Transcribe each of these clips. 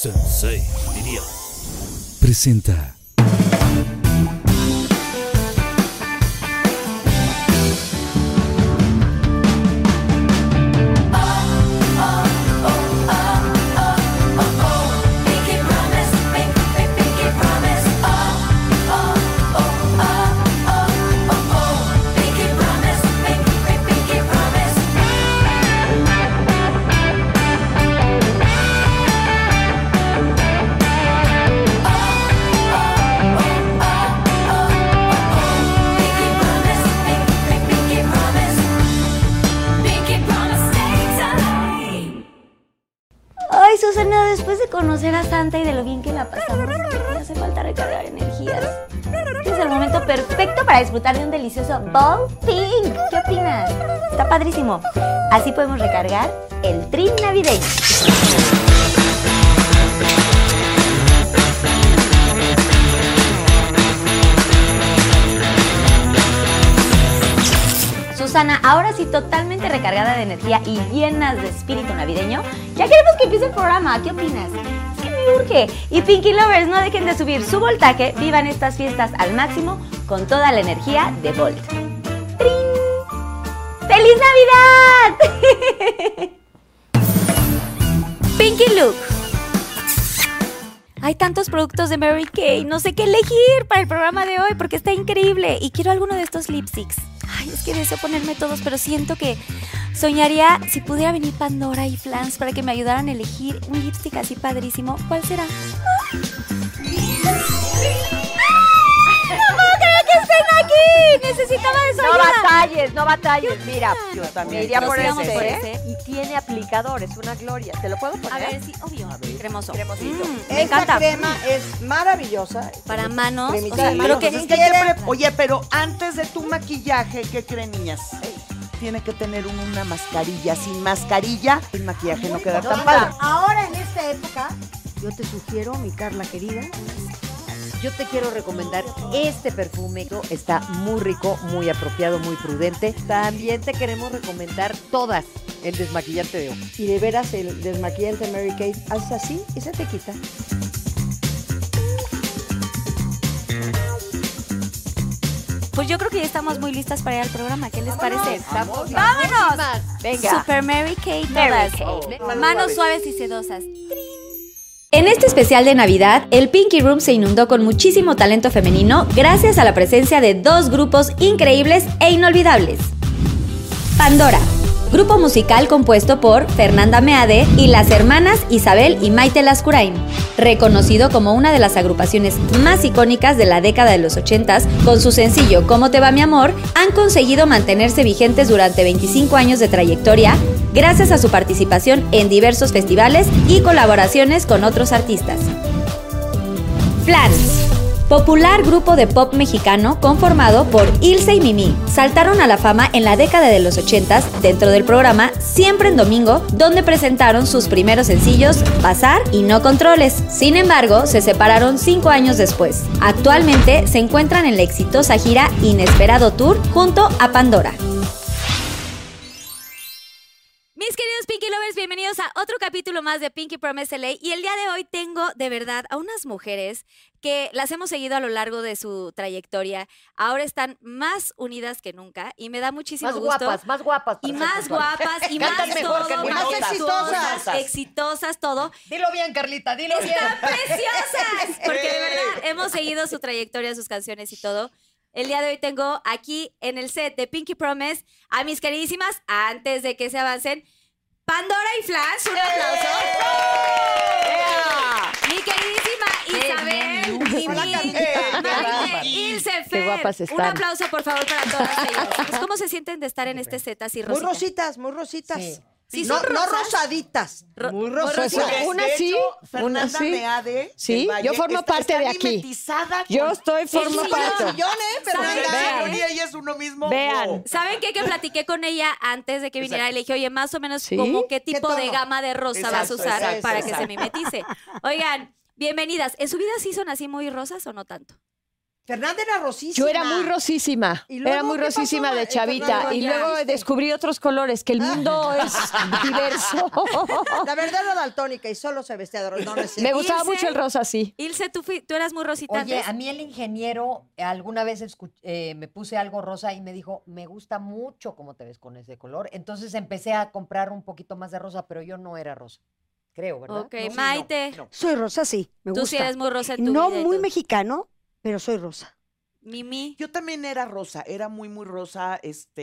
Sensei, diría. Presenta. Ay, Susana, después de conocer a Santa y de lo bien que la pasamos, me hace falta recargar energías. Este es el momento perfecto para disfrutar de un delicioso Ball Pink. ¿Qué opinas? Está padrísimo. Así podemos recargar el trim navideño. Susana, ahora sí totalmente recargada de energía y llenas de espíritu navideño, ya queremos que empiece el programa. ¿Qué opinas? Sí, me urge. Y Pinky Lovers, no dejen de subir su voltaje, vivan estas fiestas al máximo con toda la energía de Volt. ¡Trin! ¡Feliz Navidad! Pinky Look. Hay tantos productos de Mary Kay, no sé qué elegir para el programa de hoy porque está increíble y quiero alguno de estos lipsticks. Ay, es que deseo ponerme todos, pero siento que soñaría si pudiera venir Pandora y Flans para que me ayudaran a elegir un lipstick así padrísimo. ¿Cuál será? ¡No puedo creer que estén aquí! Necesitaba de su ayuda. No batalles. Mira, Yo también. iría por Nos íbamos por ese, ese. Y tiene aplicador, es una gloria. ¿Te lo puedo poner? A ver, sí, obvio. Cremoso. Cremosito. Me Esta encanta. crema es maravillosa. Para manos, Cremita o sea, de creo manos. que Es que siempre- Oye, pero antes de tu maquillaje, ¿qué creen, niñas? Tiene que tener una mascarilla. Sin mascarilla, el maquillaje no queda tan padre. Ahora en esta época, yo te sugiero, mi Carla querida, yo te quiero recomendar este perfume. Está muy rico, muy apropiado, muy prudente. También te queremos recomendar todas el desmaquillante de ojos. Y de veras el desmaquillante Mary Kay, haces así y se te quita. pues yo creo que ya estamos muy listas para ir al programa. ¿Qué les parece? Estamos ¡Vámonos! Venga. Super Mary Kay Mary todas. Kay. Manos suaves y sedosas. En este especial de Navidad, el Pinky Room se inundó con muchísimo talento femenino gracias a la presencia de dos grupos increíbles e inolvidables. Pandora, grupo musical compuesto por Fernanda Meade y las hermanas Isabel y Maite Lascurain. Reconocido como una de las agrupaciones más icónicas de la década de los 80s, con su sencillo ¿Cómo te va mi amor?, han conseguido mantenerse vigentes durante 25 años de trayectoria gracias a su participación en diversos festivales y colaboraciones con otros artistas. Flans, popular grupo de pop mexicano conformado por Ilse y Mimi, saltaron a la fama en la década de los 80s dentro del programa Siempre en Domingo, donde presentaron sus primeros sencillos Pasar y No Controles. Sin embargo, se separaron 5 años después. Actualmente se encuentran en la exitosa gira Inesperado Tour junto a Pandora. Mis queridos Pinky Lovers, bienvenidos a otro capítulo más de Pinky Promise LA. Y el día de hoy tengo de verdad a unas mujeres que las hemos seguido a lo largo de su trayectoria. Ahora están más unidas que nunca y me da muchísimo gusto. Más guapas. Y más guapas y más Cantan mejor todo, que más nosotras. exitosas, exitosas, todo. Dilo bien, Carlita, dilo bien. ¡Están preciosas! Porque de verdad hemos seguido su trayectoria, sus canciones y todo. El día de hoy tengo aquí en el set de Pinky Promise a mis queridísimas, antes de que se avancen, Pandora y Flans. Un aplauso. Mi queridísima Isabel y Maite, Ilse, Qué Fer. guapas Un están. aplauso, por favor, para todas ellas. Pues, ¿cómo se sienten de estar en este set así Muy rosita? rositas, muy rositas. Sí. Sí, no, son no rosas. rosaditas, muy rositas. Pues, Una de sí, hecho, una Fernanda sí. Meade, Sí, del Valle, yo formo parte está de aquí. mimetizada Yo con- estoy formo Sí, parte. Sillón, Fernanda. ¿Saben? Y ella es uno mismo. Vean. Wow. ¿Saben qué? Que platiqué con ella antes de que viniera y le dije, oye, más o menos ¿Sí? como qué tipo de tono? gama de rosa vas a Exacto, usar exacto, para que se exacto. mimetice. Oigan, bienvenidas. ¿En su vida sí son así muy rosas o no tanto? Fernanda era rosísima. Yo era muy rosísima. ¿Y luego Era muy qué pasó, rosísima de chavita. Fernanda? Y ¿Ya luego viste? descubrí otros colores, que el mundo es diverso. La verdad era daltónica y solo se vestía de rosa. No, no es Me cierto. gustaba Ilse. mucho el rosa, sí. Ilse, tú eras muy rosita Oye, antes. a mí el ingeniero alguna vez me puse algo rosa y me dijo, me gusta mucho cómo te ves con ese color. Entonces empecé a comprar un poquito más de rosa, pero yo no era rosa. Creo, ¿verdad? Ok, No, sí, Maite. no. Soy rosa, sí. Me Tú gusta. sí eres muy rosa en tu No vida y muy todo. mexicano, pero soy rosa. Mimi. Yo también era rosa, era muy, muy rosa.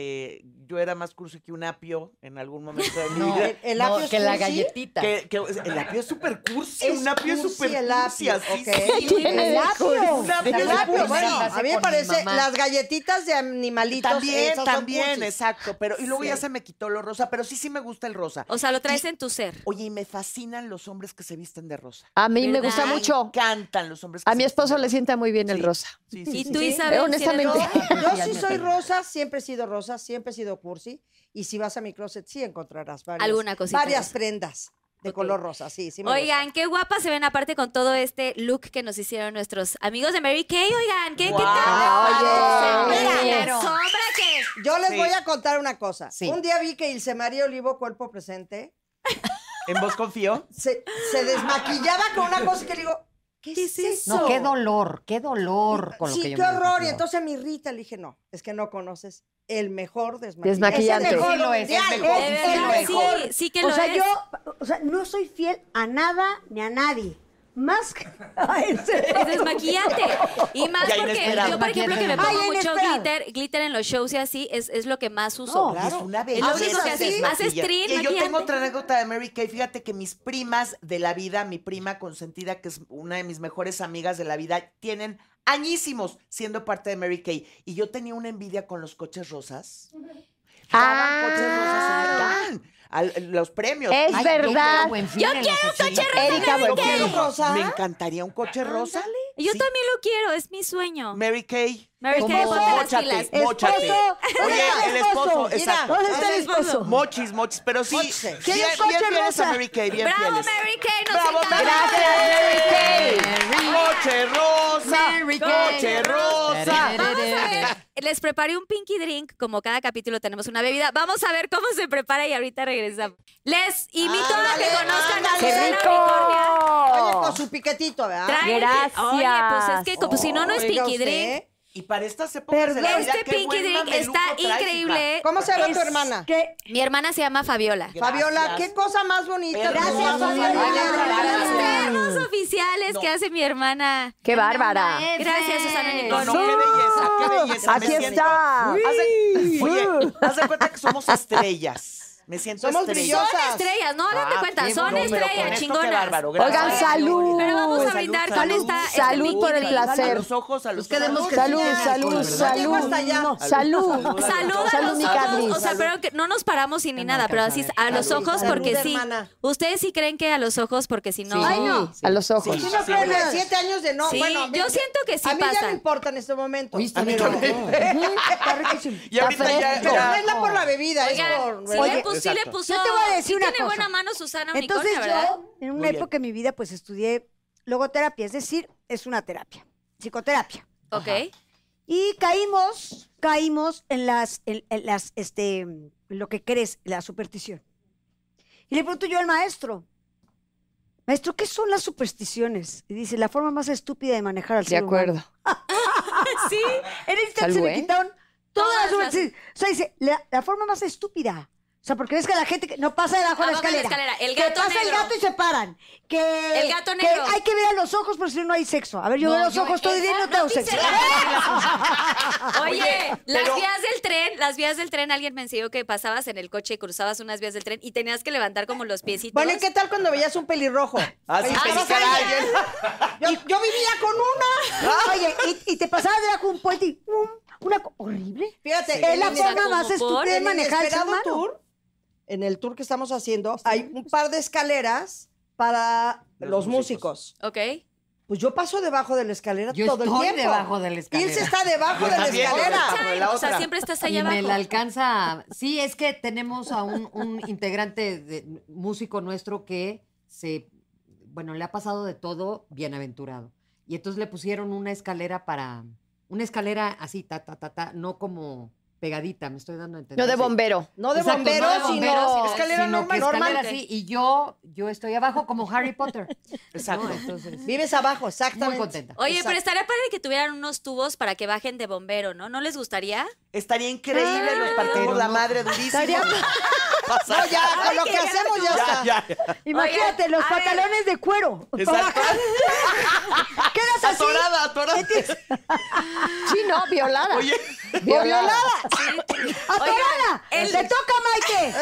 Yo era más cursi que un apio en algún momento de mi No, vida. ¿El no, apio es que la cursi? galletita. El apio es súper cursi, Es un apio es cursi súper el cursi, apio, así, ok. sí. El apio. Un apio El es apio, cursi. bueno, Hace a mí me con mi parece mamá. las galletitas de animalitos. También, esas son también, cursis. exacto. Pero, y luego Sí. ya se me quitó lo rosa, pero sí me gusta el rosa. O sea, lo traes en tu ser. Oye, y me fascinan los hombres que se visten de rosa. A mí me ¿Verdad? gusta Me mucho. encantan los hombres que A se mi visten esposo de le rosa. sienta muy bien el Sí. rosa. Sí, ¿Y sí, tú, sí. Isabel? honestamente. si eres rosa? Yo sí soy rosa, siempre he sido rosa, siempre he sido cursi. Y si vas a mi closet, sí encontrarás Alguna cosita varias rosa. prendas de Ok. color rosa. Sí, sí me Oigan, qué guapas se ven aparte con todo este look que nos hicieron nuestros amigos de Mary Kay. Oigan, ¿qué Guau. tal? Oye. Mira, sombra que... gusta. Yo les Sí. voy a contar una cosa. Sí. Un día vi que Ilse María Olivo, cuerpo presente, ¿En vos confío? se desmaquillaba con una cosa que le digo, ¿qué es eso? No, qué dolor con lo Sí, que yo qué me horror. Y maquillaba. entonces me irrita. Le dije, no, es que no conoces el mejor Desmaquillante. Es el mejor Sí lo es, mundial. el mejor, De sí verdad, lo es. sí, sí que O lo sea, es. yo, no soy fiel a nada ni a nadie. Más que a ese. Es desmaquillante. Y más Ya porque inesperado. yo, por ejemplo, que me Ay, pongo mucho inesperado. glitter en los shows y así, es lo que más uso. No, Es una Es belleza. lo único que haces. desmaquillar. Haces trin, Y yo maquillante. tengo otra anécdota de Mary Kay. Fíjate que mis primas de la vida, mi prima consentida, que es una de mis mejores amigas de la vida, tienen añísimos siendo parte de Mary Kay. Y yo tenía una envidia con los coches rosas. Daban coches rosas y me dan los premios. Es Ay, verdad. Yo quiero un coche rosa. Erika Yo Buenfil. quiero rosa. Me encantaría un coche rosa. Yo Sí. también lo quiero, es mi sueño. Mary Kay. Mary Kay, ¿Cómo? ponte las Móchate, pilas. móchate. Esposo. Oye, el esposo, Mira, exacto. ¿Dónde está el esposo? Mochis, pero sí, Mochis. Quiero bien, un coche bien fieles rosa. a Mary Kay, bien ¡Bravo, fieles. Mary Kay! ¡Nos ¡Bravo, encanta! Mary Kay! ¡Coche rosa! Mary Kay. ¡Coche rosa! Vamos a ver, les preparé un pinky drink, como cada capítulo tenemos una bebida. Vamos a ver cómo se prepara y ahorita regresamos. Les invito a que Ándale, conozcan a ándale. ¡Qué Susana Unicornia. Oye, rico! con su piquetito, ¿verdad? Trae- Gracias. Oye, pues es que como si no es Oiga pinky usted. drink. Y para estas épocas de la vida, Este qué pinky buen drink mameluco está traes, increíble. ¿Cómo se llama tu Es hermana? que Mi hermana se llama Fabiola. hija. Fabiola, Gracias. qué cosa más bonita. Gracias, Hermosa, Fabiola. Los Gracias. ternos oficiales No. que hace mi hermana. ¡Qué bárbara! Gracias, Susana No, Unicornia. no, qué belleza, qué belleza. Aquí me siento. está. Oye, haz de cuenta que somos estrellas. Me siento Somos estrella. brillosas. Son estrellas, no hagan de cuenta, qué son bueno, pero con estrellas esto, qué chingonas. bárbaro, gracias. Oigan, salud. Pero vamos a Salud, brindar salud. con esta. Salud este por el pinky drink. placer. A los ojos, a los queremos ojos. que Salud, sigan salud, alcohol, ¿verdad? No llego hasta allá. salud. Salud. Salud a Salud, los mi ojos, Carlis. o sea, pero que no nos paramos sin ni nada, pero así a los Salud. ojos Salud, porque sí. hermana. Ustedes sí creen que a los ojos porque si no. Ay, no. A los ojos. Si no creen en 7 años de no, Sí, bueno. yo siento que sí a mí ya pasa. me importa en este momento. Oíste, A mí pero- también. Está riquísimo. Y ahorita ya, Pero no ya- es la por la bebida, Oigan, es por... sí, ¿verdad? sí le Exacto. puso. Yo te voy a decir sí una tiene cosa. buena mano Susana Entonces Unicornia, ¿verdad? yo, en una Muy bien. época de mi vida, pues estudié logoterapia, es decir, es una terapia, psicoterapia. Ok. Y caímos en lo que crees, la superstición. Y le pregunto yo al maestro, ¿qué son las supersticiones? Y dice, la forma más estúpida de manejar al De ser humano. acuerdo. Sí. En el instante se Salud, me ¿eh? quitaron todas las Todas las- supersticiones. O sea, dice, la forma más estúpida. O sea, porque ves que la gente que no pasa debajo de la Abajo de la escalera. escalera. El que gato pasa el negro. gato y se paran. Que, El gato que negro. hay que ver a los ojos porque si no, no hay sexo. A ver, yo No, veo los yo- ojos todo el día y no tengo dice- sexo. Oye, pero- las vías del tren, alguien me enseñó que pasabas en el coche y cruzabas unas vías del tren y tenías que levantar como los piecitos. Bueno, ¿y qué tal cuando veías un pelirrojo? Ah, sí, Oye, pellizcar a alguien. yo vivía con una. Oye, y te pasabas debajo de un puente y horrible. Fíjate, Es la en forma ¿cómo más por? estúpida de el manejar al ser inesperado humano. tour, en el tour que estamos haciendo, hay un par de escaleras para los músicos. Ok. Pues yo paso debajo de la escalera Yo todo el estoy tiempo. debajo de la escalera. Ilse está debajo Yo de la también, escalera. debajo de la O sea, otra. siempre estás Y allá me abajo. la alcanza. Sí, es que tenemos a un integrante músico nuestro que le ha pasado de todo bienaventurado. Y entonces le pusieron una escalera para Una escalera así, no como pegadita, me estoy dando a entender. No de bombero. No de Exacto, bombero, no de bombero, sino escalera sino que normal. escalera así, y yo estoy abajo como Harry Potter. Exacto. ¿no? Entonces, Vives abajo, exactamente. muy contenta. Oye, Exacto. pero estaría padre que tuvieran unos tubos para que bajen de bombero, ¿no? ¿No les gustaría? Estaría increíble, nos partimos pero la no. madre durísimo. No, ya, con lo que hacemos ya está. Ya. Imagínate, los a ver. pantalones de cuero. Exacto. Quedas así. Atorada. Sí, no, violada. Oye, Violada. ¡Atorada! el- ¡Te toca, Maite!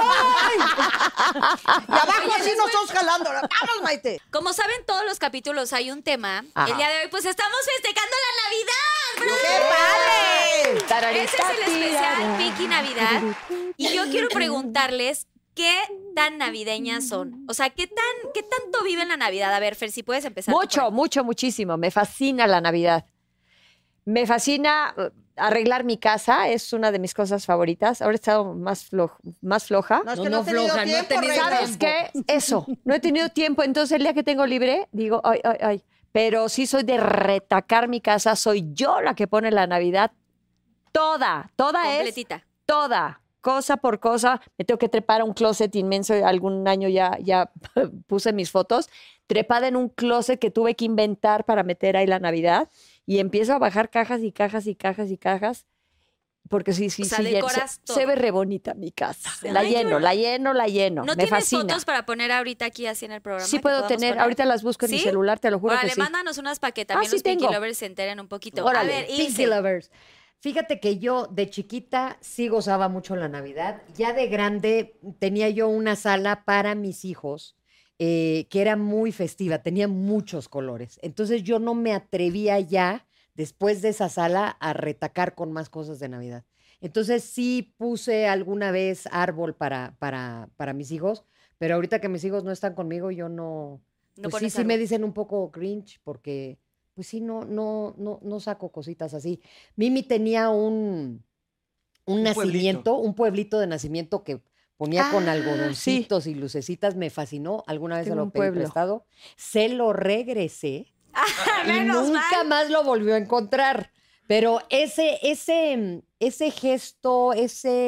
Y abajo así nos estamos jalando. Vamos, Maite. Como saben, todos los capítulos hay un tema. Ajá. El día de hoy, pues estamos festejando la Navidad. ¡Qué padre! Tararita, Ese es el especial tirara. Pinky Navidad. Y yo quiero preguntarles qué tan navideñas son. O sea, ¿qué tanto viven la Navidad? A ver, Fer, si puedes empezar. tú por ahí. Muchísimo. Me fascina la Navidad. Me fascina arreglar mi casa. Es una de mis cosas favoritas. Ahora he estado más floja. No, es No, que no no he tenido floja, no he tiempo, tenido Reina. ¿Sabes qué? Eso. No he tenido tiempo. Entonces, el día que tengo libre, digo, ay. Pero sí soy de retacar mi casa. Soy yo la que pone la Navidad. Toda es Completita. toda, cosa por cosa. Me tengo que trepar a un closet inmenso. Algún año ya puse mis fotos. Trepada en un closet que tuve que inventar para meter ahí la Navidad. Y empiezo a bajar cajas y cajas y cajas y cajas. Porque sí, O sea, lleno. decoras todo. Se ve re bonita mi casa. Ay, La qué lleno. ¿No Me tienes fascina. fotos para poner ahorita aquí así en el programa? Sí que puedo podamos tener. poner? Ahorita las busco en mi ¿Sí? celular, te lo juro Órale, que sí. mándanos unas para que también sí los Pinky tengo. Lovers se enteren un poquito. Órale. A ver, Pinky Ilse. Lovers. Fíjate que yo de chiquita sí gozaba mucho la Navidad. Ya de grande tenía yo una sala para mis hijos que era muy festiva, tenía muchos colores. Entonces yo no me atrevía ya, después de esa sala, a retacar con más cosas de Navidad. Entonces sí puse alguna vez árbol para mis hijos, pero ahorita que mis hijos no están conmigo, yo no... No Pues pones sí me árbol. dicen un poco cringe porque... Pues sí, no saco cositas así. Mimi tenía un nacimiento, un pueblito de nacimiento que ponía con algodoncitos y lucecitas. Me fascinó. Alguna vez se Tengo lo un pedí pueblo. prestado. Se lo regresé y Menos nunca mal. más lo volvió a encontrar. Pero ese gesto,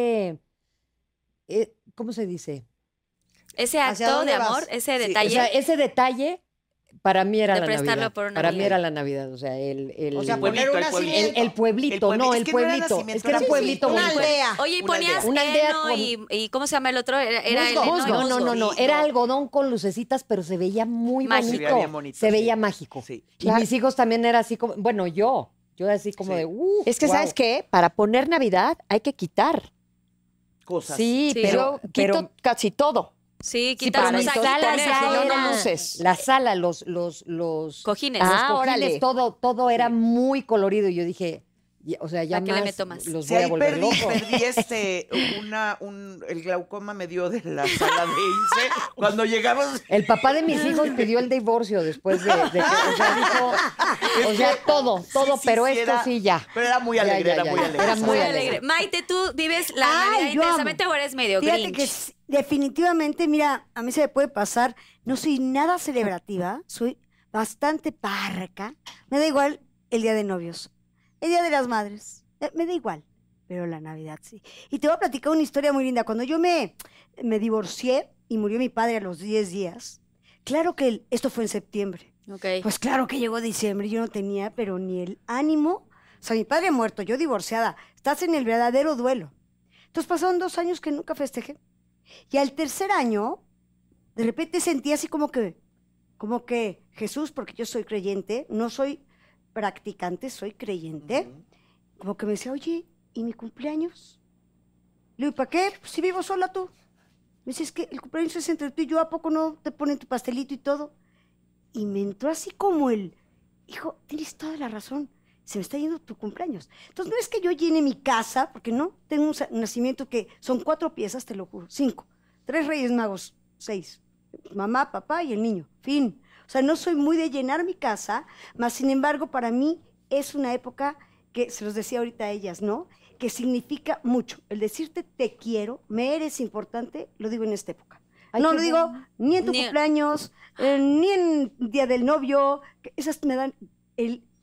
¿cómo se dice? Ese ¿Hacia acto dónde de vas? amor, ese Sí, detalle. O sea, ese detalle para mí era De la prestarlo Navidad. por una Para mí Navidad. era la Navidad. O sea, O sea, pueblito, poner un el pueblito. nacimiento. el pueblito, no, Es el que no era pueblito. nacimiento, Es que era era un pueblito una bonito. aldea. Oye, y Una ponías aldea. Una aldea heno con- y ¿cómo se llama el otro? Era Musgo. heno y No, no, musgo. no. Sí, Era no. algodón con lucecitas, pero se veía muy Mágico. bonito. Se veía bien bonito, Se sí. veía mágico. Sí. Y mis hijos también era así como, bueno, yo así como Sí. de, Es que, guau. ¿sabes qué? Para poner Navidad hay que quitar. Cosas. Sí, Sí. pero yo quito casi todo. Sí, Sí, quitas, pero o mi sea, sala quitas, ya si no, era- no luces. La sala, los cojines. Ah, cojines, órale. todo era muy colorido. Y yo dije, o sea, ya ¿Para qué le más meto más? los Sí, voy a ahí volver perdí locos. el glaucoma me dio de la sala de Ilse cuando llegamos. El papá de mis hijos pidió el divorcio después de que, o sea, dijo, o sea, todo, Sí, pero sí, esto era- sí ya. Pero era muy alegre, era muy alegre. Era Muy muy alegre. alegre. Maite, ¿tú vives la Ay, Navidad yo intensamente amo. o eres medio Fíjate Grinch? que definitivamente, mira, a mí se me puede pasar, no soy nada celebrativa, soy bastante parca, me da igual el día de novios, el día de las madres, me da igual, pero la Navidad sí. Y te voy a platicar una historia muy linda. Cuando yo me divorcié y murió mi padre a los 10 días, claro que esto fue en septiembre, Ok. pues claro que llegó diciembre, yo no tenía, pero ni el ánimo, o sea, mi padre muerto, yo divorciada, estás en el verdadero duelo. Entonces pasaron 2 años que nunca festejé. Y al tercer año, de repente sentí así como que Jesús, porque yo soy creyente, no soy practicante, soy creyente, como que me decía, oye, ¿y mi cumpleaños? Le digo, ¿para qué? Pues si vivo sola tú. Me dice, es que el cumpleaños es entre tú y yo, ¿a poco no te ponen tu pastelito y todo? Y me entró así como hijo, tienes toda la razón, se me está yendo tu cumpleaños. Entonces, no es que yo llene mi casa, porque no, tengo un nacimiento que son 4 piezas, te lo juro, 5. 3 Reyes Magos, 6. Mamá, papá y el niño, fin. O sea, no soy muy de llenar mi casa, mas sin embargo, para mí es una época que, se los decía ahorita a ellas, ¿no? Que significa mucho. El decirte te quiero, me eres importante, lo digo en esta época. Ay, no qué lo digo ni en tu Ni- cumpleaños, ni en día del novio, que esas me dan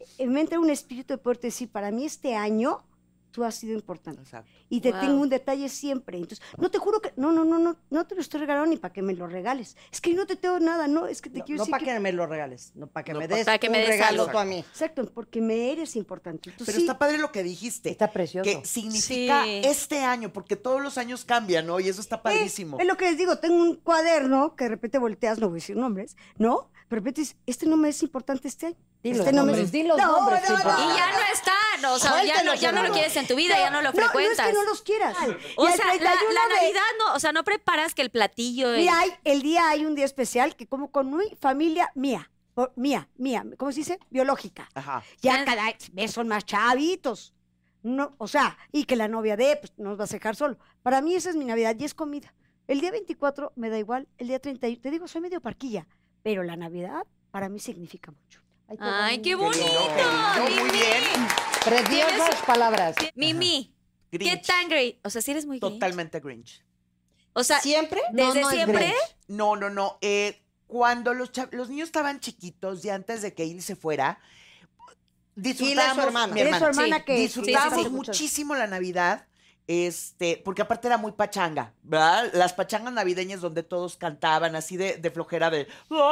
me entra un espíritu de poder decir, para mí este año tú has sido importante. Exacto. Y te Wow. tengo un detalle siempre. Entonces, no te juro que, no te lo estoy regalando ni para que me lo regales. Es que yo no te tengo nada, no, es que te quiero No decir para que me lo regales, no para que No, me pa- des para que me un des regalo algo. tú a mí. Exacto, porque me eres importante. Entonces, Pero sí, está padre lo que dijiste. Está precioso. Que significa Sí. este año, porque todos los años cambian, ¿no? Y eso está padrísimo. es lo que les digo, tengo un cuaderno que de repente volteas, no voy a decir nombres, ¿no? Pero de repente dices, este no me es importante este año. Di Este los no me nombres, es- di los No, nombres, no, tipo. no, Y ya no están, o sea, ya Suéltelos, no lo hermano. quieres en tu vida, ya no lo frecuentas. No es que no los quieras. O Y el sea, la 31 de- Navidad no, o sea, no preparas que el platillo. Mira, hay un día especial que como con mi familia mía, ¿cómo se dice? Biológica. Ajá. Ya cada vez son más chavitos. No, o sea, y que la novia de, pues nos vas a dejar solo. Para mí esa es mi Navidad y es comida. El día 24 me da igual, el día 31, te digo, soy medio parquilla, pero la Navidad para mí significa mucho. Ay, qué Qué bonito. lindo, qué lindo, muy bien. Preciosas palabras. Mimi, ¿qué Grinch. tan great? O sea, si eres muy Grinch. Totalmente Grinch. O sea, ¿Siempre? desde no es siempre. Grinch. No. Cuando los niños estaban chiquitos y antes de que él se fuera, disfrutábamos, hermana. mi Eres su hermana, hermana sí, que disfrutábamos sí. muchísimo la Navidad, porque aparte era muy pachanga, ¿verdad? Las pachangas navideñas donde todos cantaban así de flojera de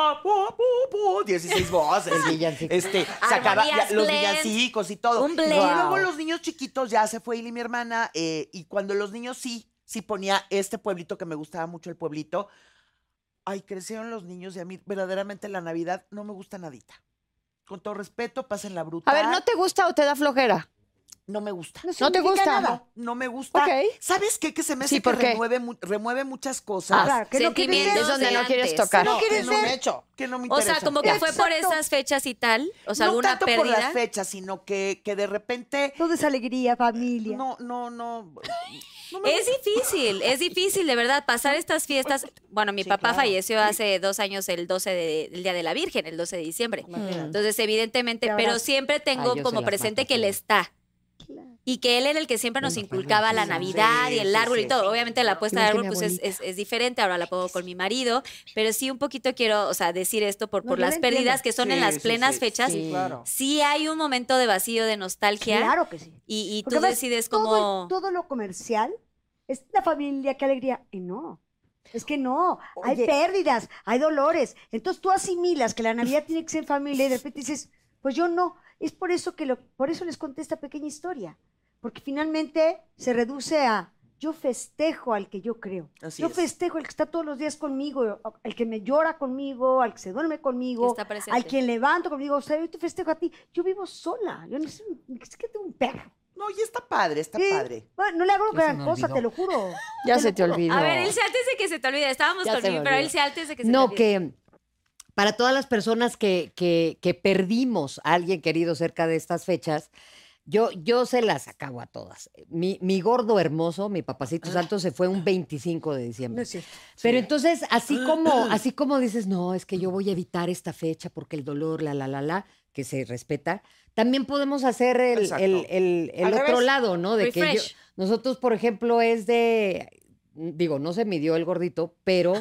16 voces. El villancico. Sacaba Armonías, los blend. villancicos y todo. Un blend. Y luego los niños chiquitos, ya se fue Ili, mi hermana, y cuando los niños sí ponía este pueblito que me gustaba mucho, el pueblito. Ay, crecieron los niños y a mí verdaderamente la Navidad no me gusta nadita. Con todo respeto, pasen la bruta. A ver, ¿no te gusta o te da flojera? No me gusta. ¿No te significa gusta? nada. No me gusta. Ok. ¿Sabes qué? Que se me Sí, hace ¿por que qué? remueve muchas cosas. Claro, que no quieres Sentimientos ser- Es donde no de quieres antes. tocar. No quieres que no ser- me hecho, que no me O interesa. sea, como que fue por Exacto. esas fechas y tal. O sea, no alguna tanto pérdida. por las fechas, sino que de repente Todo es alegría, familia. no me Es difícil, de verdad, pasar estas fiestas. Bueno, mi Sí, papá claro. falleció hace 2 años, el Día de la Virgen, el 12 de diciembre. Entonces, evidentemente, Te pero abrazo. siempre tengo Ay, yo como se las presente mato, que él sí. está. Claro. Y que él era el que siempre nos Bueno, inculcaba la sí, Navidad sí, y el sí, árbol sí. y todo. Obviamente la puesta de Igual que árbol mi pues abuelita. es diferente, ahora la pongo con mi marido, pero sí un poquito quiero, o sea, decir esto por No, por yo las lo pérdidas entiendo. que son Sí, en las sí, plenas sí, fechas. Sí, claro. Sí hay un momento de vacío, de nostalgia. Claro que sí. Y Porque tú además, decides todo, cómo... todo lo comercial es la familia, qué alegría. Y no. Es que no, hay Oye. pérdidas, hay dolores. Entonces tú asimilas que la Navidad tiene que ser familia y de repente dices, pues yo no. Es por eso por eso les conté esta pequeña historia. Porque finalmente se reduce a yo festejo al que yo creo. Así Yo es. festejo al que está todos los días conmigo, al que me llora conmigo, al que se duerme Que conmigo, está presente. al quien levanto conmigo. O sea, yo te festejo a ti. Yo vivo sola. Yo ni que tengo un perro. No, y está padre, está Sí. padre. Bueno, no le hago Ya se gran me cosa, olvidó. te lo juro. Ya Te se lo te juro. olvidó. A ver, Ilse, antes de que se te olvide, estábamos Ya con se me Mimi, pero olvidó. Ilse, antes de que se te No, olvide. que para todas las personas que perdimos a alguien querido cerca de estas fechas, yo se las acabo a todas. Mi gordo hermoso, mi papacito santo, se fue un 25 de No diciembre. es cierto. Pero entonces, así como dices, no, es que yo voy a evitar esta fecha porque el dolor, que se respeta, también podemos hacer Exacto. el Al otro revés. lado, ¿no? De que Refresh. nosotros, por ejemplo, es de, digo, no se midió el gordito, pero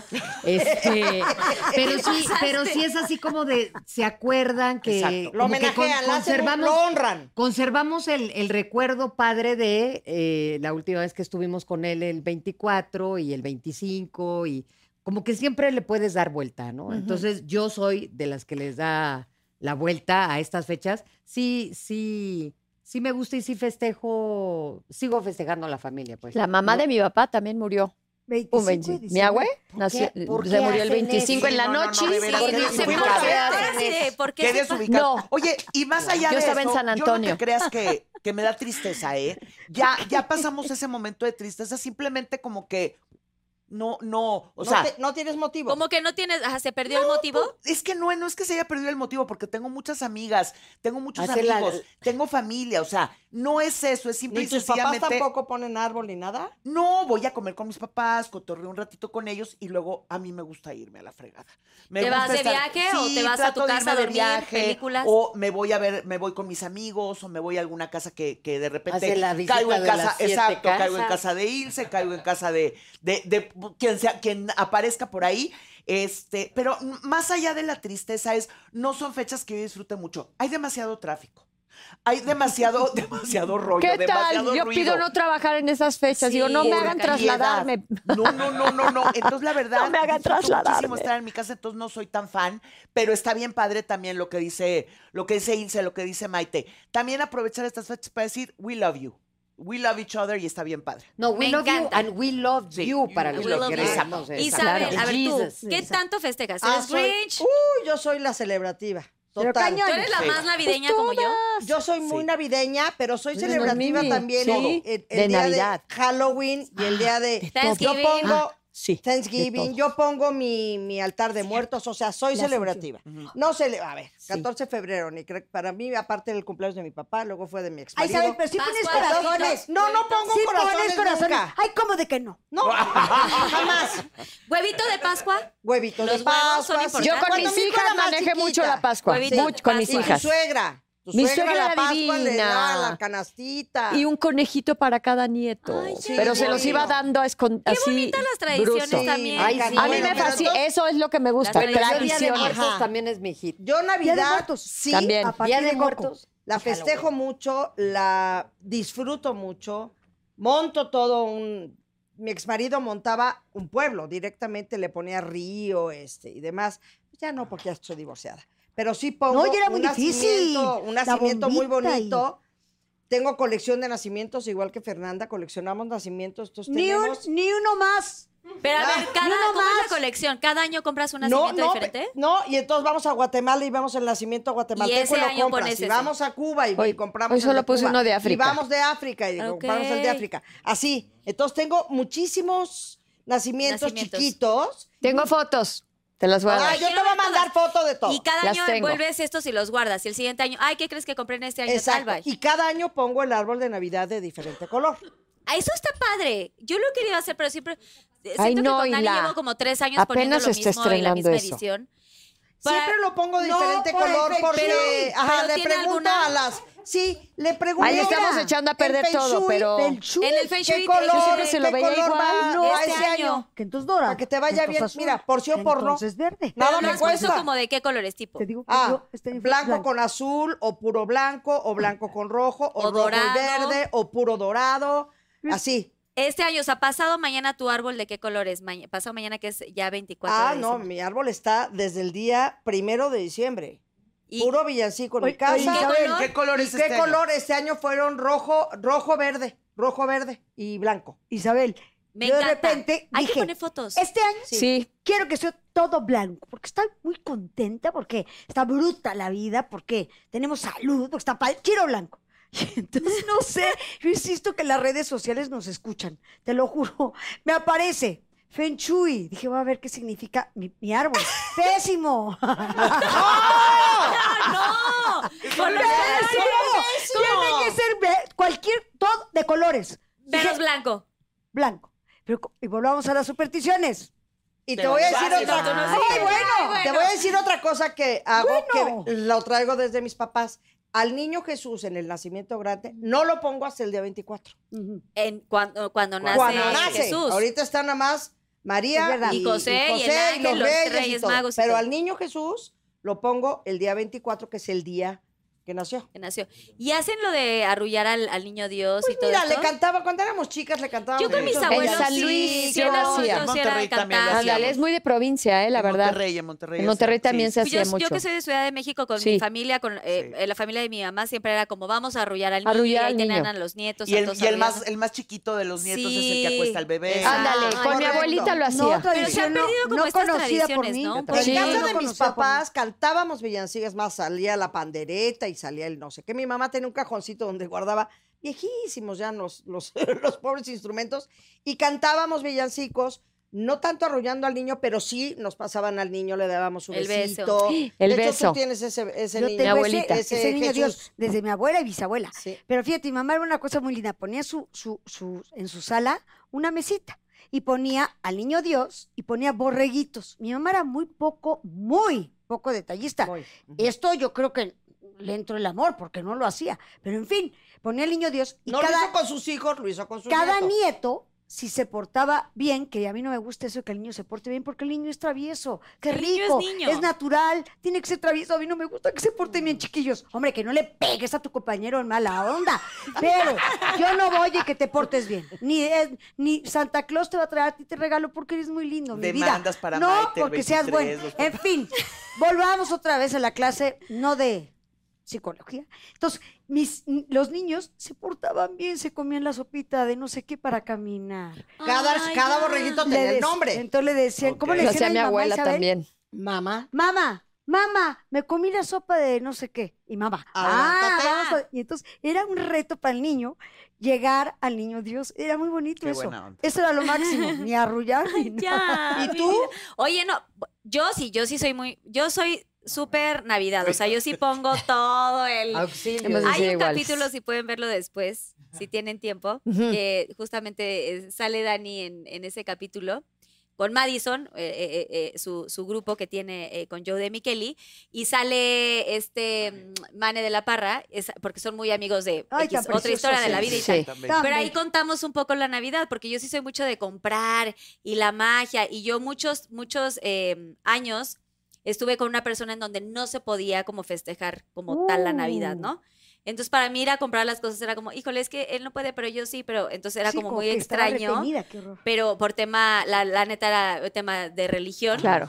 pero sí es así como de, se acuerdan que Exacto. Lo como que homenajean, lo hacen, conservamos lo honran. Conservamos el recuerdo padre de la última vez que estuvimos con él el 24 y el 25 y como que siempre le puedes dar vuelta, ¿no? Entonces yo soy de las que les da la vuelta a estas fechas. Sí me gusta y sí sigo festejando a la familia, pues. La mamá de mi papá también murió. 25 Un de 25. Mi diciembre. abue nació, ¿Por se qué murió el hacen 25 en la eso? No, no, noche. no, de veras, y qué dice, desubicado. ¿por ¿Por qué qué hacen así de- eso? por qué Qué se- desubicado. No. Oye, y más allá Yo de estaba en eso, San yo no Antonio. te creas que me da tristeza, ¿eh? Ya pasamos ese momento de tristeza, simplemente como que o sea, no tienes motivo. Como que no tienes, ajá, se perdió el motivo. es que no es que se haya perdido el motivo, porque tengo muchas amigas, tengo muchos Hace la- amigos, tengo familia, o sea, no es eso, es simple ¿Ni y tus papás sencillamente. tampoco ponen árbol ni nada? No, voy a comer con mis papás, cotorreo un ratito con ellos y luego a mí me gusta irme a la fregada. Me ¿Te vas gusta de viaje o te vas a trato tu de casa irme a de dormir, viaje, películas? o me voy con mis amigos, o me voy a alguna casa que de repente Hace la visita caigo en de casa, las 7 exacto, caigo en casas. casa de Ilse, caigo en casa de quien aparezca por ahí. Pero más allá de la tristeza no son fechas que yo disfrute mucho. Hay demasiado tráfico. Hay demasiado rollo, ¿Qué demasiado tal? Yo ruido. pido no trabajar en esas fechas. Sí, Digo, no me por hagan calidad. trasladarme. No. Entonces, la verdad, No me hagan disfruto trasladarme. muchísimo estar en mi casa, entonces no soy tan fan, pero está bien padre también lo que dice Ilse, lo que dice Maite. También aprovechar estas fechas para decir, we love you. We love each other y está bien padre. No, we Me love you encanta. and we love Sí, you para we los love que you. queremos. Isabel, Claro. a ver tú, Jesus. ¿qué tanto festejas? Ah, ¿Eres soy- Grinch? Yo soy la celebrativa. Pero Total. cañón. ¿Tú eres la Sí. más navideña como yo? Yo soy muy Sí. navideña, pero soy Eres celebrativa Mimi. también. Sí, El de día Navidad. de Halloween y el día de... Thanksgiving. Yo pongo Sí. de Thanksgiving, todo. yo pongo mi altar de muertos, o sea, soy celebrativa. No sé, a ver, 14 de febrero, ni creo, para mí, aparte del cumpleaños de mi papá, luego fue de mi ex Ay, Isabel, pero sí Pascua, pones Pascua. corazones. No pongo Sí corazones, pones corazones. nunca. Ay, ¿cómo de que no? No, jamás. ¿Huevito de Pascua? Huevitos Los de huevos Pascua. son sí. importantes. Yo con Cuando mis mi hijo hijas era más manejé mucho chiquita. la Pascua. Huevito Mucho de con mis Pascua. Tu hijas. suegra. Tu Mi suegra suegra la era Pascua le divina. daba la canastita. Y un conejito para cada nieto. Ay, sí, pero se qué los iba bonito. dando a Qué así. bonitas las tradiciones bruto. también. Ay, sí. A mí Bueno, me pero fascina. entonces- Eso es lo que me gusta. Las Pero yo Día de Tradiciones. Muertos Ajá. también es mi hit. Yo Día de Navidad, Muertos. sí, También. A partir Día de Coco. Muertos. la festejo mucho, la disfruto mucho, monto todo mi exmarido montaba un pueblo, directamente le ponía río, y demás. Ya no, porque ya estoy divorciada. Pero sí pongo No, ya era muy difícil. un La nacimiento muy bombita y- bonito. Tengo colección de nacimientos, igual que Fernanda, coleccionamos nacimientos. Entonces Ni uno más. Pero a ver, Ni ¿cómo uno es más. la colección? ¿Cada año compras un nacimiento diferente? No, y entonces vamos a Guatemala y vemos el nacimiento guatemalteco ese y lo año compras. pones Y ese. vamos a Cuba y Hoy- compramos hoy solo el de puse Cuba. uno de África. Y vamos de África y Ok. compramos el de África. Así. Entonces tengo muchísimos nacimientos chiquitos. Tengo fotos. Te las voy a dar. Yo te quiero voy a ver mandar todas. foto de todo. Y cada Las año tengo. envuelves estos y los guardas. Y el siguiente año, ay, ¿qué crees que compré en este año? Exacto. Tal, bye. Y cada año pongo el árbol de Navidad de diferente color. Ah, eso está padre. Yo lo he querido hacer, pero siempre... Ay, Siento no, que con Dani Hila. llevo como 3 años poniendo Apenas lo está mismo en la misma estrenando eso. edición. Siempre lo pongo de diferente por el color feng porque shui. ajá, Pero le ¿tiene pregunto alguna? a las... Sí, le pregunto. Ahí le estamos Mira, echando a perder el feng todo, shui, pero- Feng shui. En el Feng Shui ¿Qué te color, dice- siempre se lo qué veía color igual. va No, a este ese año. año? Que entonces dora. Para que te vaya entonces bien. azul, Mira, por sí o por no. Entonces verde. Nada Pero me lo has puesto cuesta. como de qué colores tipo. Te digo que yo este año fui Blanco con azul, o puro blanco, o blanco con rojo, o rojo dorado. y verde, o puro dorado. Así. Este año, o sea, pasado mañana tu árbol, ¿de qué colores? Pasado mañana que es ya 24 de No, diciembre. mi árbol está desde el día 1 de diciembre. Y- Puro villancico en mi Oye, casa. oye, Isabel, ¿Qué colores ¿Y qué este año? color este año fueron rojo, verde y blanco? Isabel, Me yo de encanta. repente Hay que dije, poner fotos. este año Sí. quiero que sea todo blanco, porque estoy muy contenta, porque está bruta la vida, porque tenemos salud, porque está padre. Quiero blanco. Y entonces, no sé, yo insisto que las redes sociales nos escuchan, te lo juro. Me aparece Feng Shui. Dije, voy a ver qué significa mi árbol. ¡Pésimo! ¡No! Colores Tiene que ser todo de colores. menos Dije, blanco. blanco. Pero, y volvamos a las supersticiones. Y te Pero voy a decir gracias, otra mamá. cosa. Ay, bueno. Te voy a decir otra cosa que hago, Bueno. que lo traigo desde mis papás. Al niño Jesús en el nacimiento grande, no lo pongo hasta el día 24. Cuando nace Cuando nace. Jesús. Ahorita está nada más Es María verdad. Y José, y el ángel, los Reyes Magos y Pero todo. al niño Jesús lo pongo el día 24, que es el día que nació. Que nació. Y hacen lo de arrullar al niño Dios y todo Mira, esto. le cantaba, cuando éramos chicas le cantábamos. Yo con mis muchos abuelos En San Luis, sí, sí lo éramos- hacía. yo sí era Monterrey también lo cantar. hacía. Ándale, es muy de provincia, la En verdad. en Monterrey. En Monterrey también se Pues hacía yo mucho. que soy de Ciudad de México con Sí. mi familia, con la familia de mi mamá, siempre era como vamos a arrullar al niño. Arrullar y ahí al tenían niño. a los nietos. Y a el, todos y el arrullando. más chiquito de los nietos es el Sí. que acuesta al bebé. Exacto. Ándale, con mi correcto. abuelita lo No, hacía. Pero se han perdido como estas conocida por tradiciones, mí. ¿no? Un En poquito. Sí. casa No de mis conocida por mí. papás cantábamos villancicas más, salía la pandereta y salía el no sé qué. Mi mamá tenía un cajoncito donde guardaba viejísimos ya los pobres instrumentos y cantábamos villancicos, no tanto arrullando al niño, pero sí nos pasaban al niño, le dábamos un El besito. beso. El de hecho, beso. tú tienes ese Yo niño. tengo abuelita. ese niño Jesús. Dios desde mi abuela y bisabuela. Sí. Pero fíjate, mi mamá era una cosa muy linda. Ponía en su sala una mesita y ponía al niño Dios y ponía borreguitos. Mi mamá era muy poco detallista. Muy. Esto yo creo que le entró el amor porque no lo hacía. Pero en fin, ponía al niño Dios y No lo cada, hizo con sus hijos, lo hizo con sus cada nietos. nieto si se portaba bien, que a mí no me gusta eso de que el niño se porte bien, porque el niño es travieso, qué El niño es rico, niño. es natural, tiene que ser travieso, a mí no me gusta que se porte bien, chiquillos. Hombre, que no le pegues a tu compañero en mala onda, pero yo no voy a que te portes bien, ni Santa Claus te va a traer a ti te regalo porque eres muy lindo, mi vida. Demandas para No, Maite el porque seas 23, bueno. los En fin, volvamos otra vez a la clase, no de psicología. Entonces, los niños se portaban bien, se comían la sopita de no sé qué para caminar. Cada borreguito tenía el nombre. Entonces le decían, ¿cómo le Lo decían hacía a mi mamá, abuela Isabel? también. Mamá. Mamá, me comí la sopa de no sé qué. Y mamá, Adelántate. y entonces era un reto para el niño llegar al niño Dios. Era muy bonito Qué eso. buena onda. Eso era lo máximo, ni arrullar ni nada. Ya. ¿Y mi tú? vida. Oye, no, yo sí soy yo soy súper Navidad, o sea, yo sí pongo todo el... Auxilio. Hemos de Hay ser un iguales. capítulo, si pueden verlo después, si tienen tiempo, Ujú. que justamente sale Dani en ese capítulo con Madison, su grupo que tiene con Joe de Micheli, y sale Mane de la Parra, porque son muy amigos de Ay, tan otra historia de la vida y Sí. tal. También. Pero ahí contamos un poco la Navidad, porque yo sí soy mucho de comprar y la magia, y yo muchos años estuve con una persona en donde no se podía como festejar como tal la Navidad, ¿no? Entonces para mí ir a comprar las cosas era como, híjole, es que él no puede, pero yo sí, pero entonces era Sí, como muy que estaba extraño, retenida, qué horror. pero por tema, la neta era tema de religión. Claro.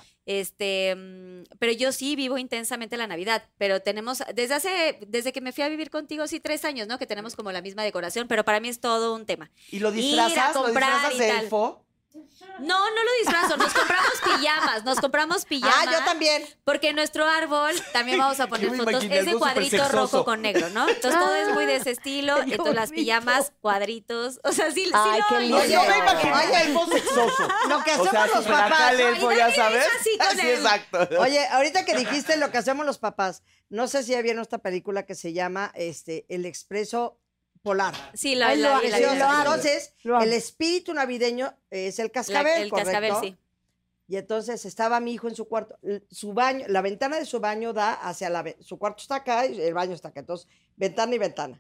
Pero yo sí vivo intensamente la Navidad, pero tenemos, desde que me fui a vivir contigo, sí, 3 años, ¿no? Que tenemos como la misma decoración, pero para mí es todo un tema. ¿Y lo Ir a disfrazas? ¿Lo comprar disfrazas y de tal. elfo? No lo disfrazo, nos compramos pijamas. Ah, yo también. Porque en nuestro árbol también vamos a poner Yo me fotos. imaginé Es de algo súper cuadrito sexoso. rojo con negro, ¿no? Entonces todo es muy de ese estilo. Qué Entonces las bonito. pijamas, cuadritos. O sea, sí, Ay, sí qué lo lindo. No, yo me imagino el elfo sexoso. Lo que O hacemos sea, los súper acá papás. el elfo, Ay, ya Dani, sabes. es así con Sí, el- exacto. Oye, ahorita que dijiste lo que hacemos los papás, no sé si ya vieron esta película que se llama El Expreso Polar. Sí, Ay, la lo vi, la sí, vi. lo amo. Entonces, Lo amo. el espíritu navideño es el cascabel, El ¿correcto? cascabel, sí. Y entonces estaba mi hijo en su cuarto. Su baño, la ventana de su baño da hacia su cuarto está acá y el baño está acá. Entonces, ventana y ventana.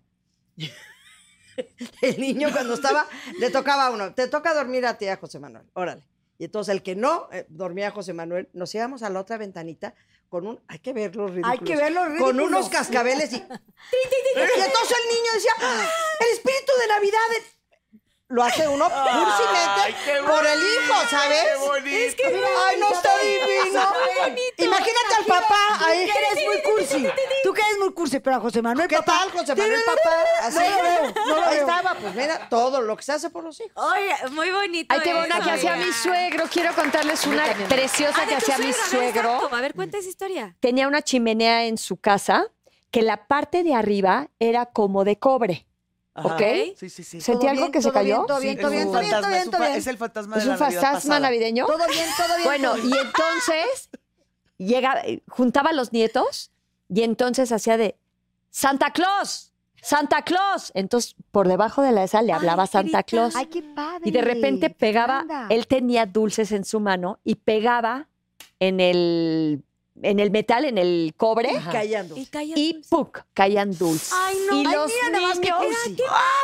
El niño cuando estaba, le tocaba a uno, te toca dormir a ti, a José Manuel, órale. Y entonces el que no dormía a José Manuel, nos íbamos a la otra ventanita con hay que ver los ridículos. Hay que ver los Con ridículos. unos cascabeles y entonces el niño decía, "¡Ah! El espíritu de Navidad. Lo hace uno Ay, qué cursi por el hijo, ¿sabes? Qué bonito. Es que Ay, no está divino. Imagínate al papá ahí. Tú que eres muy cursi. Tú que eres muy cursi, pero a José Manuel, ¿Qué papá. tal, José Manuel, papá? Así. No lo veo, no lo Ahí veo. estaba, pues mira, todo lo que se hace por los hijos. Oye, muy bonito. Ahí tengo una eso, que hacía mi amiga. suegro. Quiero contarles una preciosa Ah, que de tu hacía mi suegro, a ver, suegro. exacto. A ver, cuenta esa historia. Tenía una chimenea en su casa que la parte de arriba era como de cobre. Ajá. ¿Ok? Sí, sí, sí. ¿Sentí Todo algo bien, que se todo bien, cayó? todo bien, Es todo bien, un todo bien, todo fantasma, bien, todo bien. es el fantasma ¿Es de la un Navidad fantasma pasada. navideño? Todo bien, todo bien. Bueno, y entonces juntaba a los nietos y entonces hacía de Santa Claus, Santa Claus. Entonces, por debajo de la esa le hablaba Ay, Santa grita. Claus. Ay, qué padre. Y de repente qué pegaba, onda. él tenía dulces en su mano y pegaba en el metal, en el cobre, Callando. Y calla. y ¡puc! Caían dulces. Ay, no. Y Ay, los mira nada más qué niños, cursi.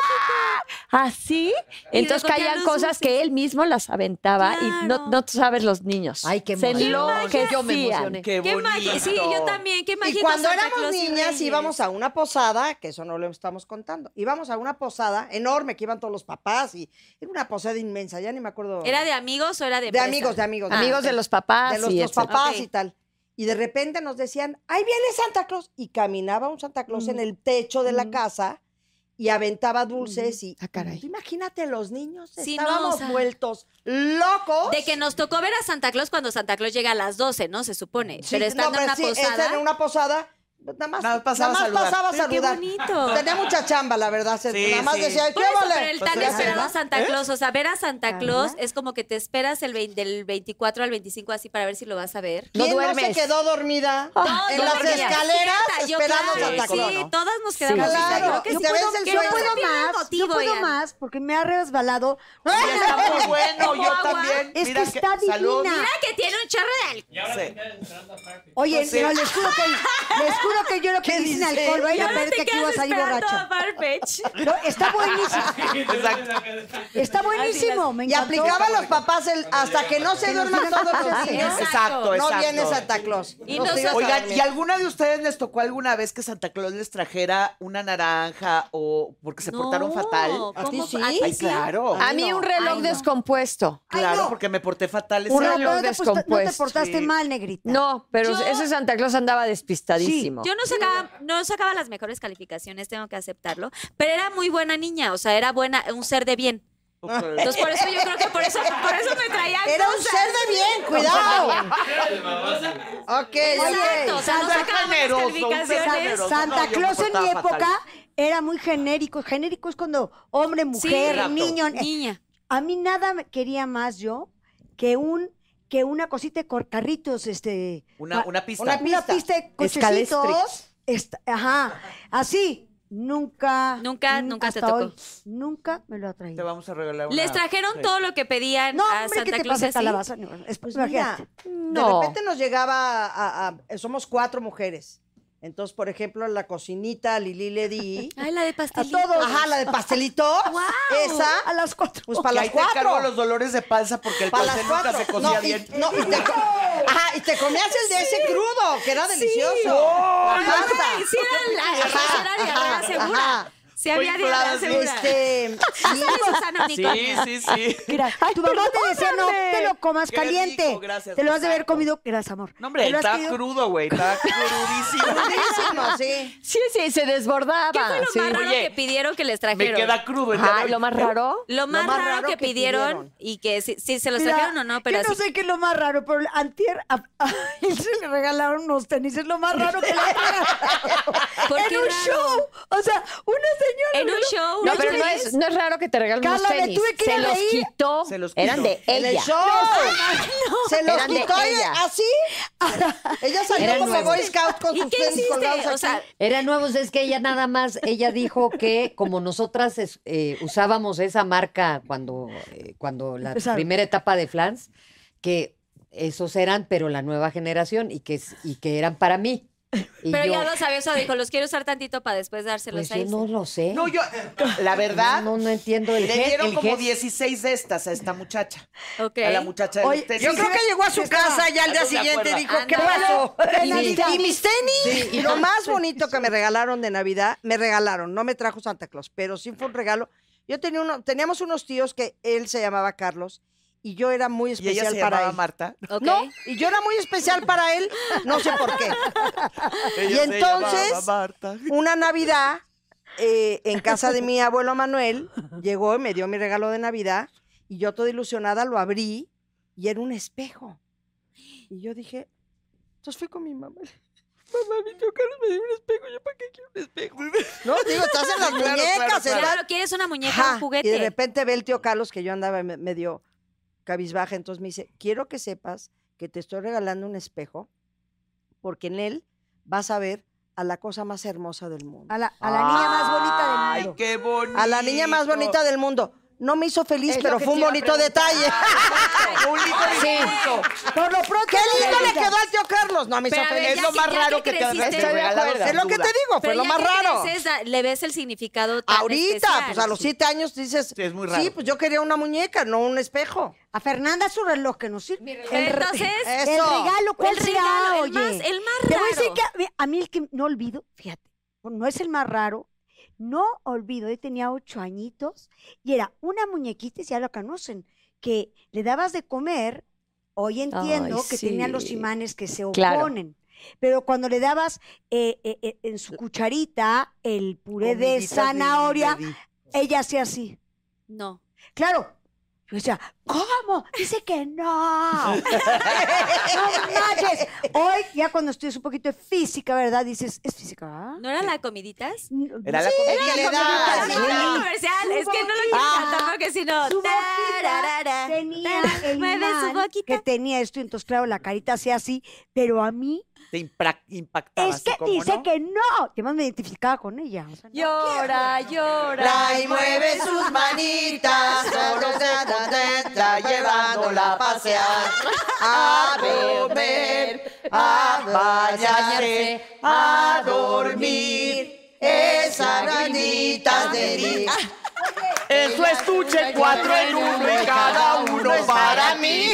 así, entonces recogían caían los cosas dulces. que él mismo las aventaba y Claro. no sabes los niños. Ay, qué Se emoción. enloquecían. Yo me emocioné. Qué Qué bonito. magia. Sí, yo también. Qué magia. Y con cuando Santa éramos Claus y niñas Reyes. íbamos a una posada, que eso no lo estamos contando, íbamos a una posada enorme que iban todos los papás y era una posada inmensa, ya ni me acuerdo. ¿Era de amigos o era de de empresa? amigos, de amigos. Amigos de los papás. de los, y los etcétera. papás Ok. y tal. Y de repente nos decían, ahí viene Santa Claus. Y caminaba un Santa Claus en el techo de la casa y aventaba dulces. Y Ah, caray. tú imagínate, los niños Sí, no, estábamos o sea, vueltos locos. De que nos tocó ver a Santa Claus cuando Santa Claus llega a las 12, ¿no? Se supone. Sí, Pero estando en una sí, posada. en una posada, pues nada más, Nada más pasaba a saludar. pasaba a Pero qué saludar. bonito. Tenía mucha chamba, la verdad. Sí, nada más sí. decía, ¿qué Por eso, vale? pero el Pues tan sí, esperado ¿verdad? Santa Claus, o sea, ver a Santa Claus Ajá. es como que te esperas del 24 al 25 así para ver si lo vas a ver. No ¿Quién no se duermes. quedó dormida Ah, en Yo las dormía escaleras despierta, yo, esperando claro, Santa Claus? Sí, todas nos quedamos Sí. así, Claro, creo que y sí. te ves el Que sueño. no Yo se puedo pierda el más, motivo, yo puedo oigan. más, porque me ha resbalado. Está muy bueno, ¿Como yo agua? también. Es Mira que está salud. divina. Mira que tiene un chorro de alcohol. Sí. Oye, Sí. no, les juro que Les juro que yo lo que ¿Qué hice en dice? alcohol. Vayan a Ahora ver te que aquí quedas va a salir esperando borracho. a Farfetch. No, está buenísimo. Está buenísimo. Me Y encantó. aplicaban los papás hasta que no se Que nos duerman digan todos qué los hacer. niños. Exacto, No exacto. viene Santa Claus. Y Los no tíos se- a Oigan, dormir. ¿y alguna de ustedes les tocó alguna vez que Santa Claus les trajera una naranja o porque se portaron fatal? ¿A ti ¿Cómo? sí? ¿A ti Ay, sí? claro. A mí un reloj Ay, no. descompuesto. Claro, no. porque me porté fatal ese Un año. reloj No te descompuesto. portaste Sí. mal, negrita. No, pero Yo- ese Santa Claus andaba despistadísimo. Yo no sacaba las mejores calificaciones, tengo que aceptarlo, pero era muy buena niña, o sea, era buena, un ser de bien. Entonces, por eso yo creo que por eso me traían Era un cosas. ser de bien, cuidado. Ok, Exacto, o sea, no Ser sacaba las generoso, un ser calificaciones. generoso. Santa No, yo me Claus en mi portaba época fatal. era muy genérico. Genérico es cuando hombre, mujer, exacto. niño. Niña. A mí nada me quería más yo que una cosita de carritos, Una pista. Una una pista de Escalestrix. cochecitos. Ajá, así. Nunca Nunca te hasta tocó. hoy, nunca me lo ha Te traído. vamos a regalar una. Les trajeron Sí. todo lo que pedían No, a hombre, Santa ¿qué te Claus pasa, así. calabaza? No, Pues imagínate. mira, de No. repente nos llegaba somos 4 mujeres. Entonces, por ejemplo, la cocinita, a Lili le di. Ay, la de A pastelito. todos. Ajá, la de pastelito. Esa. A las 4. Pues Que para ahí las te encargo 4. los dolores de panza porque el Para las pastel nunca 4. se cocía bien. Y te comías el de ese crudo, que era delicioso. Ay, Con pasta. güey, sí era diarrea segura. Sí había Muy diarrea claro, segura. Sí. Susana Unicornia. Sí. Mira, tu mamá te decía, no te lo comas Qué caliente. rico, gracias, te lo has de haber exacto. comido. Gracias, amor. No, hombre, Te lo has está pedido- crudo, güey. Está crudísimo. Crudísimo, sí. Sí, se desbordaba. ¿Qué fue lo sí. más raro Oye, que pidieron que les Me trajeron? queda crudo el día de Ajá, hoy. lo más raro. Lo más, raro que pidieron y que si se los Mira, trajeron o no, pero yo no así. sé qué es lo más raro, pero antier a él se le regalaron unos tenis. Es lo más raro que le ¿Por en qué un raro? show. O sea, una señora. En un show. No, unos pero no tenis. es raro que te regalen unos Carla, me tenis. tuve que ir Se a los reír. quitó. Se los Eran quitó. de En el ella. show. Se los Eran de quitó ella. así. Ella salió Eran como nuevos. Boy Scout con ¿Y sus qué tenis colgados hiciste? O sea, aquí. Eran nuevos, es que ella dijo que como nosotras usábamos esa marca cuando la Empezaron. primera etapa de Flans, que esos eran, pero la nueva generación y que eran para mí. Y pero yo, ya lo sabía, o sea, dijo, los quiero usar tantito para después dárselos pues a yo ellos. no lo sé. No, yo, la verdad, No entiendo el le gen- dieron el como gen- 16 de estas a esta muchacha. Ok. A la muchacha de Oye, los tenis. Yo creo que llegó a su casa ya al día No se siguiente acuerda. dijo, ¿qué Ándale. pasó? Sí. Y mis tenis. Y lo más bonito que me regalaron de Navidad, me regalaron, no me trajo Santa Claus, pero sí fue un regalo. Teníamos unos tíos que él se llamaba Carlos y yo era muy Y ella especial se para llamaba él. Marta. Ok. No, y yo era muy especial para él, no sé por qué. Ella Y se entonces, llamaba Marta. una Navidad, en casa de mi abuelo Manuel, llegó y me dio mi regalo de Navidad y yo toda ilusionada lo abrí y era un espejo. Y yo dije, entonces fui con mi mamá. Mamá, mi tío Carlos me dio un espejo, ¿yo para qué quiero un espejo? No, digo, estás en las Claro, muñecas, claro, claro. Claro, ¿quieres una muñeca, Ajá, un juguete? y de repente ve el tío Carlos que yo andaba medio cabizbaja, entonces me dice, quiero que sepas que te estoy regalando un espejo porque en él vas a ver a la cosa más hermosa del mundo. A la niña más bonita del Ay, mundo. qué bonito. A la niña más bonita del mundo. No me hizo feliz, Es lo pero que fue un te iba a bonito preguntar. detalle. Un lindo discurso. Por lo pronto, ¡Qué lindo le Navidad. quedó al tío Carlos! No me hizo Pero a ver, feliz. Es ya lo que- más ya raro que que te han creciste- regalado. Es lo que te digo, fue Pero lo ya más que raro. creces, le ves el significado tan Ahorita, especial. pues a los 7 años dices, Sí, es muy raro. sí, pues yo quería una muñeca, no un espejo. A Fernanda su reloj que nos sirve. Pero entonces, El Eso. regalo, ¿cuál el será, regalo, oye? el más Te raro. voy a decir que a mí el que no olvido, fíjate, no es el más raro, no olvido, yo tenía 8 añitos y era una muñequita, y ya lo conocen, que le dabas de comer, hoy entiendo Ay, que tenían los sí. imanes que se Claro. oponen, pero cuando le dabas en su cucharita el puré de Comiditas zanahoria, Lili. ella hacía así. No. Claro. Yo decía, ¿cómo? Dice que no. No manches. Hoy, ya cuando estudias un poquito de física, ¿verdad? Dices, ¿es física? ¿Ah? ¿No era la comiditas? Era la Sí, comida era que le la dabas. comidita, No, sí. no, comercial, es que no lo quiero cantar porque si no. Su boquita tararara, tenía el mueve su imán boquita. que tenía esto, y entonces claro, la carita hacía así, pero a mí Te impactaba. es que dice que no. Y además me identificaba con ella. O sea, no Llora, llora. Trae y mueve sus manitas, solo se está llevándola a pasear, a comer, a bañarse, a dormir esas ranitas de gris. En su estuche 4 en 1 y cada uno para mí.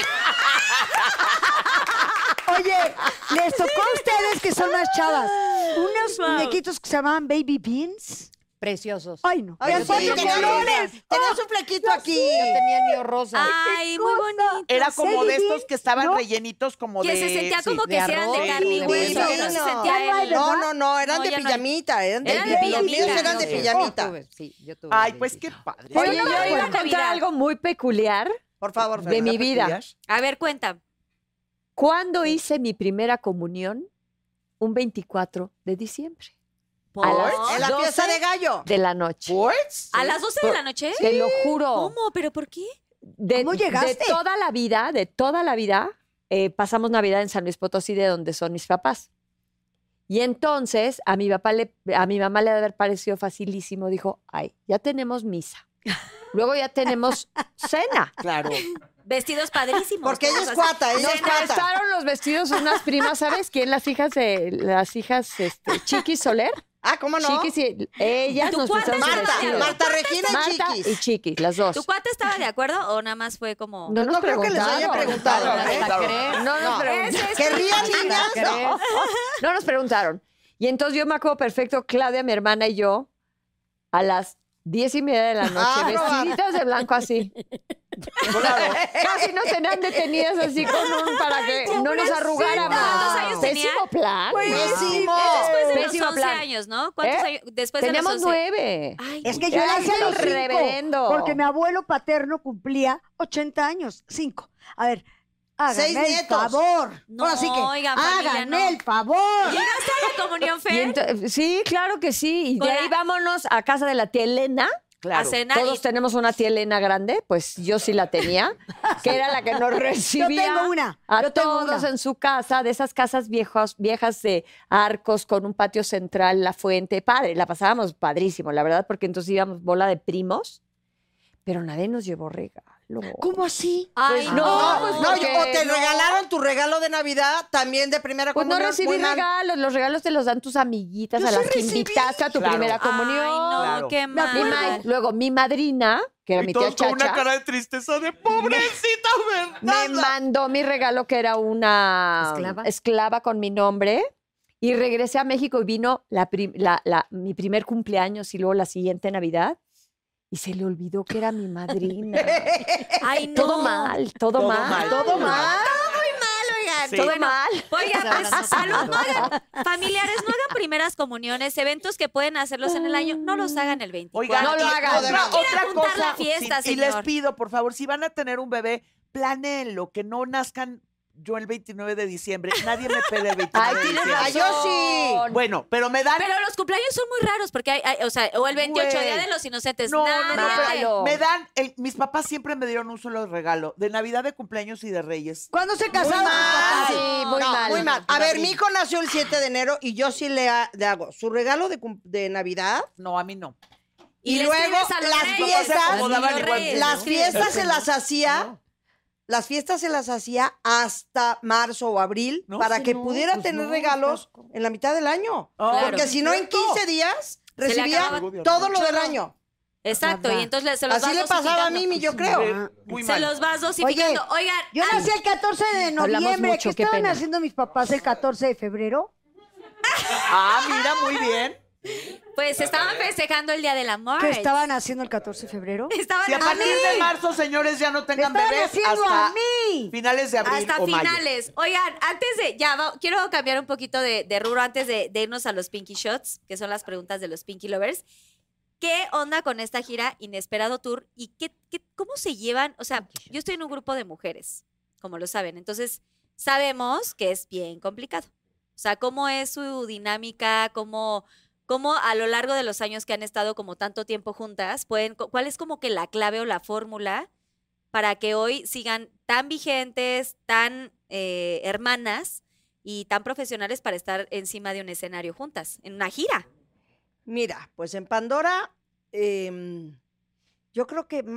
Oye, les tocó a ustedes que son más chavas unos muñequitos que se llamaban Baby Beans. Preciosos. Ay, no. Oye, Eran sí, 4 colores. tenías un flequito aquí. Yo tenía el mío rosa. Ay, muy bonito. Era como de Baby estos que estaban ¿no? rellenitos como Que de... se sentía sí. como que de si eran de arroz, carne y de hueso. hueso. Pero se No. sentía Ya no hay, el... ¿verdad? No, eran No, de ya no hay. pijamita, eran de Eran de los míos pijamita. eran de Yo pijamita. tuve, sí, yo tuve. Ay, baby pues beans. qué padre. Oye, Pero no yo me iba a acuerdo. contar algo muy peculiar Por favor, de mi vida. A ver, cuenta. ¿Cuándo hice mi primera comunión? Un 24 de diciembre. ¿Por? A las En la 12 fiesta de gallo. de la noche. ¿Pues? ¿A las 12 de la noche? Te lo juro. ¿Cómo? ¿Pero por qué? ¿Cómo llegaste? De toda la vida, pasamos Navidad en San Luis Potosí, de donde son mis papás. Y entonces a mi mamá le ha de haber parecido facilísimo. Dijo, ay, ya tenemos misa. Luego ya tenemos cena. Claro. Vestidos padrísimos. Porque ella es todos así. cuata, ella Nos es cuata. prestaron los vestidos unas primas, ¿sabes quién? Las hijas Chiquis Soler. Ah, ¿cómo no? Chiquis y ellas ¿Tu nos cuate prestaron sus Marta, vestidos. Marta Regina y Marta Chiquis. y Chiquis, las dos. ¿Tu cuate estaba de acuerdo o nada más fue como... No nos No creo que les haya preguntado, preguntaron. ¿eh? No nos preguntaron. Ese es ¿Querrían chica. niñas? No. No nos preguntaron. Y entonces yo me acuerdo perfecto, Claudia, mi hermana y yo, a las 10:30 de la noche, Ah, vestiditas de blanco así. Casi nos tenían detenidas así con para que no nos arrugáramos. ¿Cuántos años tenía? Pésimo plan. Pésimo. Después de los Pésimo 11 plan. años, ¿no? ¿Cuántos ¿Eh? años? Después de Teníamos los 11. 9. Ay, Es que yo Era nací a los el 5, reverendo. porque mi abuelo paterno cumplía 80 años. 5. A ver, háganme 6 el nietos. favor. No, Ahora sí que, oigan, familia, háganme no. el favor. ¿llegaste a la comunión, Y Fer? sí, claro que sí. Y de Hola. ahí vámonos a casa de la tía Elena. A cenar Todos y... tenemos una tía Elena grande, pues yo sí la tenía, que era la que nos recibía tengo una, a yo tengo todos una. en su casa, de esas casas viejas de arcos con un patio central, la fuente, padre, la pasábamos padrísimo, la verdad, porque entonces íbamos bola de primos, pero nadie nos llevó regalo. ¿Cómo así? Ay, no, no. pues No, porque o te no. regalaron tu regalo de Navidad también de primera Pues no comunión. recibí muy mal. regalos, los regalos te los dan tus amiguitas Yo a sí las que recibí. invitaste a tu Claro. primera comunión. Ay, no, Claro. qué Mi mal. luego mi madrina, que era Y mi tía todos con una Chacha, cara de tristeza de pobrecita me Fernanda. mandó mi regalo que era una ¿Esclava? con mi nombre y regresé a México y vino mi primer cumpleaños y luego la siguiente Navidad y se le olvidó que era mi madrina. Ay, no. Todo mal, todo mal. Todo mal. Sí. Todo Bueno, mal. Oigan, pues, Hablando salud, tanto. no hagan, familiares, no hagan primeras comuniones, eventos que pueden hacerlos en el año, no los hagan el 24. Oigan, No lo y hagan. Quiera juntar la fiesta, y les señor. pido, por favor, si van a tener un bebé, planéenlo, que no nazcan yo el 29 de diciembre. Nadie me pide el 29 Ay, de tienes diciembre. razón. yo sí. Bueno, pero me dan... Pero los cumpleaños son muy raros porque o sea, o el 28, Güey. Día de los Inocentes. No, nadie. Malo. me dan... mis papás siempre me dieron un solo regalo, de Navidad, de cumpleaños y de Reyes. ¿Cuándo se Muy casaron? mal. Sí, muy No, mal. muy mal. A ver, mi hijo nació el 7 de enero y yo sí le hago su regalo de Navidad. No, a mí no. Y le luego escribes a los las reyes, fiestas, a los daban niños igual reyes, que las le escribes. fiestas se las hacía. Las fiestas se las hacía hasta marzo o abril No, para sí, que no, pudiera pues tener no, regalos en la mitad del año. Claro. Porque si no, en 15 días Se le recibía acababa todo lo del año. Exacto, y entonces se los Así vas le pasaba a dosificando. mí, yo creo. Muy Se mal. los vas dosificando. Oigan, Yo nací el 14 de Hablamos noviembre. mucho, ¿Qué qué estaban pena. haciendo mis papás el 14 de febrero? Ah, mira, muy bien. pues estaban festejando el Día del Amor. ¿Qué estaban haciendo el 14 de febrero? Estaban Si a partir de marzo, señores, ya no ¡Me tengan estaban bebés haciendo hasta a mí! finales de abril hasta o mayo. finales. Oigan, antes de, quiero cambiar un poquito de rubro antes de irnos a los Pinky Shots, que son las preguntas de los Pinky Lovers. ¿Qué onda con esta gira Inesperado Tour? ¿Y cómo se llevan? O sea, yo estoy en un grupo de mujeres, como lo saben. Entonces, sabemos que es bien complicado. O sea, cómo es su dinámica, cómo a lo largo de los años que han estado como tanto tiempo juntas, ¿cuál es como que la clave o la fórmula para que hoy sigan tan vigentes, tan hermanas y tan profesionales para estar encima de un escenario juntas, en una gira? Mira, pues en Pandora, yo creo que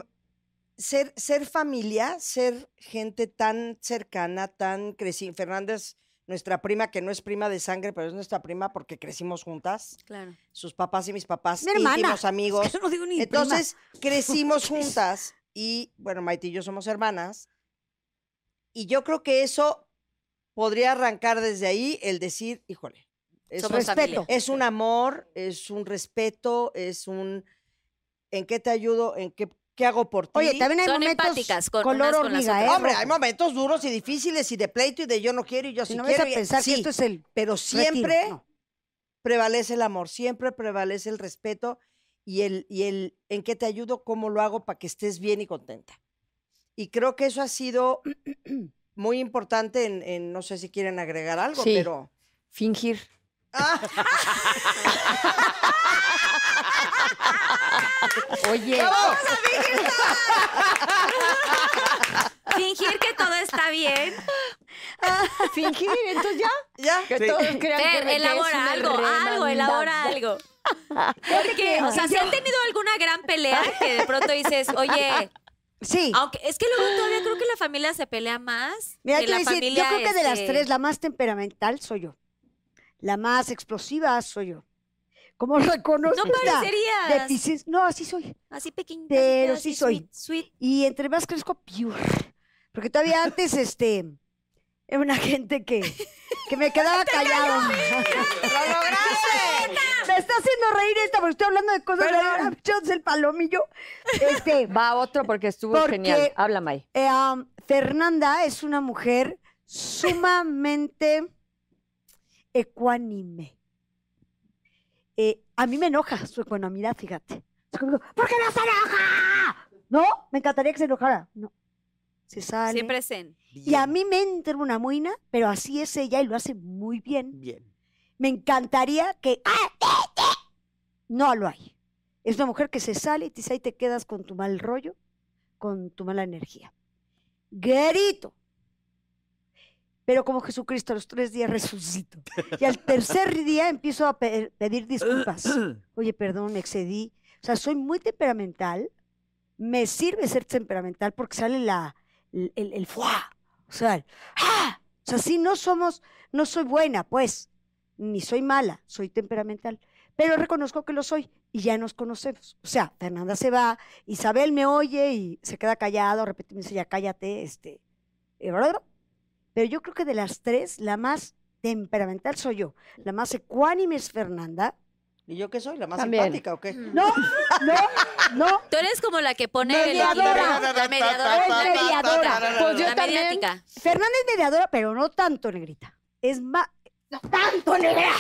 ser familia, ser gente tan cercana, tan crecida. Fernández nuestra prima, que no es prima de sangre, pero es nuestra prima porque crecimos juntas. Claro. Sus papás y mis papás, Mi hermana. íntimos amigos. Es que no digo ni Entonces, crecimos juntas y, bueno, Maite y yo somos hermanas. Y yo creo que eso podría arrancar desde ahí el decir, híjole, Somos familia. es un amor, es un respeto, es un ¿en qué te ayudo? ¿En qué hago por ti? Oye, también hay Son momentos empáticas con color unas con las hormiga, otras. ¿eh? Hombre, Rojo? hay momentos duros y difíciles y de pleito y de yo no quiero y yo Si sí no vas quiero. a pensar sí, que esto es el pero siempre retiro, no. prevalece el amor, siempre prevalece el respeto y el en qué te ayudo, cómo lo hago para que estés bien y contenta. Y creo que eso ha sido muy importante en no sé si quieren agregar algo, Sí. pero... Fingir. Oye, Fingir que todo está bien. Fingir, entonces ya. Ya. Que todos crean Fer, que es elabora una algo, elabora hermandad. algo. Porque, o sea, si han tenido alguna gran pelea que de pronto dices, oye, Sí. aunque es que luego todavía creo que la familia se pelea más. Mira, que te voy la a decir, yo familia, creo que de las este, tres, la más temperamental soy yo. La más explosiva soy yo. ¿Cómo reconozco No esta parecerías. deficiencia? No, así soy. así pequeñita. Pero así sí soy. Sweet. Y entre más crezco, peor. Porque todavía antes, era una gente que me quedaba callado. ¡Lo lograste! Me está haciendo reír esta porque estoy hablando de cosas de el palomillo. Va otro porque estuvo Porque- genial. Habla, May. Fernanda es una mujer sumamente ecuánime. A mí me enoja su ecuanimidad, fíjate. Es como, ¿por qué no se enoja? No, me encantaría que se enojara. No, se sale. Siempre zen. Y a mí me entra una muina, pero así es ella y lo hace muy bien. Bien. Me encantaría que... No lo hay. Es una mujer que se sale y te dice, ahí te quedas con tu mal rollo, con tu mala energía. Grito. Pero como Jesucristo, a los 3 días resucito. Y al tercer día empiezo a pedir disculpas. Oye, perdón, me excedí. O sea, soy muy temperamental. Me sirve ser temperamental porque sale el fuá. O sea, ¡ah! O sea, sí, no soy buena, pues, ni soy mala, soy temperamental. Pero reconozco que lo soy y ya nos conocemos. O sea, Fernanda se va, Isabel me oye y se queda callado, de repente me dice, ya cállate, Pero yo creo que de las tres, la más temperamental soy yo. La más ecuánime es Fernanda. ¿Y yo qué soy? ¿La más También. simpática o qué? No. Tú eres como la que pone Mediadora. el equilibrio. La mediadora. Es la mediadora. mediática. Pues yo La también. mediática. Fernanda es mediadora, pero no tanto, negrita. Es más, no tanto, negra.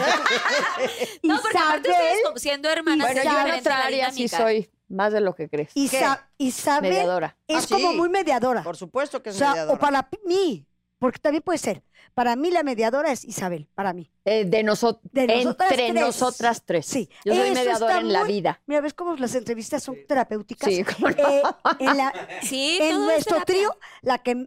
No, porque aparte ustedes Isabel, como siendo hermanas Bueno, es yo en diferente otra la área sí dinámica. soy más de lo que crees. Isabel Mediadora. es Ah, como sí. muy mediadora. Por supuesto que O es sea, mediadora. o para mí, porque también puede ser. Para mí la mediadora es Isabel, para mí. De nosotros, De nosotras entre tres. nosotras tres. Sí. Yo soy Eso mediadora está en la muy- vida. Mira, ¿ves cómo las entrevistas son terapéuticas? Sí, cómo no. Sí, En todo es nuestro terapia. trío, la que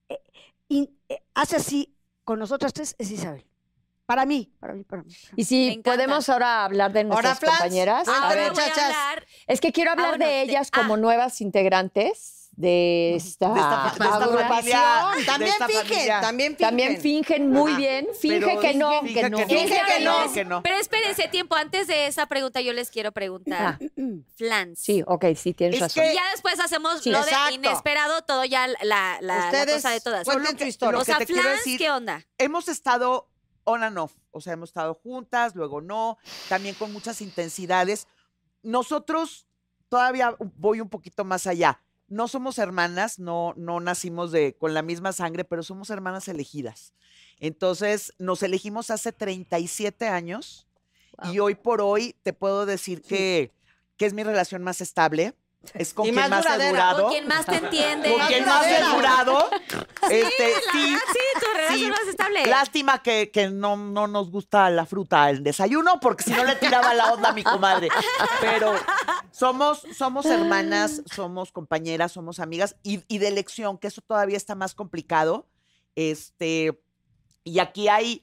hace así con nosotras tres es Isabel. Para mí. Me Y si encanta. podemos ahora hablar de nuestras Flans, compañeras. cuéntame, A ver, Ahora voy a muchachas. hablar- es que quiero hablar bueno, de ellas como nuevas integrantes de esta, De esta agrupación. familia. También de esta fingen, familia. también fingen. También fingen muy bien. Finge Pero que no. finge que no. Finge que no. Finge que no. Pero espérense tiempo, antes de esa pregunta yo les quiero preguntar. Flans. Sí, ok, sí, tienes Es razón. que- Y ya después hacemos Sí, lo exacto. de inesperado, todo ya la Ustedes cosa de todas. cuenten tu historia. O sea, Lo que te quiero Flans, decir- ¿qué onda? Hemos estado on and off, o sea, hemos estado juntas, luego no, también con muchas intensidades. Nosotros todavía voy un poquito más allá. No somos hermanas, no nacimos con la misma sangre, pero somos hermanas elegidas. Entonces, nos elegimos hace 37 años y hoy por hoy te puedo decir que es mi relación más estable. Es con Y quien más más he duradera. durado. Con quien más te entiende. Con quien más he duradera. durado. La sí, verdad, sí, tu relación sí. más estable. Lástima que no nos gusta la fruta al desayuno, porque si no le tiraba la onda a mi comadre. Pero somos hermanas, somos compañeras, somos amigas y de elección, que eso todavía está más complicado. Y aquí hay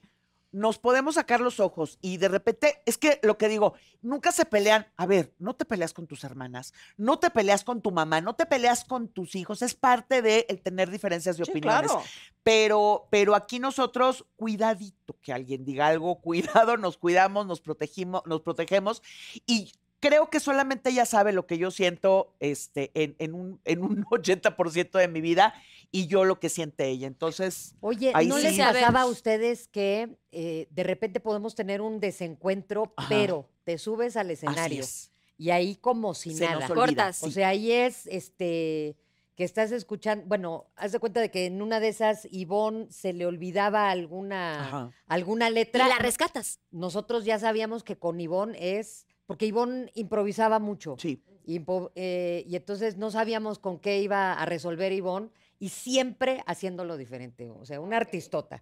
nos podemos sacar los ojos y de repente, es que lo que digo, nunca se pelean. A ver, no te peleas con tus hermanas, no te peleas con tu mamá, no te peleas con tus hijos, es parte de el tener diferencias de Sí, opiniones. claro. Pero aquí nosotros, cuidadito que alguien diga algo, cuidado, nos cuidamos, nos protegemos y creo que solamente ella sabe lo que yo siento en un 80% de mi vida y yo lo que siente ella. Entonces, Oye, ahí ¿no sí. les A ver. pasaba a ustedes que de repente podemos tener un desencuentro, Ajá. pero te subes al así escenario es. y ahí como si Se nada? nos olvida. Cortas. O Sí. sea, ahí es que estás escuchando, bueno, haz de cuenta de que en una de esas Ivonne se le olvidaba Ajá. alguna Y letra. la rescatas. Nosotros ya sabíamos que con Ivonne porque Ivonne improvisaba mucho. Sí. Y entonces no sabíamos con qué iba a resolver Ivonne y siempre haciéndolo diferente, o sea, una artistota.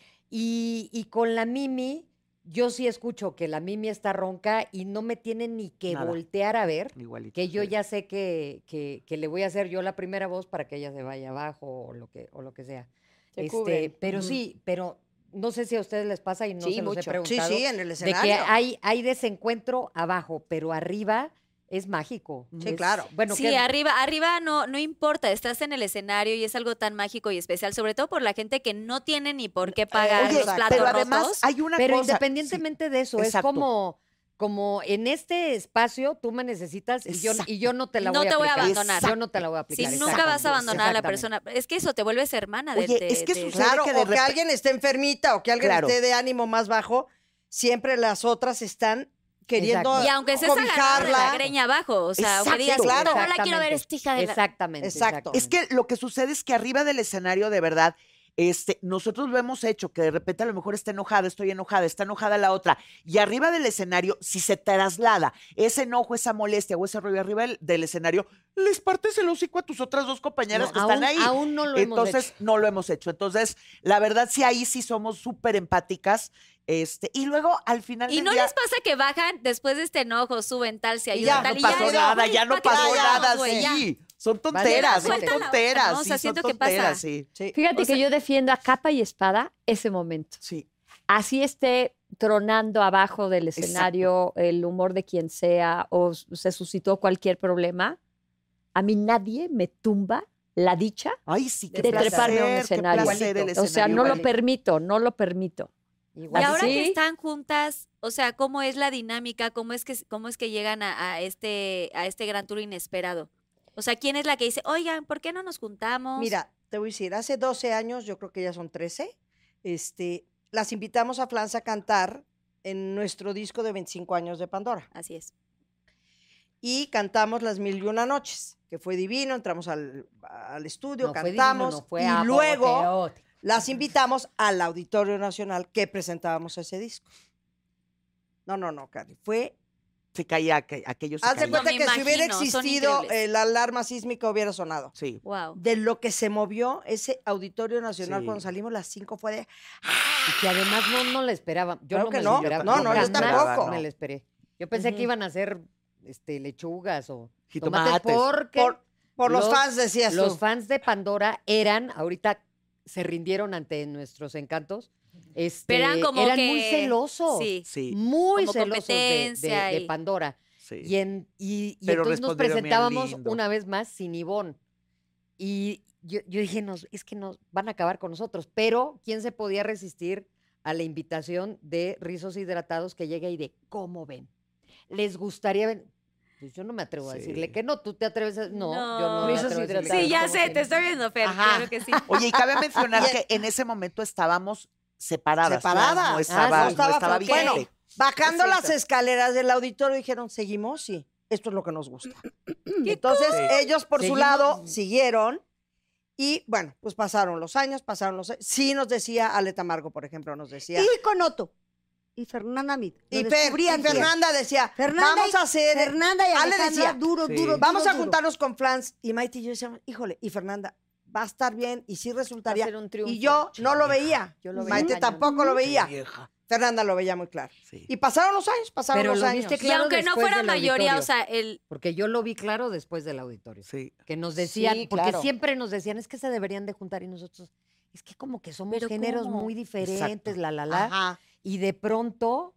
Y con la Mimi, yo sí escucho que la Mimi está ronca y no me tiene ni que Nada. voltear a ver, Igualito. que yo sí. ya sé que le voy a hacer yo la primera voz para que ella se vaya abajo o lo que sea. Se cubren. Pero Ujú. sí, pero no sé si a ustedes les pasa y no Sí, se los he mucho. Sí, preguntado. sí, en el De escenario. que hay desencuentro abajo, pero arriba es mágico. Sí, Es- claro. Bueno, Sí, ¿qué- arriba no importa, estás en el escenario y es algo tan mágico y especial, sobre todo por la gente que no tiene ni por qué pagar Oye, los platos pero rotos. además hay una pero cosa. independientemente de eso, exacto. es como en este espacio tú me necesitas y yo no te la No voy a te voy a aplicar. abandonar. Yo no te la voy a Si aplicar. nunca vas a exactamente, abandonar a la exactamente. persona, es que eso te vuelves hermana de, Oye, de- es que de- sucede Claro, que de o que repente- alguien esté enfermita o que alguien Claro. esté de ánimo más bajo, siempre las otras están queriendo Exacto. Y aunque estés agarrada de la cobijarla. greña abajo, o sea, aunque Exacto, digas, claro. no la quiero ver, esta hija de la... Exactamente. Exacto. Es que lo que sucede es que arriba del escenario, de verdad, nosotros lo hemos hecho, que de repente a lo mejor está enojada la otra, y arriba del escenario, si se traslada ese enojo, esa molestia o ese rollo arriba del escenario, les partes el hocico a tus otras dos compañeras No, que están ahí. aún no lo hemos Entonces, hecho. no lo hemos hecho. Entonces, la verdad, sí, ahí sí somos súper empáticas. Y luego, al final Y del no día, les pasa que bajan después de este enojo, suben tal, se Y ayudan ya, tal, no y pasó es, nada, güey, ya no ¿para qué pasó chingamos, nada, güey? Ya. sí. Son tonteras, son Suelta la otra, tonteras, ¿no? O sea, sí, son siento que pasa. tonteras, sí. Sí. Fíjate O sea- que yo defiendo a capa y espada ese momento. Sí. Así esté tronando abajo del escenario el humor de quien sea o se suscitó cualquier problema, a mí nadie me tumba la dicha Ay, sí, qué de placer, treparme a un qué escenario. placer el O sea, escenario, no lo igualito. permito, no lo permito. Y Igual. ahora ¿Sí? que están juntas, o sea, ¿cómo es la dinámica? ¿Cómo es que llegan a este gran tour inesperado? O sea, ¿quién es la que dice, oigan, ¿por qué no nos juntamos? Mira, te voy a decir, hace 12 años, yo creo que ya son 13, las invitamos a Flans a cantar en nuestro disco de 25 años de Pandora. Así es. Y cantamos Las Mil y Una Noches, que fue divino, entramos al estudio, No fue divino, cantamos no fue y luego apoteótico. las invitamos al Auditorio Nacional que presentábamos ese disco. No, Cari, fue... Se caía, aquello se Haz de caía. cuenta me que si hubiera imagino, son existido increíbles. la alarma sísmica hubiera sonado. Sí. Wow. De lo que se movió ese Auditorio Nacional Sí. cuando salimos las 5 fue de... Y que además no la esperaba. Yo Claro no que me no. la esperaba. No, no, yo jamás tampoco. me la esperé. Yo pensé Ujú. que iban a hacer lechugas o Jitomates. tomates porque Por los los- fans, decías los tú. fans de Pandora ahorita se rindieron ante nuestros encantos. Eran como eran que... muy celosos. Sí. Sí, Muy Como celosos competencia de y- Pandora. sí. Y Pero entonces nos respondieron bien presentábamos lindo. una vez más sin Ivonne. Y yo dije, es que nos van a acabar con nosotros. Pero, ¿quién se podía resistir a la invitación de Rizos Hidratados que llega y de cómo ven? ¿Les gustaría ver? Pues yo no me atrevo a Sí. decirle que no. ¿Tú te atreves a...? No, yo no me Rizos atrevo a decirle Hidratados. que Sí, ya no, sé, que te no. estoy viendo, Fer, Ajá. claro que sí. Oye, y cabe mencionar que en ese momento estábamos separadas. Separadas. No Ah, estaba, sí. no Estaba estaba fuerte. Bueno, vigente. Bajando Es las cierto. escaleras del auditorio dijeron, ¿seguimos? Sí, esto es lo que nos gusta. ¡Qué Entonces, cool! ellos por su Seguimos. lado siguieron y, bueno, pues pasaron los años. Sí nos decía Ale Tamargo, por ejemplo, nos decía. Y con Otto. Y Fernanda Mit. Y Fernanda decía, vamos a hacer... Fernanda y Ale Alejandra, decía, duro, Sí. duro. Vamos duro, a duro. juntarnos con Flans. Y Maite y yo decíamos, híjole, y Fernanda, va a estar bien y sí resultaría. Va a ser un triunfo. Y yo no lo veía. Yo lo veía Maite cañón. tampoco lo veía. Vieja. Fernanda lo veía muy claro. Sí. Y pasaron los años, pasaron Pero los lo años. viste Y claro aunque no después fuera del mayoría, auditorio. o sea, el... Porque yo lo vi claro después del auditorio. Sí. Que nos decían, Sí, porque claro. siempre nos decían, es que se deberían de juntar y nosotros, es que como que somos ¿Pero géneros cómo? muy diferentes, Exacto. la. Ajá. y de pronto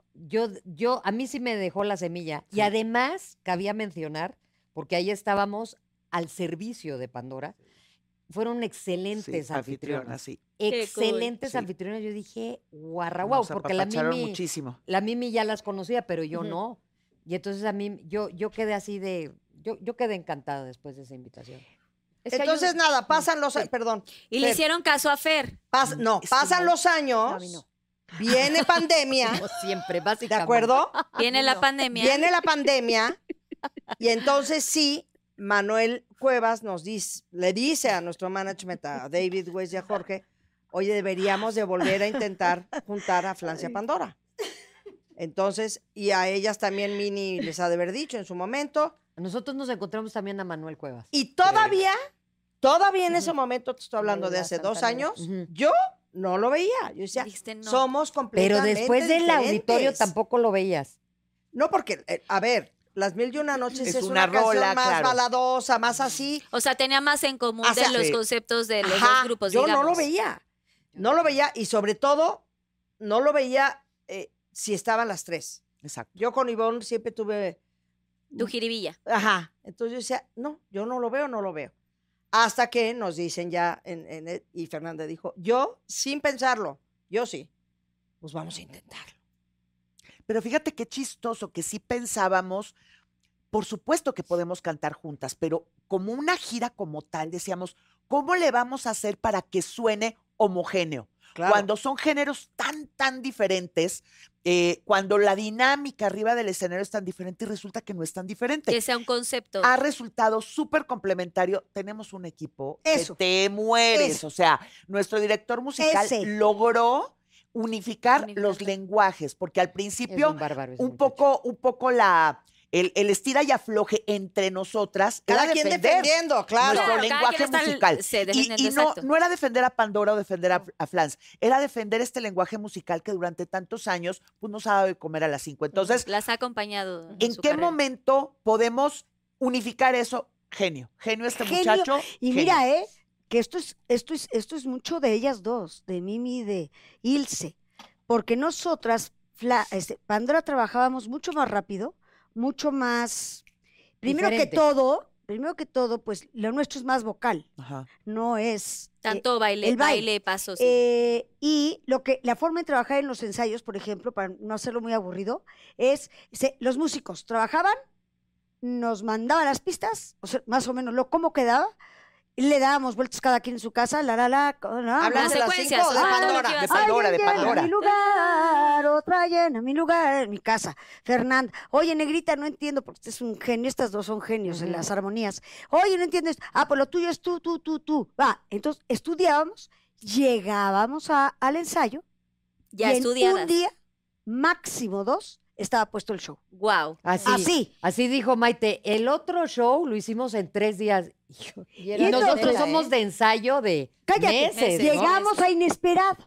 a mí sí me dejó la semilla. Y además, cabía mencionar, porque ahí estábamos al servicio de Pandora, fueron excelentes anfitrionas. Sí. Excelentes Sí. anfitrionas. Yo dije, guarra, guau, Nos porque la apapacharon Mimi, muchísimo. la Mimi ya las conocía, pero yo no. Y entonces a mí, yo quedé así de, yo quedé encantada después de esa invitación. Es que hay Entonces, un- nada, pasan los... Perdón. Y le Fer, hicieron caso a Fer. no, Es que pasan no. los años, a mí no. viene pandemia, Como siempre, ¿de básicamente. acuerdo? Viene la pandemia. Viene la pandemia y entonces sí, Manuel Cuevas le dice a nuestro management, a David Weiss y a Jorge, oye, deberíamos de volver a intentar juntar a Francia Pandora. Entonces, y a ellas también Mini les ha de haber dicho en su momento. Nosotros nos encontramos también a Manuel Cuevas. Y todavía en ese momento, te estoy hablando de hace 2 años, Ujú. yo no lo veía. Yo decía, Dijiste no. somos Pero completamente después del diferentes. auditorio tampoco lo veías. No, porque, a ver, Las 1001 noches Es es una una canción rola, más claro. baladosa, más así. O sea, tenía más en común O sea, de los sí. conceptos de los Ajá, dos grupos, yo digamos. no lo veía. No lo veía y sobre todo no lo veía si estaban las tres. Exacto. Yo con Ivonne siempre tuve... Tu jiribilla. Ajá. Entonces yo decía, no, yo no lo veo. Hasta que nos dicen ya, y Fernanda dijo, yo sin pensarlo, yo sí, pues vamos a intentarlo. Pero fíjate qué chistoso que sí pensábamos, por supuesto que podemos cantar juntas, pero como una gira como tal, decíamos, ¿cómo le vamos a hacer para que suene homogéneo? Claro. Cuando son géneros tan diferentes, cuando la dinámica arriba del escenario es tan diferente y resulta que no es tan diferente. Que sea un concepto. Ha resultado súper complementario. Tenemos un equipo Eso. que te mueres. Eso. O sea, nuestro director musical Ese. logró unificar Unificar. los lenguajes, porque al Es principio un bárbaro ese un muchacho. poco el estira y afloje entre nosotras Cada era quien defender defendiendo, claro. nuestro Claro, cada lenguaje quien está musical. defendiendo, Y no, exacto. no era defender a Pandora o defender a Flans, era defender este lenguaje musical que durante tantos años pues, nos ha dado de comer a las 5. Entonces, Las ha acompañado. ¿en su qué carrera. momento podemos unificar eso? Genio este Genio. muchacho. Y genio. mira, que esto es mucho de ellas dos, de Mimi y de Ilse, porque nosotras, Pandora, trabajábamos mucho más rápido, mucho más, primero Diferente. que todo, pues lo nuestro es más vocal, Ajá. no es Tanto baile, el baile. baile, pasos. y la forma de trabajar en los ensayos, por ejemplo, para no hacerlo muy aburrido, es los músicos trabajaban, nos mandaban las pistas, o sea, más o menos cómo quedaba, y le dábamos vueltas cada quien en su casa, Hablas Las de las secuencias, 5 o de sea, todo lo Pandora. que iba a De hacer. Pandora, de Alguien llena Pandora. mi lugar, otra llena mi lugar en mi casa. Fernanda, oye, negrita, no entiendo, porque este es un genio, estas dos son genios en las armonías. Oye, no entiendo esto. Ah, pues lo tuyo es tú. Va, entonces estudiábamos, llegábamos al ensayo, Ya y estudiadas. en un día, máximo 2, estaba puesto el show. Wow. Así. Dijo Maite, el otro show lo hicimos en 3 días. Y nosotros entonces, somos de ensayo de Cállate, meses, ¿no? llegamos a inesperado.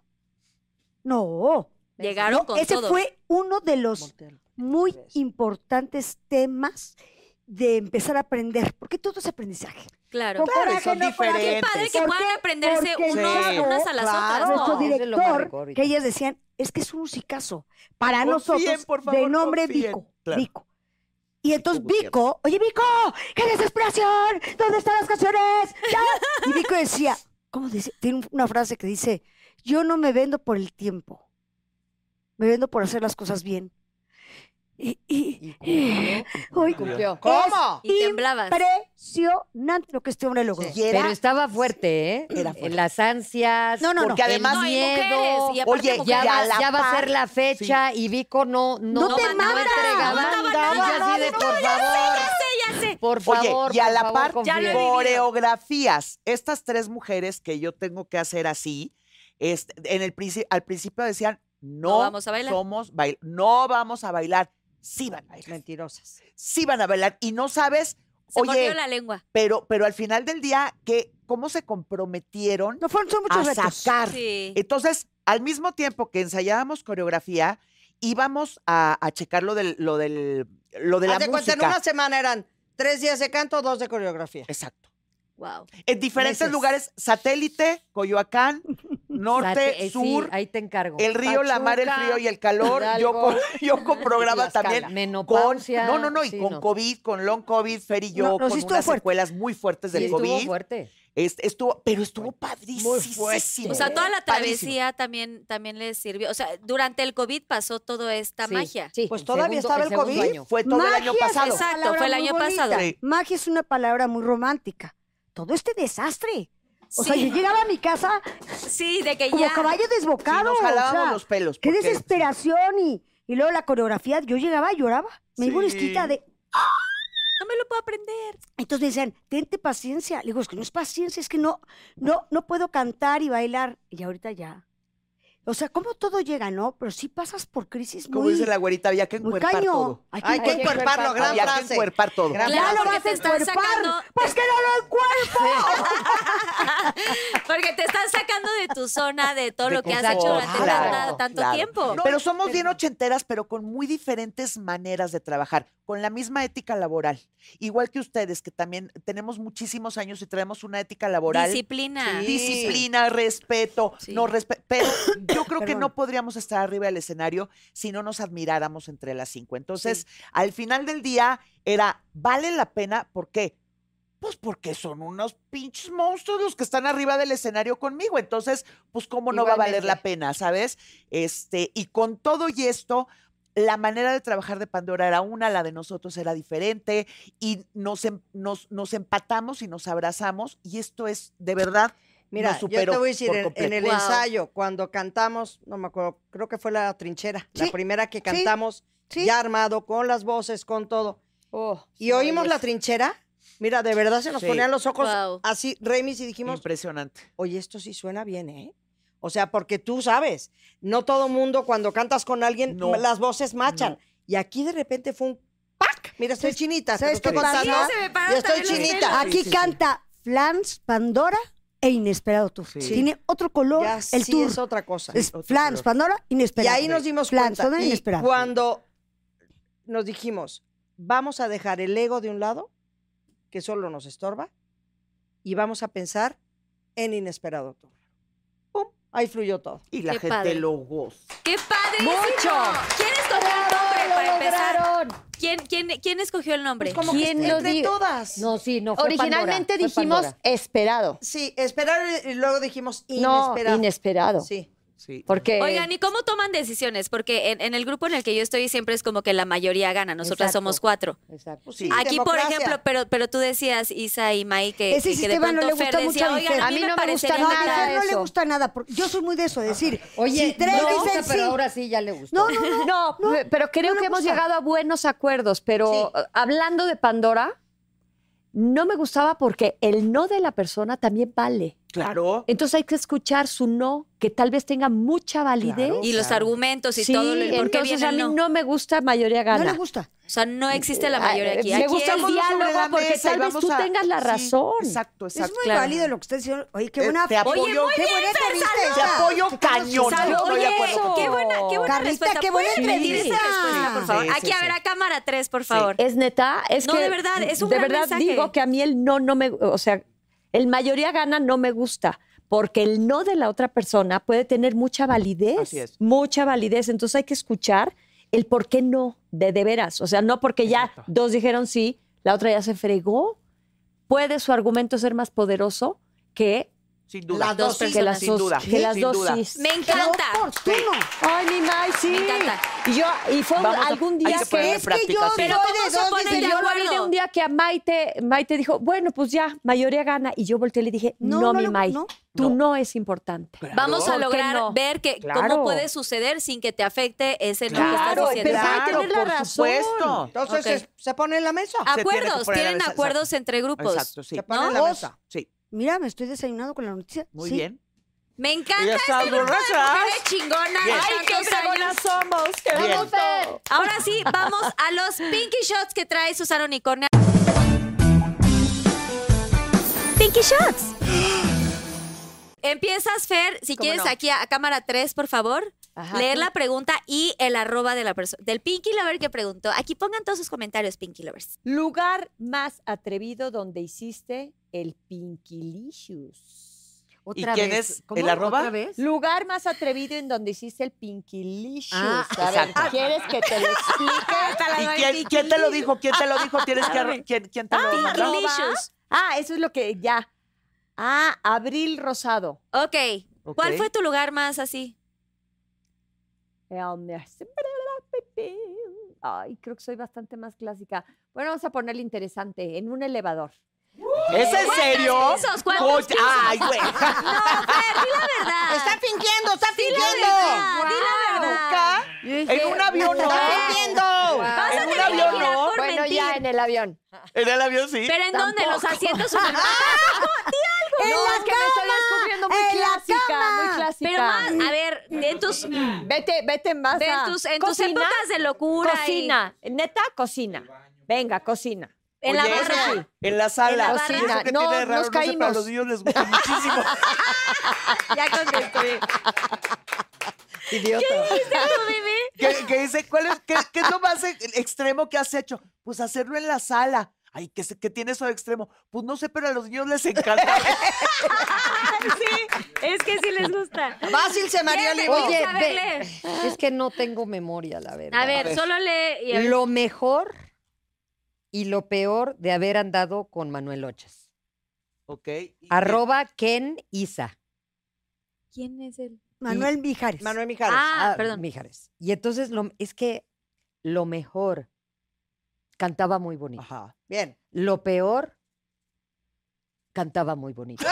No, Llegaron no, con ese todo. fue uno de los muy importantes temas de empezar a aprender, porque todo es aprendizaje. Claro. Claro, y coraje, son no coraje. Qué padre que ¿Por puedan qué? aprenderse Porque unos, Sí. unas a las Claro. otras. Nuestro ¿no? Eso es lo más director, rico ahorita. que ellas decían, es que es un musicazo. Para Confíen, nosotros, por favor, de nombre confíen. Vico. Claro. Vico. Y entonces Gutiérrez. Vico, oye Vico, qué desesperación, ¿dónde están las canciones? ¡Ya! Y Vico decía, ¿cómo dice? Tiene una frase que dice, yo no me vendo por el tiempo, me vendo por hacer las cosas bien. Y Hoy cumplió. ¿Cómo? Y temblabas. impresionante lo que este hombre logró. Y era- Pero estaba fuerte, ¿eh? Era fuerte. Las ansias, No, no, no. Porque además- el No, y miedo. mujeres, y aparte Oye, mujeres. ya, y a va, la ya va a par- ser la fecha y Vico no manda, entregaba. no mandaba Y yo nada. así de, No, por favor, Ya sé. por Oye, favor, y a por la favor, par, confía. Ya lo he vivido. coreografías. Estas 3 mujeres que yo tengo que hacer así, al principio decían, no vamos a bailar. no vamos a bailar. Sí van a bailar. Mentirosas. Sí van a bailar. Y no sabes, Se oye, mordió la lengua. pero al final del día, ¿cómo se comprometieron No son a muchos retos. sacar? Sí. Entonces, al mismo tiempo que ensayábamos coreografía, íbamos a checar lo de la Haz de cuenta, en música. una semana eran 3 días de canto, 2 de coreografía. Exacto. Wow. En diferentes Meses. lugares, Satélite, Coyoacán, norte, sur, Sí, ahí te encargo. el río, la mar, el Pachuca, frío y el calor. Hidalgo, Yo con programas Tlaxcala. también. Menopausia. No, y sí, con no. COVID, con long COVID, Fer y yo, No, con sí estuvo unas fuerte. secuelas muy fuertes Sí, del estuvo COVID. fuerte. Pero estuvo padrísimo. O sea, toda la Padrísimo. travesía también les sirvió. O sea, durante el COVID pasó toda esta Sí, magia. sí, Pues el todavía segundo- estaba el segundo COVID. año. Fue todo el año Magia es pasado. una Exacto, palabra fue el muy año bonita. pasado. Sí. Magia es una palabra muy romántica. Todo este desastre. O sea, Sí. yo llegaba a mi casa Sí, de que como ya. caballo desbocado. Sí, nos o jalábamos sea, los pelos. Qué porque- desesperación y luego la coreografía. Yo llegaba y lloraba. Me iba una Sí. esquita de... No me lo puedo aprender. Entonces me decían, tente paciencia. Le digo, es que no es paciencia, es que no puedo cantar y bailar. Y ahorita ya. O sea, como todo llega, ¿no? Pero sí pasas por crisis Como muy, dice la güerita, había que muy encuerpar caño. todo. Hay que encuerparlo, gran Había que frase. encuerpar todo. Gran Claro, frase. porque vas te a están encuerpar. sacando. Pues que no lo encuerpo. Porque te están sacando de tu zona, de todo De lo que has confort, hecho durante claro, tanto claro. tiempo. Pero somos bien ochenteras, pero con muy diferentes maneras de trabajar, con la misma ética laboral. Igual que ustedes, que también tenemos muchísimos años y traemos una ética laboral. Disciplina. Sí. Disciplina, respeto, Sí. pero yo creo que Perdón. no podríamos estar arriba del escenario si no nos admiráramos entre las 5. Entonces, al final del día era, ¿vale la pena? ¿Por qué? Pues porque son unos pinches monstruos los que están arriba del escenario conmigo. Entonces, pues cómo no va a valer la pena, ¿sabes? Y con todo y esto, la manera de trabajar de Pandora era una, la de nosotros era diferente y nos empatamos y nos abrazamos y esto es de verdad. Mira, nos yo te superó voy a decir, por en completo. el Wow. ensayo, cuando cantamos, no me acuerdo, creo que fue La Trinchera, la Sí, primera que cantamos, sí. ya armado, con las voces, con todo. Oh, Y oímos La Trinchera, mira, de verdad se nos Sí. ponían los ojos Wow. así, remis, y dijimos, Impresionante. oye, esto sí suena bien, ¿eh? O sea, porque tú sabes, no todo mundo cuando cantas con alguien, No. las voces machan. No. Y aquí de repente fue un ¡pac! Mira, estoy chinita, te ¿sabes lo estoy qué pasa? contando. Sí, se me pararon Yo estoy también los chinita. pelos. Aquí sí, sí. canta Flans, Pandora e Inesperado Tour. Sí. Tiene otro color Ya el sí tour. es otra cosa. Es otro Flans, color. Pandora, Y Inesperado. ahí nos dimos Flans, cuenta. Pandora, Y Inesperado. cuando nos dijimos, vamos a dejar el ego de un lado, que solo nos estorba, y vamos a pensar en Inesperado Tour. ¡Pum! Ahí fluyó todo. Y la Qué gente padre. lo goza. ¡Qué padre! ¡Mucho! ¿Quién escogió el nombre para empezar? ¿Quién escogió el nombre? Pues como que ¿Quién lo entre dijo? todas. No, sí, no fue Originalmente Pandora, fue dijimos Pandora. esperado. Sí, esperar y luego dijimos No, inesperado. inesperado. Sí. Sí. Porque Oigan, ¿y cómo toman decisiones? Porque en el grupo en el que yo estoy siempre es como que la mayoría gana. Nosotras Exacto. somos 4. Exacto. Pues sí, Aquí, por democracia. ejemplo, pero tú decías, Isa y Mai, que Ese de sistema no pronto le Fer gusta mucho decía, a mi oigan, Fer. a mí me parecería No, a nada mi Fer no le eso. gusta nada. porque Yo soy muy de eso, de decir, Oye, si tres no le dicen gusta, pero sí. ahora sí ya le gustó. No, pero creo no que me hemos gusta. llegado a buenos acuerdos, pero Sí. hablando de Pandora, no me gustaba porque el no de la persona también vale. Claro. Entonces hay que escuchar su no, que tal vez tenga mucha validez. Claro. Y los argumentos y Sí, todo, el por qué entonces viene a el mí no. no me gusta mayoría gana. No le gusta. O sea, no existe la mayoría aquí. Me Aquí gusta es- el diálogo porque tal vez tú tengas la razón. Exacto, Es exacto. muy Claro. válido lo que estás diciendo. Oye, qué buena. Te apoyo. Oye, muy qué bien, buena entrevista Te esta. apoyo Te quedas cañón. sin Salud, sabor. estoy de Oye, acuerdo qué contigo. buena Carlita, respuesta. qué buena ¿Pueden pedir esa entrevista. respuesta, por favor? Sí, Aquí, sí, a ver, sí. a cámara 3, por favor. Es neta, es No, que de verdad, es un de gran verdad mensaje. digo que a mí el no me, o sea, el mayoría gana no me gusta, porque el no de la otra persona puede tener mucha validez, Así es. mucha validez, entonces hay que escuchar el por qué no, de veras, o sea, no porque ya Exacto. dos dijeron sí, la otra ya se fregó, puede su argumento ser más poderoso que Sin duda. Las dos sí. que las sin dos, duda. que las Sin dos duda. sí. Me encanta. Qué oportuno. Ay, mi May, sí. Me encanta. Y fue Vamos a- algún hay día que ponerlo en es práctica, yo sí. Pero soy ¿cómo de se dos, ponen dice, de yo lo vi de acuerdo? un día que a Maite dijo, bueno, pues ya, mayoría gana. Y yo volteé y le dije, no, mi May, no. tú no es importante. Vamos a ¿Por qué lograr no? ver que Claro. cómo puede suceder sin que te afecte ese no que Claro, estás diciendo. pero hay que Claro, tener la por razón. supuesto. Entonces Ok. se pone en la mesa. Se tiene que Acuerdos, poner a la tienen mesa, acuerdos exacto. entre grupos. Exacto, sí. Se pone en la ¿No? mesa. Sí, Mira, me estoy desayunando con la noticia. muy Sí. bien. Me encanta Ya este estás grupo de borracha. mujeres chingonas. Bien. ¡Ay, qué tantos fregonas años. somos! ¡Qué Bien. gusto! Ahora sí, vamos a los Pinky Shots que trae Susana Unicornia. Pinky Shots. Empiezas, Fer, si ¿Cómo quieres no? aquí a cámara 3, por favor. Ajá, leer tú. la pregunta y el arroba de la persona. Del Pinky Lover que preguntó. Aquí pongan todos sus comentarios, Pinky Lovers. Lugar más atrevido donde hiciste el Pinkylicious. ¿Y Otra quién vez. es ¿Cómo? el arroba? ¿Otra vez? Lugar más atrevido en donde hiciste el Pinkilicious. Ah, A ver, exacto. ¿quieres que te lo explique? ¿Y quién te lo dijo? ¿Quién te lo dijo? ¿Tienes que ¿quién te lo mandó? Pinkilicious. Eso es lo que ya. Abril Rosado. Ok. Ok. ¿Cuál fue tu lugar más así? Ay, creo que soy bastante más clásica. Bueno, vamos a ponerle interesante. En un elevador. ¿Es en serio? pisos? ¿Cuántos pisos? Ay, güey. No, Fer, di la verdad. Está fingiendo, está Di la fingiendo. verdad, di la verdad. Nunca. En un avión no. Está fingiendo. Vas a En un tener que avión girar no. por Bueno, mentir. ya en el avión. En el avión sí. ¿Pero en dónde? ¿Los asientos super... No, es que me estoy descubriendo muy ¡En la clásica, cama! muy clásica. Pero más, a ver, en tus Vete más a... en tus Cocina, épocas de locura. Cocina. Neta, cocina. Venga, cocina. En la Oye, barra. En la sala. En la Sí, barra. eso que No, tiene de raro, nos no sé, pero a caímos. los niños les gusta muchísimo. Ya contesté. Idiota. ¿Qué dice? ¿Qué es lo más extremo que has hecho? Pues hacerlo en la sala. Ay, ¿qué tiene eso de extremo? Pues no sé, pero a los niños les encanta. Sí, es que sí les gusta. Basil se mareó el libro. Oye, A ver, lee. es que no tengo memoria, la verdad. A ver, solo lee y a ver. Lo mejor y lo peor de haber andado con Manuel Ochas. Ok. Arroba Ken Isa. ¿Quién es él? Manuel Mijares. Manuel Mijares. Perdón. Mijares. Y entonces es que lo mejor cantaba muy bonito. Ajá. Bien. Lo peor cantaba muy bonito.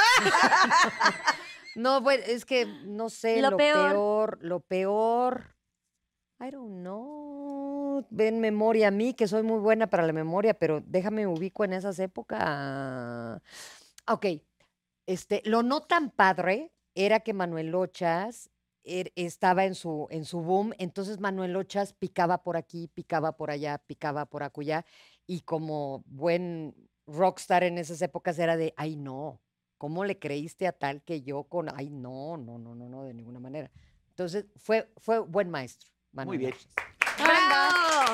No, bueno, es que no sé, Lo lo peor. peor, I don't know. Ven memoria a mí, que soy muy buena para la memoria, pero déjame ubico en esas épocas. Ok, lo no tan padre era que Manuel Ochas estaba en su boom, entonces Manuel Ochas picaba por aquí, picaba por allá, picaba por acullá, y como buen rockstar en esas épocas era de, ay no, ¿cómo le creíste a tal que yo con, ay no, de ninguna manera? Entonces fue buen maestro, Manuel bien. Ochas. ¡Bravo!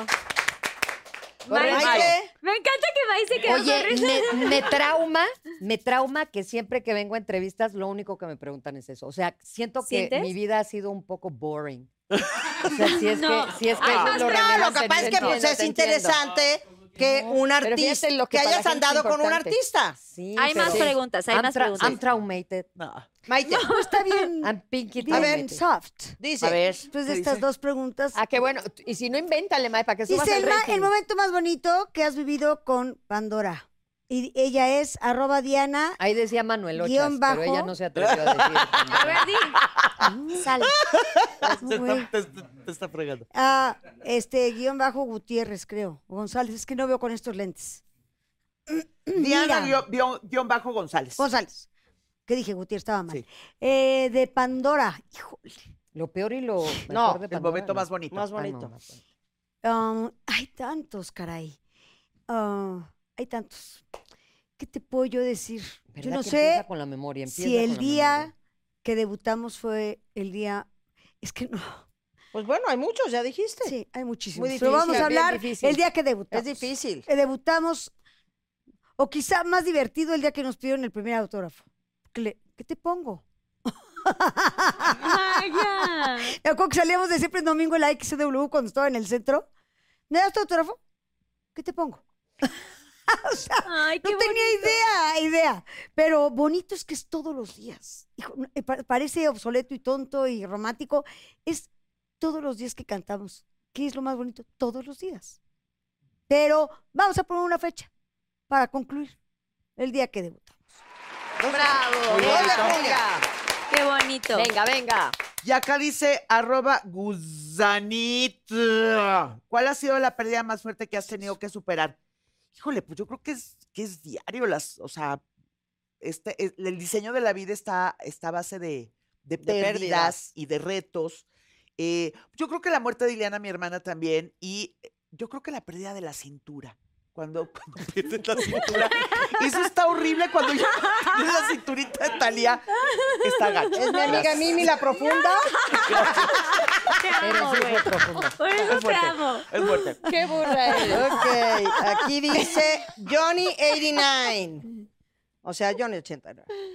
Maite. Me encanta que Maite se quedó con Oye, risa. me trauma que siempre que vengo a entrevistas lo único que me preguntan es eso. O sea, siento que ¿Sientes? mi vida ha sido un poco boring. O sea, si es No. que Ay, eso más es lo No, relevante. lo que pasa es que pues, es interesante que un Pero artista, fíjate lo que que para hayas la gente es andado con un importante. artista. Sí, Hay más pero preguntas, hay más preguntas. I'm traumated. No. Maite, No, está bien, I'm pinky bien ver, traumated. soft. dice. A ver. Después de ¿qué estas dice? dos preguntas. Qué bueno. Y si no, invéntale, May, para que subas Dice el rating. el momento más bonito que has vivido con Pandora. Y ella es @Diana. Ahí decía Manuel Ochas, Guión bajo. pero ella no se atrevió a decir. A ver, di. Sal. Te está fregando. _Gutiérrez, creo. González, es que no veo con estos lentes. Diana Mira. _González. González. ¿Qué dije, Gutiérrez? Estaba mal. Sí. De Pandora. Híjole. Lo peor y lo mejor No, de El Pandora, momento no. más bonito. Más Ah, bonito. no, más bonito. Hay tantos, caray. Hay tantos. ¿Qué te puedo yo decir? Yo ¿Verdad no que sé empieza con la memoria, si empieza el con la día memoria? que debutamos fue el día... Es que no. Pues bueno, hay muchos, ya dijiste. Sí, hay muchísimos. Muy Pero vamos difícil, a bien hablar difícil. el día que Es debutamos. difícil. Debutamos, o quizá más divertido el día que nos pidieron el primer autógrafo. ¿Qué te pongo? Ay, ya. Me acuerdo que salíamos de siempre en domingo en la XW cuando estaba en el centro. ¿Me das tu autógrafo? ¿Qué te pongo? O sea, Ay, qué no tenía idea. Pero bonito es que es todos los días. Hijo, parece obsoleto y tonto y romántico. Es todos los días que cantamos. ¿Qué es lo más bonito? Todos los días. Pero vamos a poner una fecha para concluir el día que debutamos. Bravo. Muy bonito. Venga, Qué bonito. venga. Y acá dice @Guzanit. ¿Cuál ha sido la pérdida más fuerte que has tenido que superar? Híjole, pues yo creo que es diario. O sea, el diseño de la vida está a base de pérdidas pérdidas. y de retos. Yo creo que la muerte de Ileana, mi hermana, también. Y yo creo que la pérdida de la cintura. Cuando pierdes la cintura. Eso está horrible cuando ya tienes la cinturita de Talía. Está gacho. Es mi amiga Mimi, la profunda. Te Pero amo, sí güey. fue profundo. Por eso te fuerte. amo. Es fuerte. Qué burra eres. Ok, aquí dice Johnny 89. O sea, Johnny 89.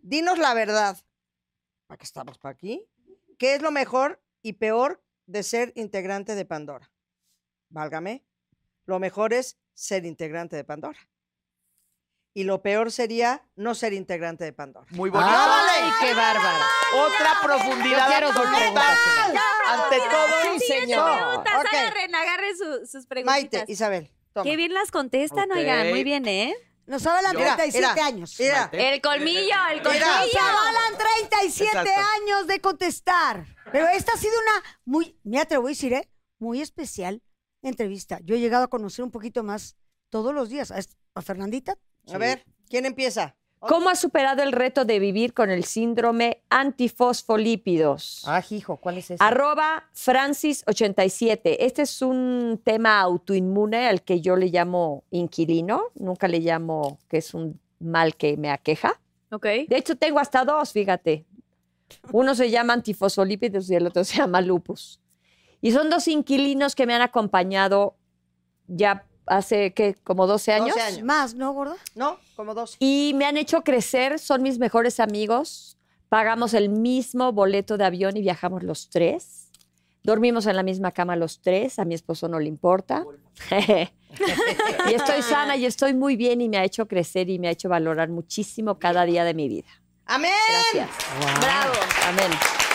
dinos la verdad, para que estamos para aquí, ¿qué es lo mejor y peor de ser integrante de Pandora? Válgame, lo mejor es ser integrante de Pandora. Y lo peor sería no ser integrante de Pandora. Muy bonito. ¡Ay, qué bárbara! Otra profundidad Yo quiero sus absoluta. preguntas. Ante todo, Sí, señor. Preguntas, Ok. agarren sus preguntitas. Maite, Isabel, toma. Qué bien las contestan, Ok. oigan, muy bien, ¿eh? Nos avalan Mira, 37 mira, años. Mira, El colmillo, el colmillo. Mira. Nos avalan 37 Exacto. años de contestar. Pero esta ha sido una mira, te lo voy a decir, muy especial entrevista. Yo he llegado a conocer un poquito más todos los días. A Fernandita. a ver, ¿quién empieza? ¿Cómo has superado el reto de vivir con el síndrome antifosfolípidos? Ah, hijo, ¿cuál es ese? @Francis87. Este es un tema autoinmune al que yo le llamo inquilino. Nunca le llamo que es un mal que me aqueja. Ok. De hecho, tengo hasta dos, fíjate. Uno se llama antifosfolípidos y el otro se llama lupus. Y son dos inquilinos que me han acompañado ya hace, ¿qué? Como 12 años. 12 años. Más, ¿no, gorda? No, como 12. Y me han hecho crecer, son mis mejores amigos. Pagamos el mismo boleto de avión y viajamos los tres. Dormimos en la misma cama los tres, a mi esposo no le importa. Y estoy sana y estoy muy bien y me ha hecho crecer y me ha hecho valorar muchísimo cada día de mi vida. ¡Amén! Gracias. Bravo. Amén.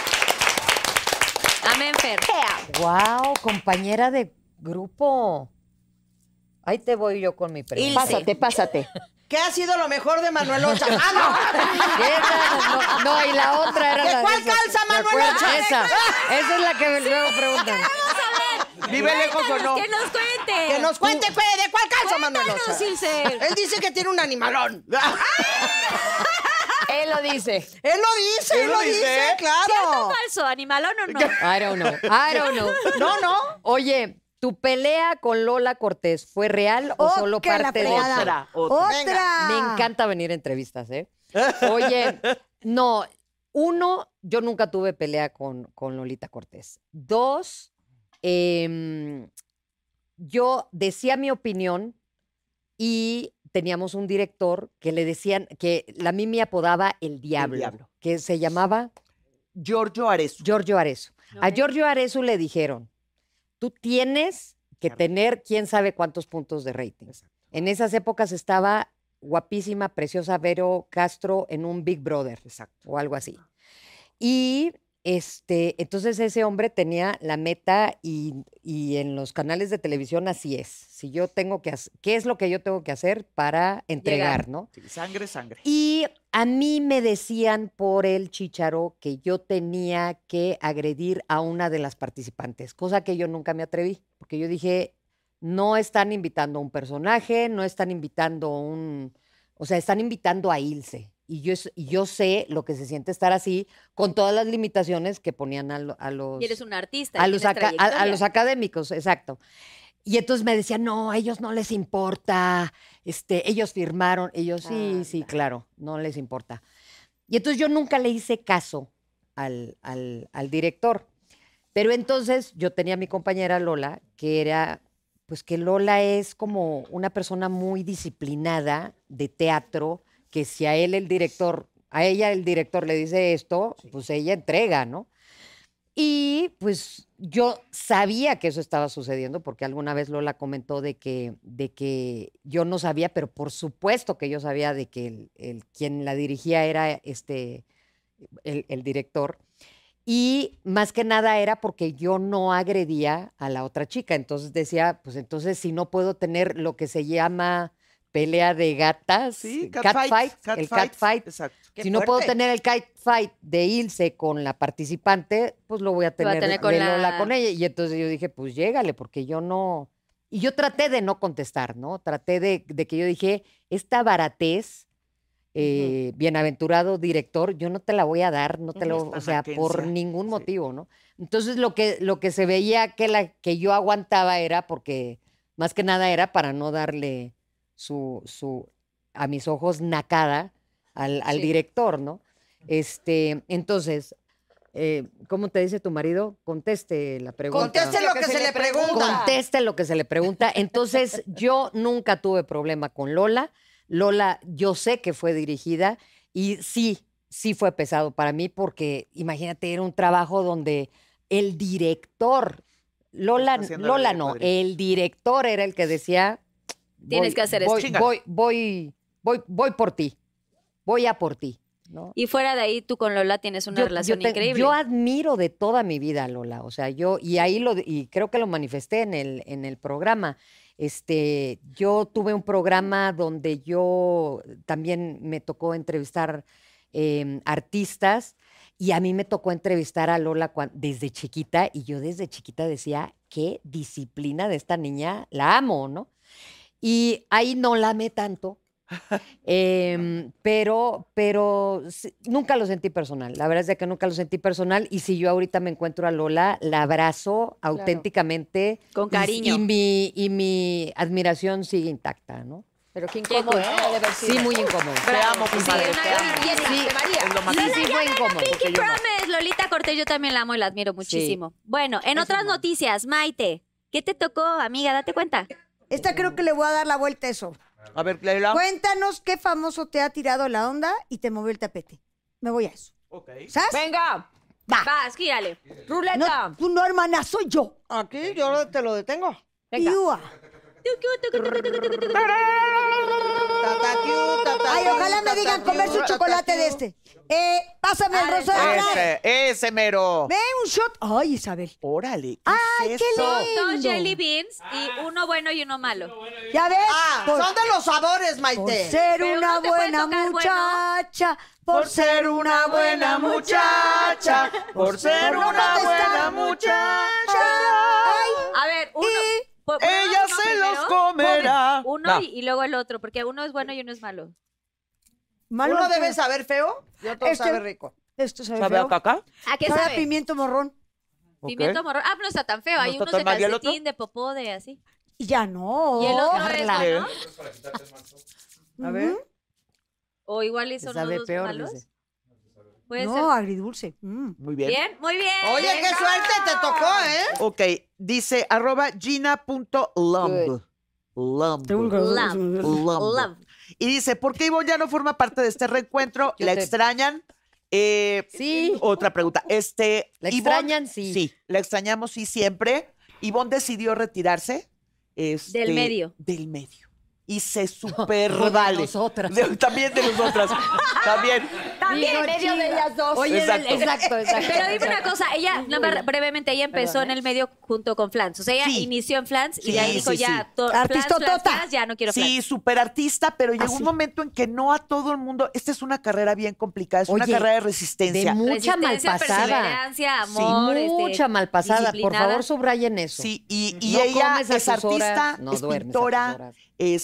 Amén, Fer. ¡Wow! Compañera de grupo. Ahí te voy yo con mi pregunta. Pásate. ¿Qué ha sido lo mejor de Manuel Ocha? No, y la otra era ¿De la cuál esa. calza, ¿Te Manuel acuerdas? Ochoa? Esa es la que luego preguntan. ¿vive lejos o no? Que nos cuente. Que nos cuente, ¿de cuál calza, Manuel Ocha? Cuéntanos, Ilse. Él dice que tiene un animalón. Él lo dice. Él lo dice, claro. ¿Cierto o falso? ¿Animalón o no? I don't know. No, no. Oye, ¿tu pelea con Lola Cortés fue real o solo que la parte de fregada. otra? ¡Otra! Me encanta venir a entrevistas, ¿eh? Oye, no. Uno, yo nunca tuve pelea con Lolita Cortés. Dos, yo decía mi opinión y teníamos un director que le decían, que a mí me apodaba el diablo, Diablo. que se llamaba Giorgio Arezzo. Giorgio Arezzo. A Giorgio Arezzo le dijeron, tú tienes que tener quién sabe cuántos puntos de rating. En esas épocas estaba guapísima, preciosa Vero Castro en un Big Brother. Exacto. O algo así. Y entonces ese hombre tenía la meta y en los canales de televisión así es. Si yo tengo que hacer, ¿qué es lo que yo tengo que hacer para entregar, no? Sí, sangre, sangre. Y a mí me decían por el chícharo que yo tenía que agredir a una de las participantes, cosa que yo nunca me atreví, porque yo dije, no están invitando a un personaje, no están invitando o sea, están invitando a Ilse. Y yo sé lo que se siente estar así, con todas las limitaciones que ponían a los... Y eres un artista. a y los, tienes trayectoria. a los académicos, exacto. Y entonces me decían, no, a ellos no les importa, ellos firmaron, ellos sí, claro, no les importa. Y entonces yo nunca le hice caso al director. Pero entonces yo tenía a mi compañera Lola, que era, pues que Lola es como una persona muy disciplinada de teatro, que si a ella el director le dice esto, pues ella entrega, ¿no? Y pues yo sabía que eso estaba sucediendo porque alguna vez Lola comentó de que yo no sabía, pero por supuesto que yo sabía de que quien la dirigía era el director. Y más que nada era porque yo no agredía a la otra chica. Entonces decía, pues entonces si no puedo tener lo que se llama pelea de gatas, Sí, el cat fight. Exacto. Si no puedo tener el cat fight de Ilse con la participante, pues lo voy a tener, con de la- Lola con ella. Y entonces yo dije, pues llégale, porque yo no... Y yo traté de no contestar, ¿no? Traté de que yo dije, esta baratez, bienaventurado director, yo no te la voy a dar, no te lo, Esta o sea, por naquencia. ningún Sí. motivo, ¿no? Entonces lo que se veía que yo aguantaba era porque, más que nada era para no darle a mis ojos, nacada al Sí. director, ¿no? Entonces, ¿cómo te dice tu marido? Conteste la pregunta. Conteste lo que se le pregunta. Conteste lo que se le pregunta. Entonces, yo nunca tuve problema con Lola. Lola, yo sé que fue dirigida y sí sí fue pesado para mí porque, imagínate, era un trabajo donde el director, Lola no, el director era el que decía... Tienes que hacer esto. Voy por ti, voy a por ti. ¿no? Y fuera de ahí, tú con Lola tienes una relación increíble. Yo admiro de toda mi vida a Lola, o sea, y creo que lo manifesté en el programa. Yo tuve un programa donde yo también me tocó entrevistar artistas y a mí me tocó entrevistar a Lola desde chiquita y yo desde chiquita decía, qué disciplina de esta niña, la amo, ¿no? Y ahí no la amé tanto. Pero nunca lo sentí personal. La verdad es de que nunca lo sentí personal. Y si yo ahorita me encuentro a Lola, la abrazo auténticamente. Con cariño. Y mi admiración sigue intacta, ¿no? Pero qué incómodo, ¿eh? Debe haber sido. Sí, muy incómodo. Te amo, compadre, te amo. Sí, fue incómodo. Pinky Promise, Lolita Cortés, yo también la amo y la admiro muchísimo. Bueno, en otras noticias, Maite, ¿qué te tocó, amiga? Date cuenta. Esta creo que le voy a dar la vuelta a eso. A ver, Leila. Cuéntanos qué famoso te ha tirado la onda y te movió el tapete. Me voy a eso. Ok. ¿Sabes? Venga, Vas, gírale. ruleta. No, tú no, hermana, soy yo. Aquí yo te lo detengo. Venga. Iua. Ay, ojalá me digan comer su chocolate de este. Pásame el rosa de Abraham. Ese mero. Ve un shot. Ay, Isabel. Órale, ¿qué Ay, es qué eso? lindo. Dos jelly beans y uno bueno y uno malo. ¿Ya ves? Son de los sabores, Por Maite. ser Pero una no te puede buena tocar muchacha. Por ser una buena muchacha. por ser Por no una buena contestar. muchacha. A ver, uno. Ella se los comerá. Uno No. y luego el otro, porque uno es bueno y uno es malo. Malo Uno feo. debe saber feo y otro Este- sabe rico. Esto sabe ¿Sabe a feo. caca? ¿A qué Sabe a sabe? pimiento morrón. Pimiento Ok. morrón. Ah, no está tan feo. Hay ¿No está unos de tan mal? ¿Y el otro? calcetín, de popó, de así. Y ya no. Y el otro es Carla. bueno. A ver. O igual y son Sabe los dos peor, malos. dice. Puede No, ser. agridulce. Muy bien. Bien, muy bien. Oye, qué Venga. suerte te tocó, ¿eh? Ok, dice @gina.lumb. Lumb. Love. Y dice, ¿por qué Ivonne ya no forma parte de este reencuentro? Yo ¿La te- extrañan? Sí. Otra pregunta. ¿La Ivonne- extrañan? Sí. Sí, la extrañamos, sí, siempre. Ivonne decidió retirarse. Del medio. Del medio. Y se super O de vale. nosotras. También de nosotras. También. También en medio de ellas dos. Oye, Exacto. exacto. Pero dime una cosa, ella, brevemente, ella empezó en el medio junto con Flans. O sea, ella Sí. inició en Flans y Sí, de ahí dijo sí, ya, sí. Artistotota. ya no quiero Flans. Sí, súper artista, pero llegó un momento en que no a todo el mundo. Esta es una carrera bien complicada, es una Oye, carrera de De resistencia. mucha Resistencia, malpasada. perseverancia, amor. Mucha malpasada. Por disciplinada. favor, subrayen eso. Sí, y No ella comes a es tus artista, horas, no es duermes a tus pintora, horas.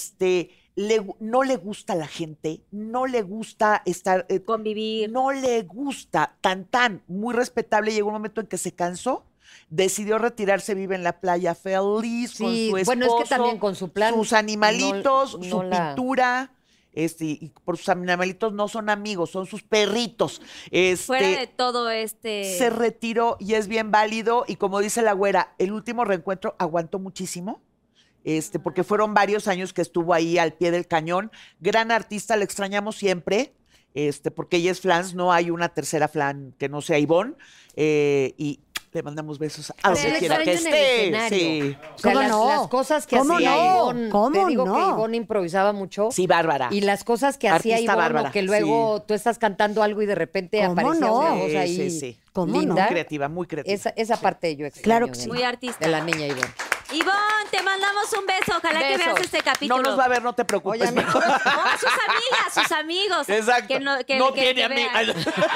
no le gusta a la gente, no le gusta estar, Convivir. no le gusta, muy respetable. Llegó un momento en que se cansó, decidió retirarse, vive en la playa feliz con Sí, su esposo. bueno, es que también con su plan. Sus animalitos, no su la- pintura. Y por sus animalitos no son amigos, son sus perritos. Fuera de todo Se retiró y es bien válido. Y como dice la güera, el último reencuentro aguantó muchísimo. Porque fueron varios años que estuvo ahí al pie del cañón. Gran artista, la extrañamos siempre. Porque ella es Flans, no hay una tercera Flan que no sea Ivonne. Y le mandamos besos a Se donde le quiera que extraña en el esté. escenario. Sí. O sea, ¿Cómo no? las cosas que ¿Cómo hacía no? Ivonne, ¿Cómo te digo no? que Ivonne improvisaba mucho. Sí, Bárbara. Y las cosas que hacía Artista Ivonne, bárbara, o que luego tú estás cantando algo y de repente ¿Cómo aparecía no? una voz Sí, ahí sí, sí. ¿Cómo no? linda. Creativa, muy creativa. Esa parte yo extraño. Claro que de- sí. Muy artista. De la niña Ivonne. Ivonne, te mandamos un beso. Ojalá que Beso. veas este capítulo. No nos va a ver, no te preocupes. Oye, mi mejor. No, sus amigas, sus amigos. Exacto. Que no, que, no que tiene te amigos. vean.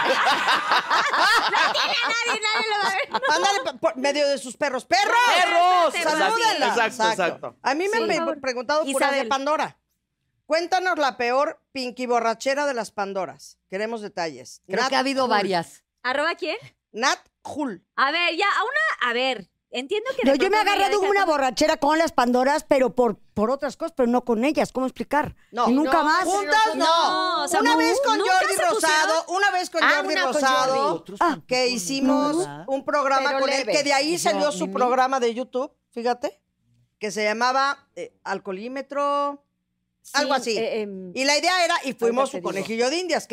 Nadie lo va a ver. Ándale por medio de sus perros. ¡Perros! ¡Perros! Exacto. ¡Salúdenla! Exacto, exacto. A mí me Sí. han preguntado puras de Isabel. Pandora. Cuéntanos la peor pinky borrachera de las Pandoras. Queremos detalles. Creo Nat que ha habido Hul. varias. ¿Arroba quién? Nat Hul. A ver, ya, a ver, entiendo que... No, de yo me he pronto agarrado deja- una borrachera con las Pandoras, pero por otras cosas, pero no con ellas. ¿Cómo explicar? No. Y nunca No, más. Juntas no. o sea, una vez con ¿nunca Jordi se pusieron? Rosado, una vez con Ah, Jordi una con Rosado, Jordi. que hicimos un programa Pero con él, leve. que de ahí salió su Mimi. programa de YouTube, fíjate, que se llamaba Alcoholímetro, algo así. Y la idea era, y fuimos te su digo. conejillo de indias, claro.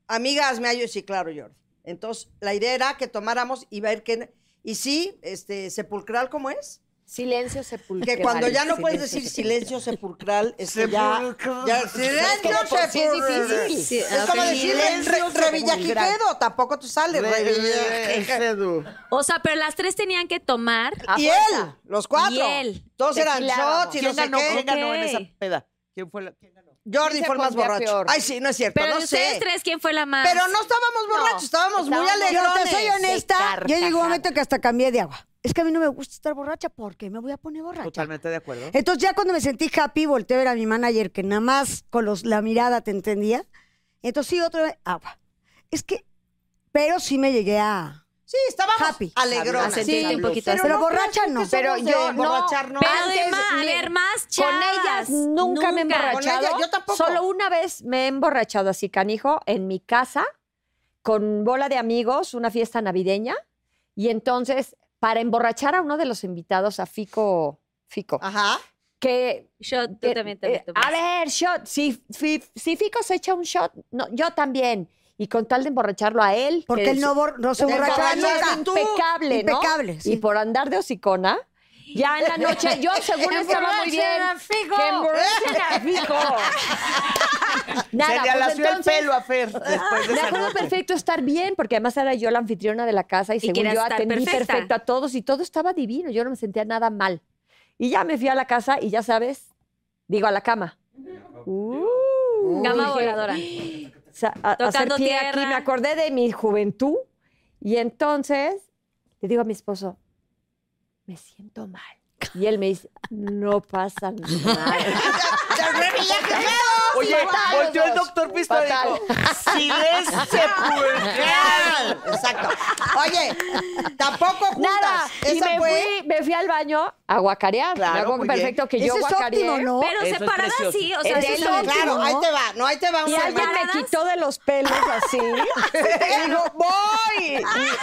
amiga, hazme algo. Sí, claro, Jordi. Entonces, la idea era que tomáramos y ver qué... Y sí, sepulcral, ¿cómo es? Silencio sepulcral. Que cuando ya no puedes decir silencio sepulcral, ya silencio sepulcral. Sí, es difícil. Sí, Es como decir Revillagigedo, tampoco te sale. Revillagigedo. O sea, pero las tres tenían que tomar. Y él, los cuatro. Y él. Todos eran Tequilábamos. shots y no ¿Quién sé ganó? qué. ¿Quién ganó en Ok. esa peda? ¿Quién ganó? Jordi Sí se fue el más pondría borracho. peor. Ay, sí, no es cierto, Pero no de ustedes sé. tres, ¿quién fue la más? Pero no estábamos borrachos, estábamos muy estábamos- alegrones. Yo te soy honesta, de yo llegó un carcajada. momento que hasta cambié de agua. Es que a mí no me gusta estar borracha porque me voy a poner borracha. Totalmente de acuerdo. Entonces ya cuando me sentí happy, volteé a ver a mi manager que nada más con la mirada te entendía. Entonces sí, otra vez, agua. Es que, pero sí me llegué a... Sí, estábamos Happy. alegronas. A sentirte un poquito así. Pero borracha no. Pero yo no. Borracharnos. Pero Antes, además, a mire, ver, más Con chavas. ellas nunca me he emborrachado. Con ella, yo tampoco. Solo una vez me he emborrachado así, canijo, en mi casa, con bola de amigos, una fiesta navideña. Y entonces, para emborrachar a uno de los invitados, a Fico, Ajá. Tú también te a ver, shot. Si Fico se echa un shot, no, yo también. Y con tal de emborracharlo a él. Porque que él no se Te borracha emborrachas nunca. tú. impecable, ¿no? Impecable, sí. Y por andar de hocicona, ya en la noche, yo según estaba muy bien. Que emborrachen a Fico. Nada, Se le pues alació el entonces, pelo a Fer después de me esa acuerdo noche. perfecto estar bien, porque además era yo la anfitriona de la casa y según querías yo estar atendí perfecta. perfecto a todos y todo estaba divino. Yo no me sentía nada mal. Y ya me fui a la casa y ya sabes, digo a la cama. Cama Dije, voladora. hacer Tocando pie tierra. aquí, me acordé de mi juventud y entonces le digo a mi esposo, me siento mal. Y él me dice, no pasa nada. Oye, fatal, volteó el los dos. doctor Pisto y dijo, silencio sepulcral. Exacto. Oye, tampoco juntas. Nada. Y Esa me fui al baño a guacarear. Claro, me acuerdo muy perfecto que yo Ese es guacareé. óptimo, ¿no? Pero Eso es separadas precioso. sí, o sea, Eso sí es son- óptimo. Claro, ahí te va. No, ahí te va Y una alguien hermana. me quitó de los pelos así. y digo, voy.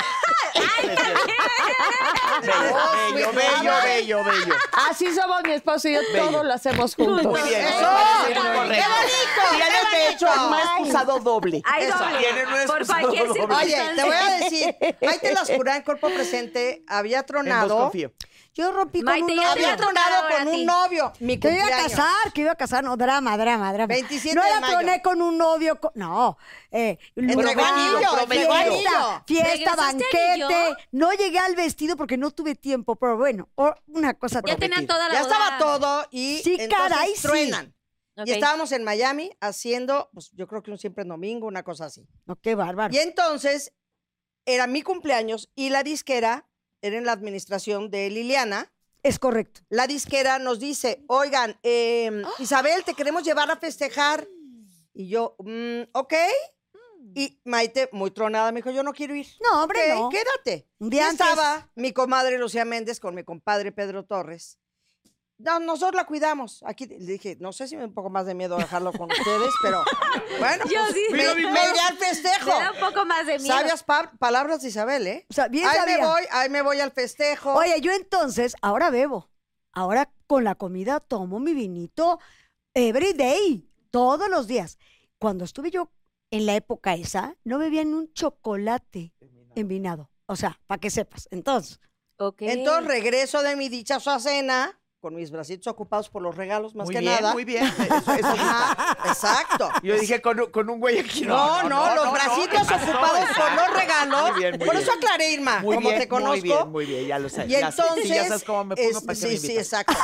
Bello. Así somos mi esposo y yo, todo lo hacemos juntos. Muy bien. ¡Eso! Parece muy ¡Qué correcto. bonito! Tienes ¡Qué de hecho bonito! un excusado doble. Hay Eso, doble. tienen un Por excusado cualquier doble. circunstancia. Oye, te voy a decir, Maite Lascurá en Cuerpo Presente había En vos tronado. confío. Yo rompí con Maite, un ya te novio. Había tronado ahora con a ti. un novio. Mi Que iba a cumpleaños. casar, no, drama. 27 no de la mayo. troné con un novio, no. Entregó lugar, anillo, entregó anillo. fiesta, ¿Regresaste banquete. anillo? No llegué al vestido porque no tuve tiempo, pero bueno, una cosa Ya tenían toda la Ya boda. estaba todo y Sí, entonces caray, sí. truenan. Ok. Y estábamos en Miami haciendo, pues yo creo que un siempre en domingo, una cosa así. No, qué bárbaro. Y entonces era mi cumpleaños y la disquera era en la administración de Liliana. Es correcto. La disquera nos dice, oigan, Isabel, te queremos llevar a festejar. Y yo, ok. Y Maite, muy tronada, me dijo, yo no quiero ir. No, hombre, Ok, no. quédate. Un día Y antes. estaba mi comadre Lucía Méndez con mi compadre Pedro Torres. No, nosotros la cuidamos. Aquí le dije, no sé si me da un poco más de miedo dejarlo con ustedes, pero bueno, Yo pues, sí. me iré al festejo. Me da un poco más de miedo. Sabias palabras de Isabel, ¿eh? O sea, bien ahí sabía. ahí me voy al festejo. Oye, yo entonces, ahora bebo. Ahora con la comida tomo mi vinito every day, todos los días. Cuando estuve yo en la época esa, no bebía ni un chocolate envinado. O sea, para que sepas. Entonces, Ok. Entonces regreso de mi dichosa cena con mis bracitos ocupados por los regalos más Muy que bien, nada. muy bien. Eso Ajá, exacto. Yo dije con un güey aquí. No, los bracitos ocupados con los regalos. Muy bien, muy Por bien. eso aclaré, Irma, Muy como bien, te conozco. Muy bien, ya lo sé. Y ya sé. entonces, Sí, ya sabes cómo me pongo para que me sí, sí, invitas. exacto.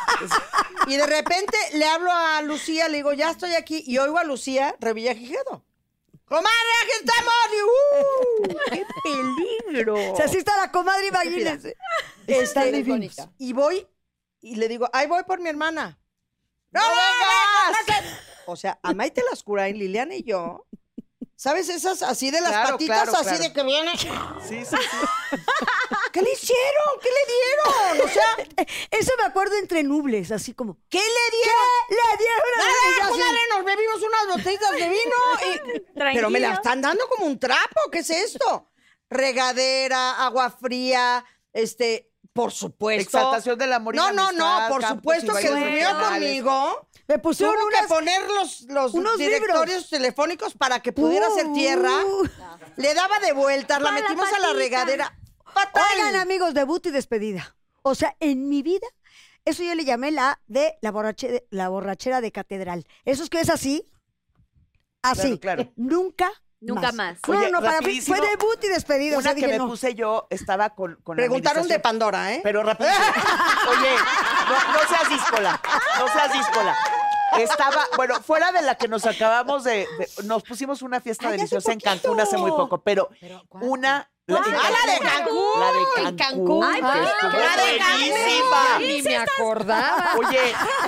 Y de repente le hablo a Lucía, le digo, ya estoy aquí, y oigo a Lucía Revillagigedo. ¡Comadre, aquí estamos! Y, ¡qué peligro! si así está la comadre, imagínense. Está divino. Y voy y le digo, ahí voy por mi hermana. ¡No vengas! O sea, a Maite Lascurain, Liliana y yo, ¿sabes esas así de las Claro, patitas, claro, así claro. de que viene? Sí, sí, sí. ¿Qué le hicieron? ¿Qué le dieron? O sea, Eso me acuerdo entre nubles, así como. ¿qué le dieron? Le dieron Nada, y yo así, comadre, nos bebimos unas botellitas de vino. Pero me la están dando como un trapo. ¿Qué es esto? Regadera, agua fría, por supuesto. Exaltación del amor y No, la no, amistad, no, por campos supuesto y que bailes durmió regionales. conmigo. Me pusieron Tuvo que unas... poner los unos directorios libros. telefónicos para que pudiera hacer tierra. Le daba de vueltas, la Para la metimos a la patita. regadera. ¡Fatal! Oigan, amigos, debut y despedida. O sea, en mi vida, eso yo le llamé la borrachera de catedral. Esos que es así, así. Claro. Nunca más. No, Oye, no, para mí rapidísimo, fue debut y despedida. O Una sea, que dije, me no. puse yo, estaba con la Preguntaron de administración. Pandora, ¿eh? Pero rapidísimo. Oye, no seas díscola. No seas díscola. Estaba, bueno, fuera de la que nos acabamos nos pusimos una fiesta deliciosa en Cancún hace muy poco, pero una... la de Cancún! La de En Cancún. Cancún. Ay, que ¿por qué? estuvo ¡La de buenísima. Ni me acordaba. Oye,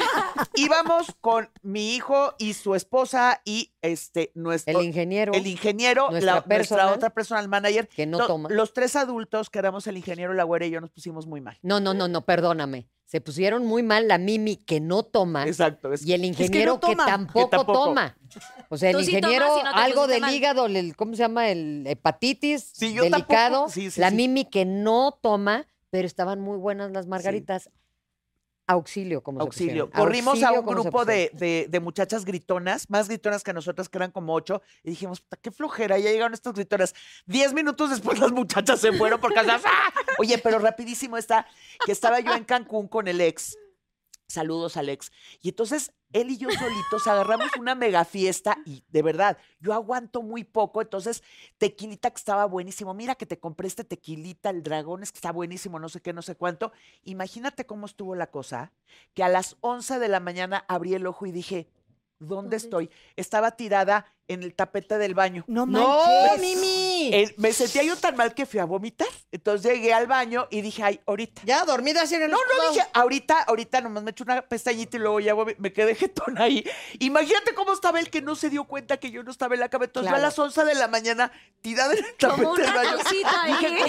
íbamos con mi hijo y su esposa y nuestro... El ingeniero. El ingeniero, Nuestra personal, otra personal manager. que no toma. Los tres adultos, que éramos el ingeniero, la güera y yo, nos pusimos muy mal. No, perdóname. Se pusieron muy mal la Mimi que no toma Exacto. y el ingeniero no toma. que tampoco Que tampoco. toma. O sea, el Tú sí ingeniero, tomas y no te algo pusiste del mal. hígado, ¿cómo se llama? El hepatitis, Sí, yo delicado. tampoco. Sí, sí, la sí. Mimi que no toma, pero estaban muy buenas las margaritas. Auxilio, como Auxilio. se pusieron. Corrimos a Auxilio, un ¿cómo se grupo pusieron? de muchachas gritonas, más gritonas que nosotras, que eran como 8, y dijimos, puta, qué flojera, ya llegaron estas gritonas. 10 minutos después las muchachas se fueron porque ¡ah! Oye, pero rapidísimo que estaba yo en Cancún con el ex. Saludos al ex. Y entonces él y yo solitos agarramos una mega fiesta y de verdad, yo aguanto muy poco, entonces tequilita que estaba buenísimo. Mira que te compré este tequilita, el dragón es que está buenísimo, no sé qué, no sé cuánto. Imagínate cómo estuvo la cosa, que a las 11 de la mañana abrí el ojo y dije, ¿dónde estoy? Estaba tirada en el tapete del baño. No ¡No, manches. Mimi! Me sentía yo tan mal que fui a vomitar. Entonces llegué al baño y dije, ay, ahorita. Ya, dormida así en el No, dije, ahorita nomás me echo una pestañita y luego ya me quedé jetón ahí. Imagínate cómo estaba el que no se dio cuenta que yo no estaba en la cama. Entonces yo a las 11 de la mañana tirada en el tapete Como un del baño. ratoncito ahí. Dije,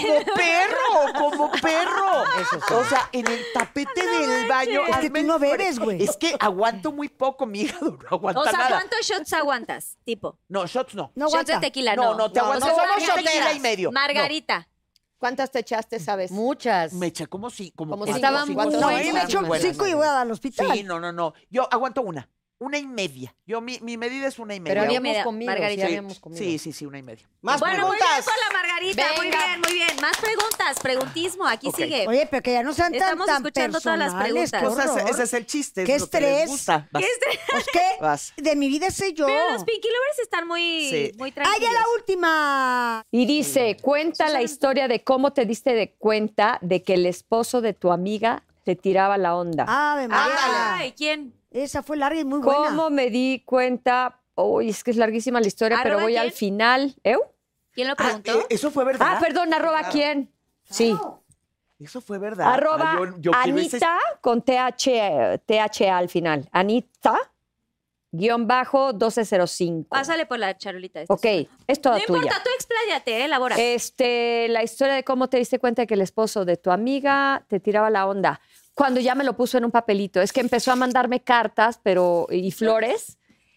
como perro. O sea, en el tapete del baño. Es que hazme tú no el favor. bebes, güey. Es que aguanto muy poco, mi hígado no aguanta O sea, nada. ¿cuántos shots aguantas? Tipo. No, shots no. No Shots de aguanta. tequila, No, te No, aguantas no somos un tequila shoteras. y medio. Margarita. ¿Cuántas te echaste, sabes? Muchas. Me eché como sí, como Como cuatro, estaban cinco, muy No, seis, a mí me buenas, echó buenas. 5 y voy al hospital. Sí, no. Yo aguanto una y media. Yo, mi medida es una y media. Pero habíamos media, comido, Margarita. sí habíamos comido. Sí, una y media. Más Bueno, muy bien preguntas. con la Margarita. Venga. Muy bien. Más preguntas. Preguntismo. Aquí Ok. sigue. Oye, pero que ya no sean Estamos tan escuchando todas las personales, preguntas. qué Pues horror. ese es el chiste. Qué es lo que les estrés. gusta. Vas. Pues que Vas. de mi vida sé yo. Pero los Pinky Lovers están muy, Sí. muy ¡Ah, tranquilos. ya la última! Y dice, cuenta la historia de cómo te diste de cuenta de que el esposo de tu amiga te tiraba la onda. Ave María. Ay, ¿quién? Esa fue larga y muy buena. ¿Cómo me di cuenta? Uy, es que es larguísima la historia, pero ¿Arroba voy quién? al final. ¿Eu? ¿Quién lo preguntó? Eso fue verdad. Ah, perdón, ¿arroba quién? Sí. Eso fue verdad. Arroba Ah, yo quiero ese- Anita con THA al final. Anita, _ 1205. Pásale por la charolita. esta. Ok, es toda No tuya. importa, tú expláyate, elabora. La historia de cómo te diste cuenta de que el esposo de tu amiga te tiraba la onda. Cuando ya me lo puso en un papelito. Es que empezó a mandarme cartas y flores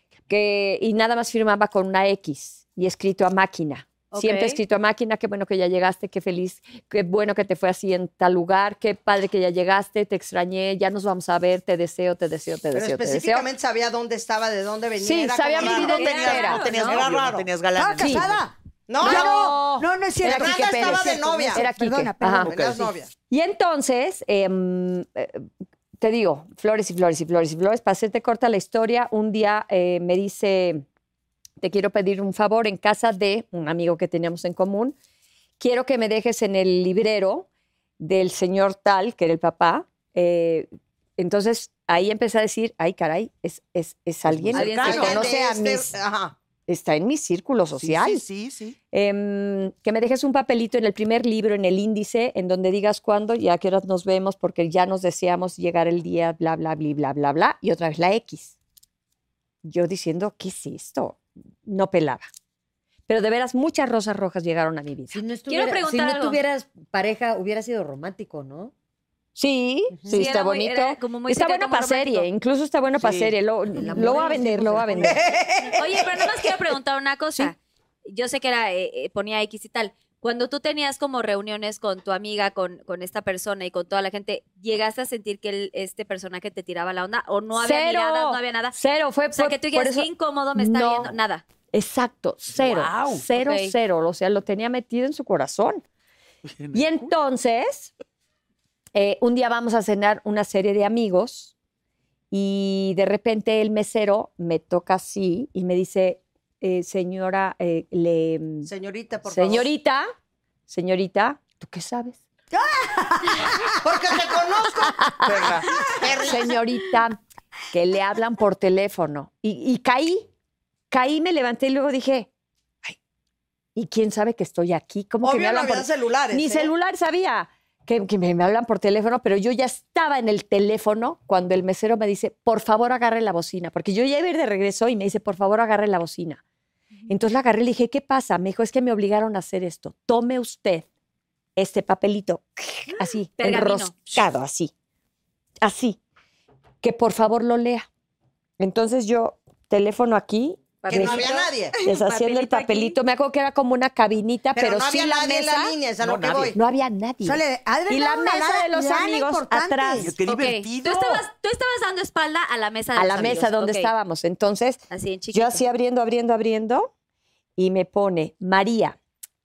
y nada más firmaba con una X y escrito a máquina. Ok. Siempre escrito a máquina, qué bueno que ya llegaste, qué feliz, qué bueno que te fue así en tal lugar, qué padre que ya llegaste, te extrañé, ya nos vamos a ver, te deseo, te deseo, te Pero deseo, te deseo. específicamente sabía dónde estaba, de dónde venía. Sí, era sabía como mi raro. vida entera. No tenías Era novio, raro. no tenías galán. ¿Estaba Sí. casada? No, No es cierto. Era Quique Fernanda estaba Pérez. de novia. Era Quique. Perdona, Ajá. Tenías novia. Y entonces, te digo, flores y flores y flores y flores. Para hacerte corta la historia, un día me dice, te quiero pedir un favor en casa de un amigo que teníamos en común. Quiero que me dejes en el librero del señor tal, que era el papá. Entonces, ahí empecé a decir, ay, caray, es alguien que cercano. conoce a Alguien de mis... Ajá. Está en mi círculo social. Sí. Que me dejes un papelito en el primer libro, en el índice, en donde digas cuándo y a qué horas nos vemos, porque ya nos deseamos llegar el día, bla, bla, bla, bla, bla, bla, y otra vez la X. Yo diciendo, ¿qué es esto? No pelaba. Pero de veras, muchas rosas rojas llegaron a mi vida. Si no, Quiero preguntar algo. tuvieras pareja, hubiera sido romántico, ¿no? Sí, sí, Sí, está era muy- bonito. era como muy Está secreto, bueno muy para serie, romántico. incluso está bueno para Sí. serie. Lo amor voy a en los vender, tiempos lo voy a del vender. Oye, pero nada más quiero preguntar una cosa. Yo sé que era ponía X y tal, Cuando tú tenías como reuniones con tu amiga, con esta persona y con toda la gente, ¿llegaste a sentir que este personaje te tiraba la onda? ¿O no había Cero, miradas, no había nada? Cero, fue O sea, que tú por digas, eso- qué incómodo me está No. viendo. Nada. Exacto, cero, Guau. cero, Ok. cero. O sea, lo tenía metido en su corazón. Y entonces, un día vamos a cenar una serie de amigos y de repente el mesero me toca así y me dice, señora, Señorita, por favor. señorita, ¿tú qué sabes? Porque te conozco. Perra. Señorita, que le hablan por teléfono. Y caí, me levanté y luego dije, ay, ¿y quién sabe que estoy aquí? ¿Cómo que me Obvio no hablan por había celulares. Ni ¿eh? celular sabía que me hablan por teléfono, pero yo ya estaba en el teléfono cuando el mesero me dice, por favor, agarre la bocina. Porque yo ya iba a ir de regreso y me dice, por favor, agarre la bocina. Entonces la agarré y le dije, ¿qué pasa? Me dijo, es que me obligaron a hacer esto. Tome usted este papelito, así, Pergamino. enroscado, así, que por favor lo lea. Entonces yo, teléfono aquí, Que no había nadie. deshaciendo el Papelito aquí. papelito. Me acuerdo que era como una cabinita, pero, no sí había la nadie en mesa. la línea, es a No, lo que nadie. voy. No había nadie. Sole, ha de haber Y la dado una mesa de los lana amigos importante. atrás. Qué Ok. divertido. Tú estabas dando espalda a la mesa de A los la amigos. mesa donde Ok. estábamos. Entonces, Así en chiquito. yo así abriendo, y me pone, María.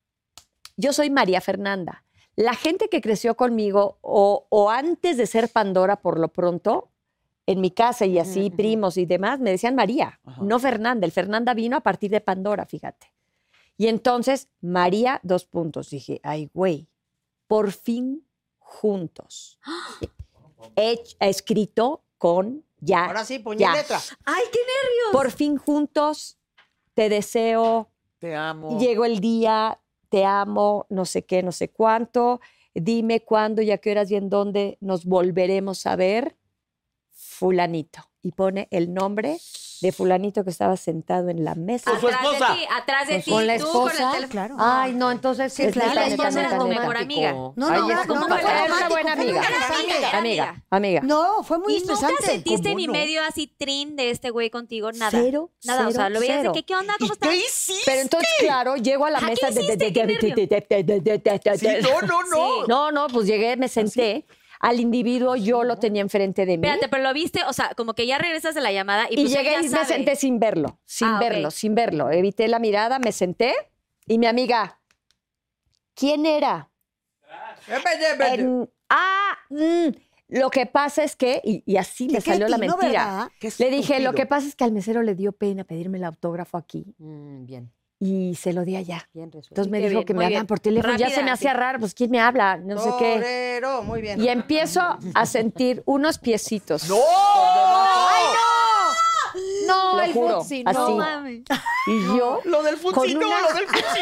Yo soy María Fernanda. La gente que creció conmigo, o antes de ser Pandora, por lo pronto, en mi casa y así, primos y demás, me decían María, no Fernanda. El Fernanda vino a partir de Pandora, fíjate. Y entonces, María, 2 puntos. Dije, ay, güey, por fin juntos. He escrito con ya. Ahora sí, puño ya. y letra. ¡Ay, qué nervios! Por fin juntos, te deseo, Te amo. llegó el día, te amo, no sé qué, no sé cuánto, dime cuándo y a qué horas y en dónde nos volveremos a ver, fulanito. Y pone el nombre de fulanito que estaba sentado en la mesa. Con su Atrás esposa. de ti, atrás de ti, Con la tú con el esposa. teléfono. Claro. Ay, no, entonces Sí, es claro. neta, Y la neta, esposa era neta, tu neta. mejor amiga. No, no, Ay, no, es no, como no fue era una romántico, buena fue amiga. interesante. Amiga. No, fue muy ¿Y nunca estresante. sentiste ¿Cómo ni no? medio así trin de este güey contigo? Nada. Cero, Nada, o sea, cero, lo veías cero. de que, ¿qué onda? ¿Cómo ¿Y estás? qué hiciste? Pero entonces, claro, llego a la Ajá, ¿qué mesa hiciste? ¡Qué nervios! Sí, no. No, pues llegué, me senté. Al individuo yo lo tenía enfrente de mí. Espérate, pero lo viste, o sea, como que ya regresas de la llamada y, Y pues él llegué ya y me sabe. senté sin verlo, ok. sin verlo. Evité la mirada, me senté y mi amiga, ¿quién era? Lo que pasa es que, y así me salió la cretino, mentira. ¿verdad? Qué Le dije, lo estúpido. que pasa es que al mesero le dio pena pedirme el autógrafo aquí Bien, y se lo di allá. bien resuelto. Entonces me Qué dijo bien, que me muy hablan bien. por teléfono. Ya se Rápida, me hacía sí. raro, pues ¿quién me habla? No sé qué. Torero, muy bien. Y empiezo a sentir unos piecitos. ¡No! No, Lo el juro. futsi, No así. mames. Y yo, Lo del Con futsino, una- lo del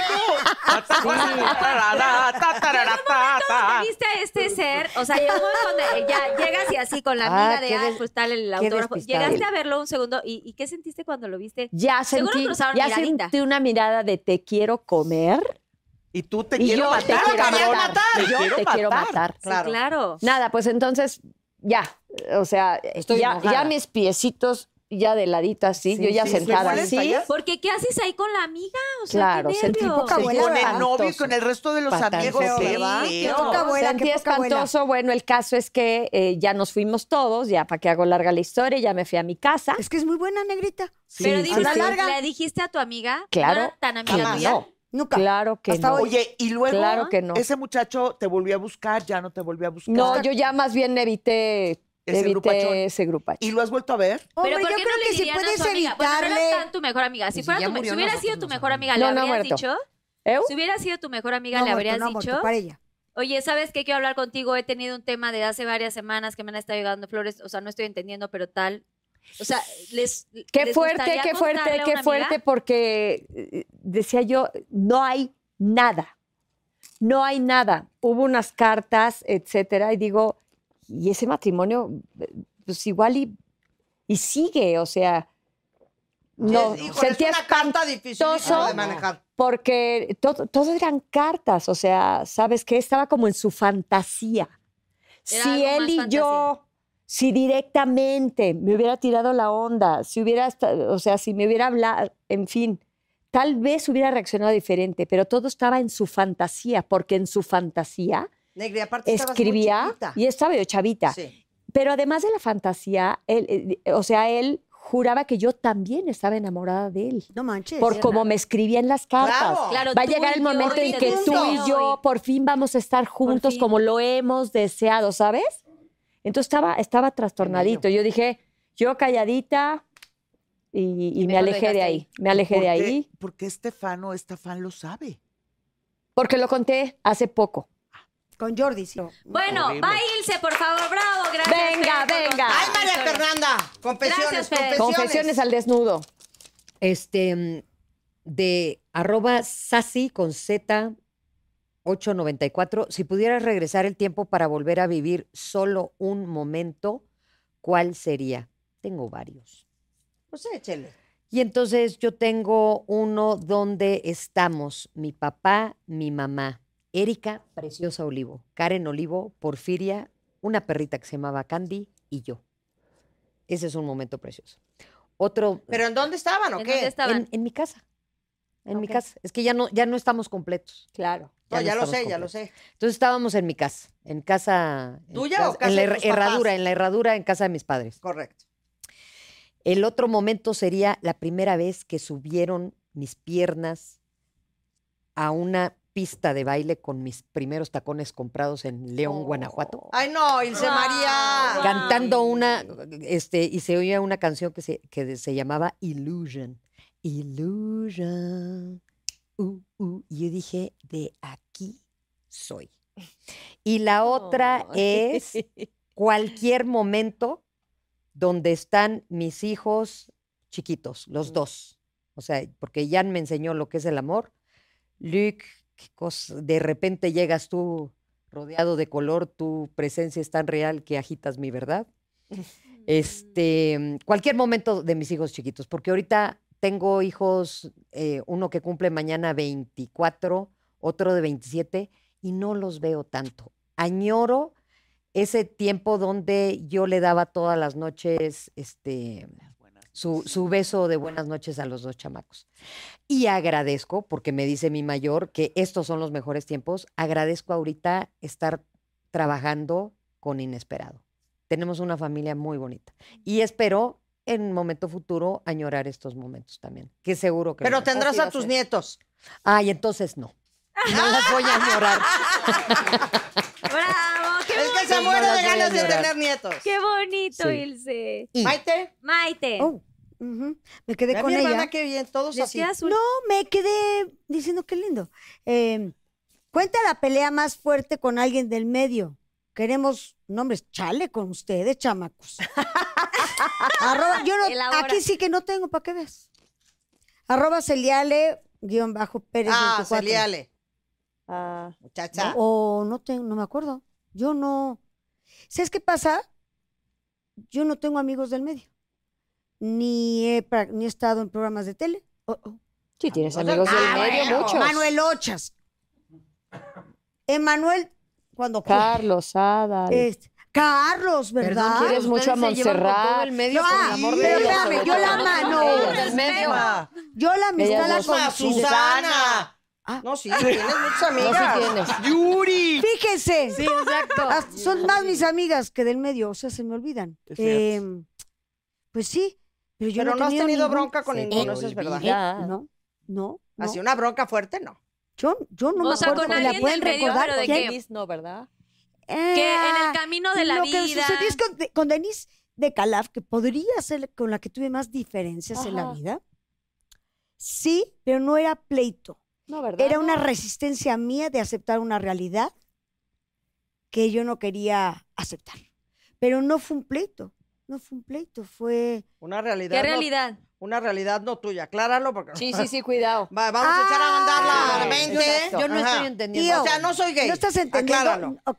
futsino. ¿Viste a este ser? O sea, llegó un momento donde ya llegas y así con la amiga de, qué des- pues tal el qué autógrafo. despistado. Llegaste a verlo un segundo y ¿qué sentiste cuando lo viste? ya Seguro sentí, cruzaron ya miradita. sentí una mirada de te quiero comer Y tú te y quiero yo matar. te quiero quería matar. Y yo te quiero matar. Sí, claro. Nada, pues entonces ya, o sea, Estoy ya, enojada. ya mis piecitos ya de ladito así, Sí, yo ya sí, sentada ¿le molesta así. ya? Porque ¿qué haces ahí con la amiga? O sea, Claro, qué sentí nervios. poca abuela, Con el ¿verdad? novio y con el resto de los Espantoso, amigos. feo, Sí, ¿verdad? feo. Qué poca abuela, Sentí qué poca abuela. espantoso. Bueno, el caso es que ya nos fuimos todos, ya para que hago larga la historia, ya me fui a mi casa. Es que es muy buena, negrita. Pero Sí, dime, sí, sí. ¿le dijiste a tu amiga? Claro, ¿No era tan amiga que tuya? no. Nunca. Claro que Hasta no. hoy. Oye, y luego Claro que no. ese muchacho te volvió a buscar, ya no te volvió a buscar. No, yo ya más bien evité Ese grupachón. ese grupacho. ¿Y lo has vuelto a ver? Hombre, Pero ¿por yo qué creo no le que si dirían a puedes su amiga? Bueno, no evitarle... era tan tu mejor amiga. Si, Y si fuera ya tu, murió, si hubiera nosotros sido tu no mejor sabemos. amiga, No, ¿le no ha habrías muerto. dicho? ¿Eu? Si hubiera sido tu mejor amiga, No, ¿le habrías muerto, no, dicho? muerto, para ella. Oye, ¿sabes qué? Quiero hablar contigo. He tenido un tema de hace varias semanas que me han estado llegando flores. O sea, no estoy entendiendo, pero tal. O sea, Qué les fuerte, gustaría qué contarle fuerte, a qué una fuerte, amiga? porque decía yo, no hay nada. No hay nada. Hubo unas cartas, etcétera, y digo, y ese matrimonio, pues igual y sigue, o sea, no, Híjole, es sentía una carta dificilísima espantoso de manejar. porque todo eran cartas, o sea, ¿sabes qué? Estaba como en su fantasía. Era Si algo él más y fantasía. yo, si directamente me hubiera tirado la onda, si hubiera, o sea, si me hubiera hablado, en fin, tal vez hubiera reaccionado diferente, pero todo estaba en su fantasía, porque en su fantasía Negri, aparte estabas muy escribía chiquita. y estaba yo chavita. Sí. Pero además de la fantasía, él juraba que yo también estaba enamorada de él. No manches. Por cómo me escribía en las cartas. Claro. Claro, Va a tú llegar y el yo, momento en te que tú y deseo yo por fin vamos a estar juntos fin. como lo hemos deseado, ¿sabes? Entonces estaba trastornadito. Yo dije, yo calladita y me mejor alejé de dejaste ahí. Me alejé de ahí Porque Estefan o Estefan lo sabe. porque lo conté hace poco. Con Jordi, sí. Bueno, Horrible. va Ilse, por favor, bravo, gracias. Venga, Fer, por venga. contar Ay, tu María historia. Fernanda, confesiones, Gracias, Fer. confesiones. Confesiones al desnudo. De @sasi con Z 894. Si pudieras regresar el tiempo para volver a vivir solo un momento, ¿cuál sería? Tengo varios. Pues échele. Y entonces yo tengo uno donde estamos, mi papá, mi mamá, Erika, preciosa Olivo, Karen Olivo, Porfiria, una perrita que se llamaba Candy y yo. Ese es un momento precioso. Otro, ¿Pero en dónde estaban o ¿En qué? dónde estaban? en mi casa. En mi Ok. casa. Es que ya no estamos completos. Claro. No, ya lo estamos sé, ya lo completos. sé. Entonces estábamos en mi casa. En casa. ¿Tuya o casa en la de tus herradura, papás? en la herradura, en casa de mis padres. Correcto. El otro momento sería la primera vez que subieron mis piernas a una pista de baile con mis primeros tacones comprados en León, Guanajuato. Ay, no, Ilse María. Cantando y se oía una canción que se llamaba Illusion. Illusion. Y yo dije, de aquí soy. Y la otra es cualquier momento donde están mis hijos chiquitos, los dos. O sea, porque Jan me enseñó lo que es el amor. Luc, de repente llegas tú rodeado de color, tu presencia es tan real que agitas mi verdad. Cualquier momento de mis hijos chiquitos, porque ahorita tengo hijos, uno que cumple mañana 24, otro de 27, y no los veo tanto. Añoro ese tiempo donde yo le daba todas las noches su beso de buenas noches a los dos chamacos. Y agradezco, porque me dice mi mayor que estos son los mejores tiempos, agradezco ahorita estar trabajando con Inesperado. Tenemos una familia muy bonita. Y espero en un momento futuro añorar estos momentos también, que seguro que... Pero lo- tendrás Así va a a tus ser. nietos. Ay, entonces no. No las voy a añorar. Bravo, qué Es que bonito. se muere las de voy a ganas de llorar. tener nietos. Qué bonito, Sí. Ilse. Y Maite. Maite. Oh, ujú. Me quedé Ve a con mi hermana, ella. qué bien, todos así. Decías un- No, me quedé diciendo qué lindo. Cuenta la pelea más fuerte con alguien del medio. Queremos nombres. Chale con ustedes, chamacos. Elabora. Aquí sí que no tengo, para que veas. @Celiale _Pérez Ah, 24. Celiale. Ah, Muchacha. O no tengo, no me acuerdo. Yo no. ¿Sabes qué pasa? Yo no tengo amigos del medio. Ni he estado en programas de tele. sí, tienes Amigos amigos del- del Ah, medio, bueno. muchos. Manuel Ochas. Emanuel, cuando Carlos, Adal. Carlos, ¿verdad? quieres mucho a ustedes se llevan con Montserrat. todo el medio No, con ah, el amor de pero Dios, espérame, sobre yo todo. la mano. Ellas del medio. Yo la amistad Ellas la dos. considero. Susana. Ah. No, sí, tienes muchas No, amigas. sí tienes. ¡Yuri! Fíjense. Sí, exacto. Son más mis amigas que del medio, o sea, se me olvidan. Es cierto. Pues sí, pero yo Pero no no he has tenido ningún- bronca con Se ninguno, te eso es verdad. olvida. No, no. Así una bronca fuerte, no. Yo no O me sea, acuerdo con que la alguien pueden del medio, recordar. pero ¿de ¿Quién? qué? Denise no, ¿verdad? Que en el camino de la lo que vida. sucedió es con Denise de Calaf, que podría ser con la que tuve más diferencias en la Ajá. vida. Sí, pero no era pleito. No, ¿verdad? Era una resistencia mía de aceptar una realidad que yo no quería aceptar. Pero no fue un pleito. No fue un pleito, fue... Una realidad. ¿Qué no- realidad? una realidad no tuya. Acláralo porque. Sí, cuidado. Vamos a echar a andar la Ah, mente. exacto. Yo no Ajá. estoy entendiendo. Tío, O sea, no soy gay. ¿No estás entendiendo? Acláralo. Ok.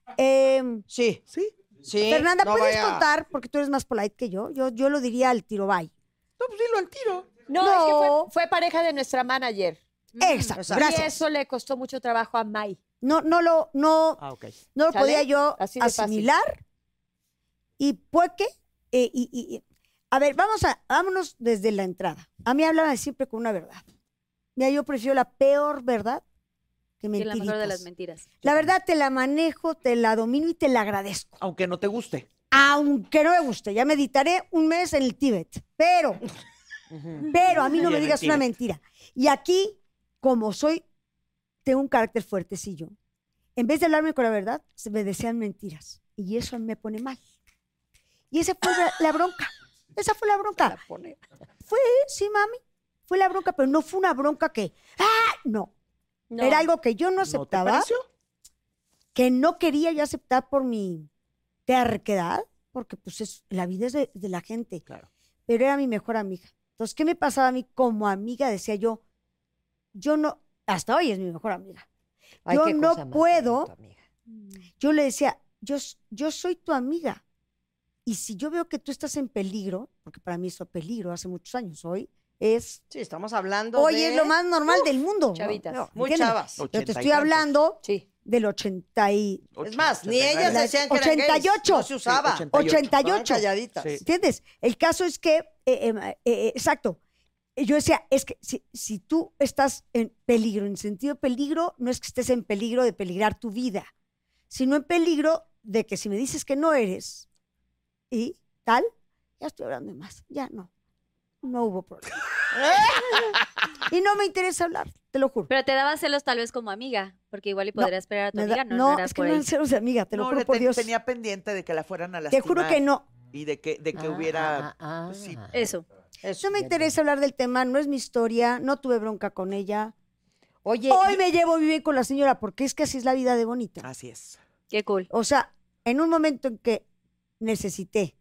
Sí. Sí. Fernanda, no ¿puedes vaya- contar? Porque tú eres más polite que yo. Yo lo diría al tiro bye. No, pues dilo al tiro. No, No. es que fue pareja de nuestra manager. Exacto. Exacto. Y Gracias. eso le costó mucho trabajo a Mai. No Ah, ok. lo ¿Sale? podía yo Así de fácil. asimilar. Y porque, a ver, vámonos desde la entrada. A mí háblame siempre con una verdad. Mira, yo prefiero la peor verdad que Que la mentiritas. mejor de las mentiras. La verdad te la manejo, te la domino y te la agradezco. Aunque no te guste. Aunque no me guste, ya meditaré un mes en el Tíbet. Pero a mí no Y me en el digas una Tíbet. mentira. Y aquí, como tengo un carácter fuertecillo, en vez de hablarme con la verdad, se me desean mentiras. Y eso me pone mal. Y esa fue la bronca. Esa fue la bronca. Sí, mami. Fue la bronca, pero no fue una bronca que, no. No. Era algo que yo no ¿No te aceptaba, pareció? que no quería yo aceptar por mi terquedad, porque pues la vida es de la gente. Claro. Pero era mi mejor amiga. Entonces, ¿qué me pasaba a mí como amiga? Decía yo no, hasta hoy es mi mejor amiga. Ay, Yo qué no cosa más puedo. bonita, amiga. Yo le decía, yo soy tu amiga. Y si yo veo que tú estás en peligro, porque para mí eso peligro hace muchos años, hoy es estamos hablando hoy es lo más normal del mundo. chavitas. Muy ¿entiendes? chavas. Yo te 80 y estoy tantos. hablando Sí. del 80 y... Es más, ni 89. ellas decían que eran gays. 88. No se usaba. Sí, 88. Estaban calladitas. Sí. ¿Entiendes? El caso es que, exacto, yo decía, es que si tú estás en peligro, en sentido de peligro, no es que estés en peligro de peligrar tu vida, sino en peligro de que si me dices que no eres y tal, ya estoy hablando de más, ya no hubo problema. Y no me interesa hablar, te lo juro. Pero te daba celos tal vez como amiga, porque igual y podría esperar a tu amiga, no era es que por no ahí. eran celos de amiga, te lo No, juro le por Dios. tenía pendiente de que la fueran a Te lastimar. juro que no. Y de que hubiera... pues sí. Eso. No me interesa hablar del tema, no es mi historia, no tuve bronca con ella. Oye, Hoy me llevo bien con la señora porque es que así es la vida de bonita. Así es. Qué cool. O sea, en un momento en que necesité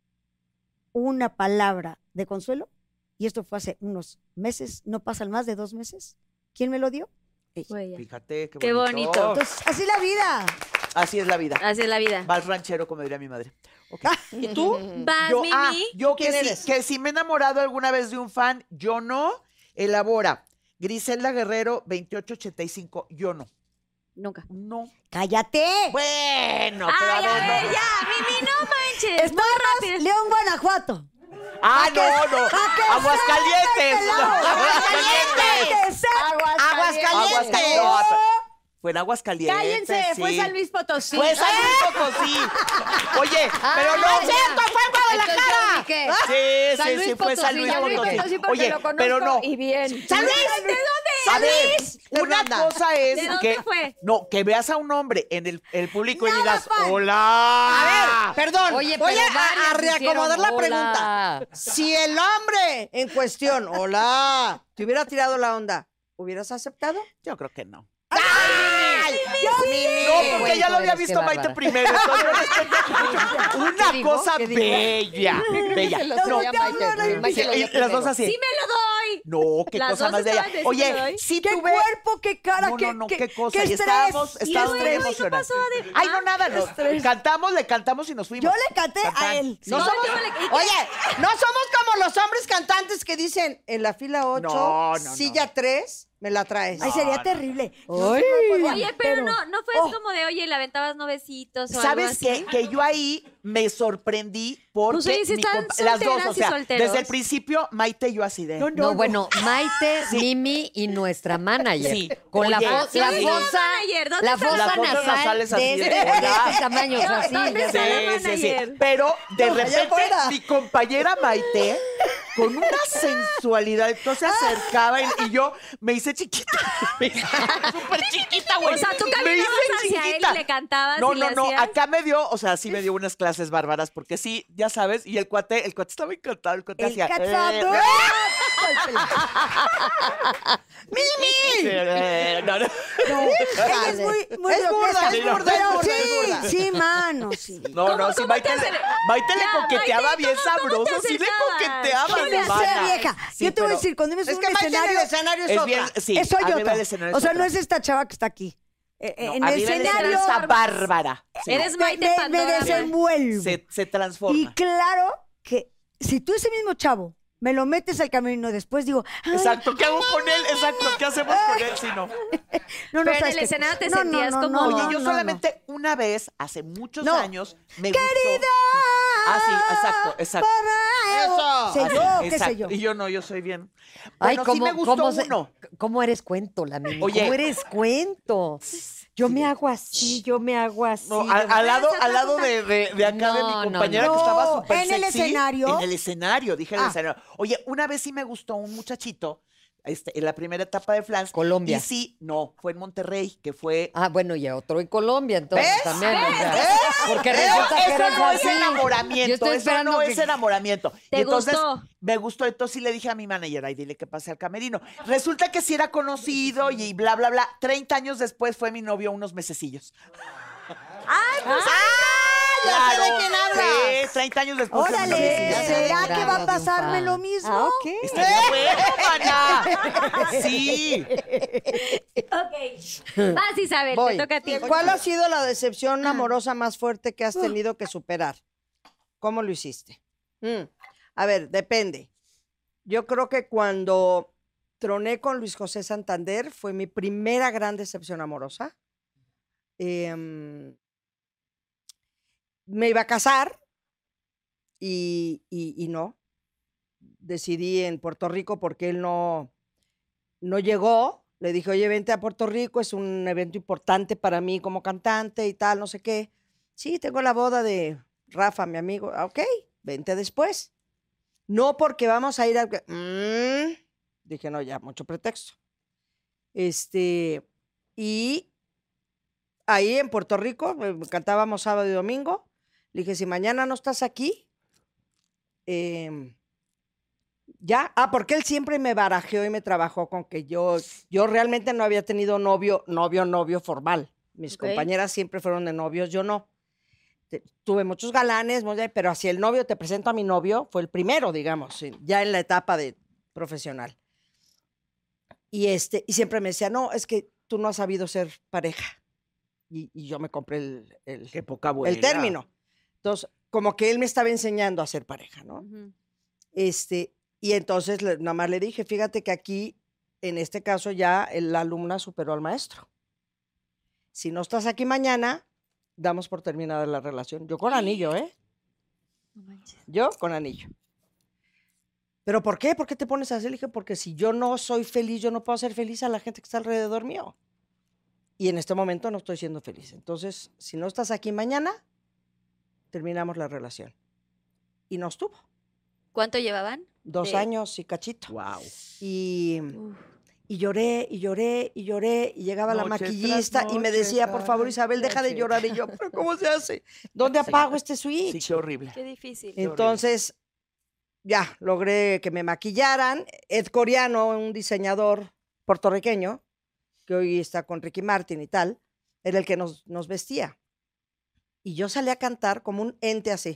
una palabra de consuelo, y esto fue hace unos meses, no pasan más de 2 meses, ¿quién me lo dio? Ella. Fue ella. Fíjate, Qué bonito. Entonces, así es la vida. Así es la vida. Así es la vida. Vas ranchero, como diría mi madre. Ok. ¿Y tú? Vas, Yo, Mimi. yo ¿Quién que sí, eres? que si me he enamorado alguna vez de un fan, yo no. Elabora. Griselda Guerrero, 2885. Yo no. Nunca. No. ¡Cállate! Bueno, pero Ay, a ver, no. ya, Mimi, no manches. Estamos Muy rápido. León, Guanajuato. Ah, no. Aguascalientes. Aguascalientes. Aguascalientes. No, fue en Aguascalientes. Cállense, fue sí. San Luis Potosí. Fue San Luis Potosí. Oye, pero no. es cierto, fue en Guadalajara. ¿qué? Sí, San sí, Luis sí, fue San Potosí, Luis San Luis Potosí. Potosí porque Oye, lo conozco pero no. y bien. ¡San Luis! ¿De dónde? A ver, una Fernanda. cosa es ¿De dónde que fue? no, que veas a un hombre en el público y digas, fan. hola. A ver, perdón. Oye, voy pero a varias reacomodar la hicieron, pregunta. hola. Si el hombre en cuestión, hola, te hubiera tirado la onda, ¿hubieras aceptado? Yo creo que no. ¡Ay! No, porque ya lo había eres, qué visto Maite bárbara. primero. Entonces, yo respeto mucho. Una dijo? cosa ¿Qué dijo? bella. Bella. Se lo No, sabía Maite. Maite sí, lo dio y las dos primero. así. ¡Sí me lo doy! No, qué Las cosa dos más bella. estaban de sí me lo Oye, doy. sí ¡Qué tuve... cuerpo, qué cara, No, qué, no, no, qué, qué cosa. qué Y estrés! estábamos muy emocionados. Ay, no, nada, no. Le cantamos y nos fuimos. Yo le canté a él. No No, somos, yo le- oye, no somos como los hombres cantantes que dicen en la fila 8, No, no, silla 3, me la traes. Ay, sería terrible. Oye, pero no fue como de, oye, le aventabas 9 besitos o algo ¿Sabes así? qué? Que yo ahí me sorprendí porque Pues, oye, sí están las dos, solteras o y sea, solteros. desde el principio, Maite y yo así de... No, bueno, Maite, Mimi y nuestra manager. Sí. Con la, Oye, la sí. fosa, Manager, ¿dónde la está? fosa Las fosas nasal nasales de así este, de- de este tamaño, o sea, así, ¿dónde ya está sabes. la Sí, sí, sí. manager? Pero de allá repente afuera. mi compañera Maite, con una sensualidad, entonces se acercaba y yo me hice chiquita. Me hice súper chiquita, güey. O sea, tú Me caminabas hice hacia él chiquita. y le cantabas No, y no, le no. hacías. Acá me dio, o sea, sí me dio unas clases bárbaras, porque sí, ya sabes, y el cuate estaba encantado, el cuate El hacía... cazador. ¡Mimi! No, no. Ella es muy Es grotesca. burda, es burda, Pero es burda, es sí, burda. sí, mano, sí. No, no, sí, cómo Maite, te hace- Maite le Ya, coqueteaba Maite, bien ¿cómo te sabroso, sí le acercabas? coqueteaba, ¿Cómo le hermana. Sea vieja. Sí, Yo te voy a pero decir, cuando me Es subo que a un Maite en el escenario, escenario es es otra. bien, sí, soy arriba otra. del escenario O sea, no otra. es esta chava que está aquí. No, En el arriba del escenario está bárbara. Sí. Eres me, Maite me Pandora. desenvuelvo. Se transforma. Y claro que si tú ese mismo chavo me lo metes al camino después, digo, ay, Exacto, ¿qué hago con él? Exacto, ¿qué hacemos con él si no? no, Pero en ¿sabes el qué? escenario te sentías como- Oye, yo no. solamente una vez, hace muchos No. años, me gustó. ¡Querida! Ah, sí, exacto, exacto. Para Eso. sé yo? ¿Qué sé Exacto. yo? Y yo no, yo soy bien. Ay, Bueno, sí me gustó uno. ¿Cómo eres cuento, la Mimi? Oye. ¿Cómo eres cuento? Yo me hago así, yo me hago así. No, yo me- al lado de acá de No, mi no, compañera no. que estaba No, súper ¿en el sexy. escenario? En el escenario, dije en el escenario. Oye, una vez sí me gustó un muchachito, en la primera etapa de Flans. Colombia. Y sí, no, fue en Monterrey, que fue... Ah, bueno, y a otro en Colombia, entonces ¿Ves? también. ¿Ves? O sea, ¿Ves? porque Pero resulta que eso eres no es así. Yo enamoramiento, estoy eso esperando no que- es enamoramiento. ¿Te Y entonces, gustó? me gustó, entonces sí le dije a mi manager, ay, dile que pase al camerino. Resulta que sí era conocido y bla, bla, bla. 30 años después fue mi novio unos mesecillos. ya sé de quién hablas. Sí, 30 años después. fue mi novio. Órale, sí, ¿será sí, que va a bravo, pasarme triunfa. lo mismo? Ah, ok. Estaría bueno, mana. Sí. Ok. Vas, Isabel, Voy. te toca a ti. ¿Cuál ha sido la decepción amorosa más fuerte que has tenido que superar? ¿Cómo lo hiciste? A ver, depende. Yo creo que cuando troné con Luis José Santander fue mi primera gran decepción amorosa. Me iba a casar y no. Decidí en Puerto Rico porque él no llegó. Le dije, oye, vente a Puerto Rico, es un evento importante para mí como cantante y tal, no sé qué. Sí, tengo la boda de Rafa, mi amigo. Ah, ok, vente después. No porque vamos a ir a... Dije, no, ya, mucho pretexto. Y ahí en Puerto Rico, cantábamos sábado y domingo. Le dije, si mañana no estás aquí, ya. Porque él siempre me barajeó y me trabajó con que yo realmente no había tenido novio formal. Mis compañeras siempre fueron de novios, yo no. Tuve muchos galanes, pero así el novio, te presento a mi novio, fue el primero, digamos, ya en la etapa de profesional. Y siempre me decía, no, es que tú no has sabido ser pareja. Y yo me compré Qué poca abuela. el término. Entonces, como que él me estaba enseñando a ser pareja, ¿no? Y entonces nada más le dije, fíjate que aquí, en este caso ya, la alumna superó al maestro. Si no estás aquí mañana, damos por terminada la relación. Yo con anillo, ¿eh? No manches. Yo con anillo. ¿Pero por qué? ¿Por qué te pones así? Le dije, porque si yo no soy feliz, yo no puedo ser feliz a la gente que está alrededor mío. Y en este momento no estoy siendo feliz. Entonces, si no estás aquí mañana, terminamos la relación. Y no estuvo. ¿Cuánto llevaban? 2 años y cachito. Wow. Y lloré, y lloré, y lloré, y llegaba la Noche maquillista tras y me noche, decía, por favor, cada Isabel, deja de noche. llorar. Y yo, ¿pero cómo se hace? ¿Dónde apago este switch? Sí, qué horrible. Qué difícil. Entonces, ya, logré que me maquillaran. Ed Coriano, un diseñador puertorriqueño, que hoy está con Ricky Martin y tal, era el que nos vestía. Y yo salí a cantar como un ente así.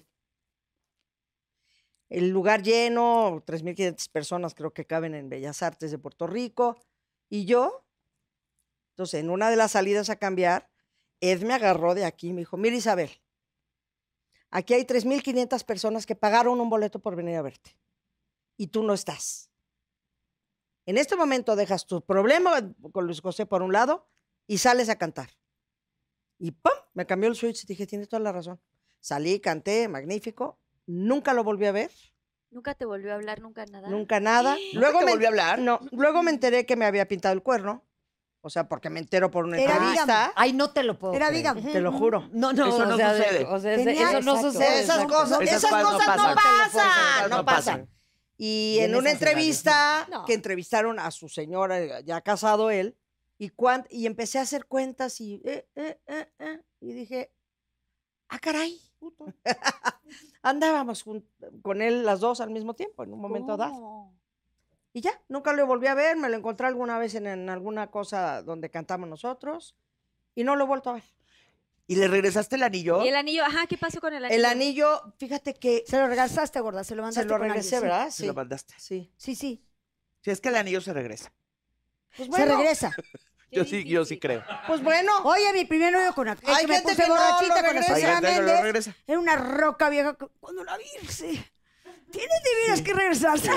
El lugar lleno, 3,500 personas creo que caben en Bellas Artes de Puerto Rico. Y yo, entonces, en una de las salidas a cambiar, Ed me agarró de aquí y me dijo, mira Isabel, aquí hay 3,500 personas que pagaron un boleto por venir a verte. Y tú no estás. En este momento dejas tu problema con Luis José por un lado y sales a cantar. Y ¡pum! Me cambió el switch y dije, tienes toda la razón. Salí, canté, magnífico. Nunca lo volví a ver. ¿Nunca te volvió a hablar? ¿Nunca nada? Nunca nada. ¿Nunca te volvió a hablar? No. Luego me enteré que me había pintado el cuerno. O sea, porque me entero por una Era entrevista. Ay, no te lo puedo Era creer. vegan. Te lo juro. No, no, Eso no o sea, sucede. o sea, Tenía- eso no exacto. sucede. Esas exacto. cosas, Esas esas cosas cosas no no pasan. pasan. No No pasan. Y Y en en una esas entrevista edades, no. que entrevistaron a su señora, ya casado él, y empecé a hacer cuentas y dije, caray. Andábamos con él las dos al mismo tiempo, en un momento dado. ¿Cómo? Y ya, nunca lo volví a ver, me lo encontré alguna vez en alguna cosa donde cantamos nosotros y no lo he vuelto a ver. ¿Y le regresaste el anillo? ¿Y el anillo? Ajá, ¿qué pasó con el anillo? El anillo, fíjate que Se lo regresaste, gorda, se lo se mandaste lo con regresé, alguien, ¿verdad? Se lo mandaste. Sí. Sí, sí. Si es que el anillo se regresa. Pues Se regresa. Yo sí creo. Pues bueno. Oye, mi primer novio con aquel Hay que me gente puse que no lo borrachita con la regresa. señora Hay gente que lo Méndez. regresa. Era una roca vieja. Cuando la vi, tiene de veras que regresarse.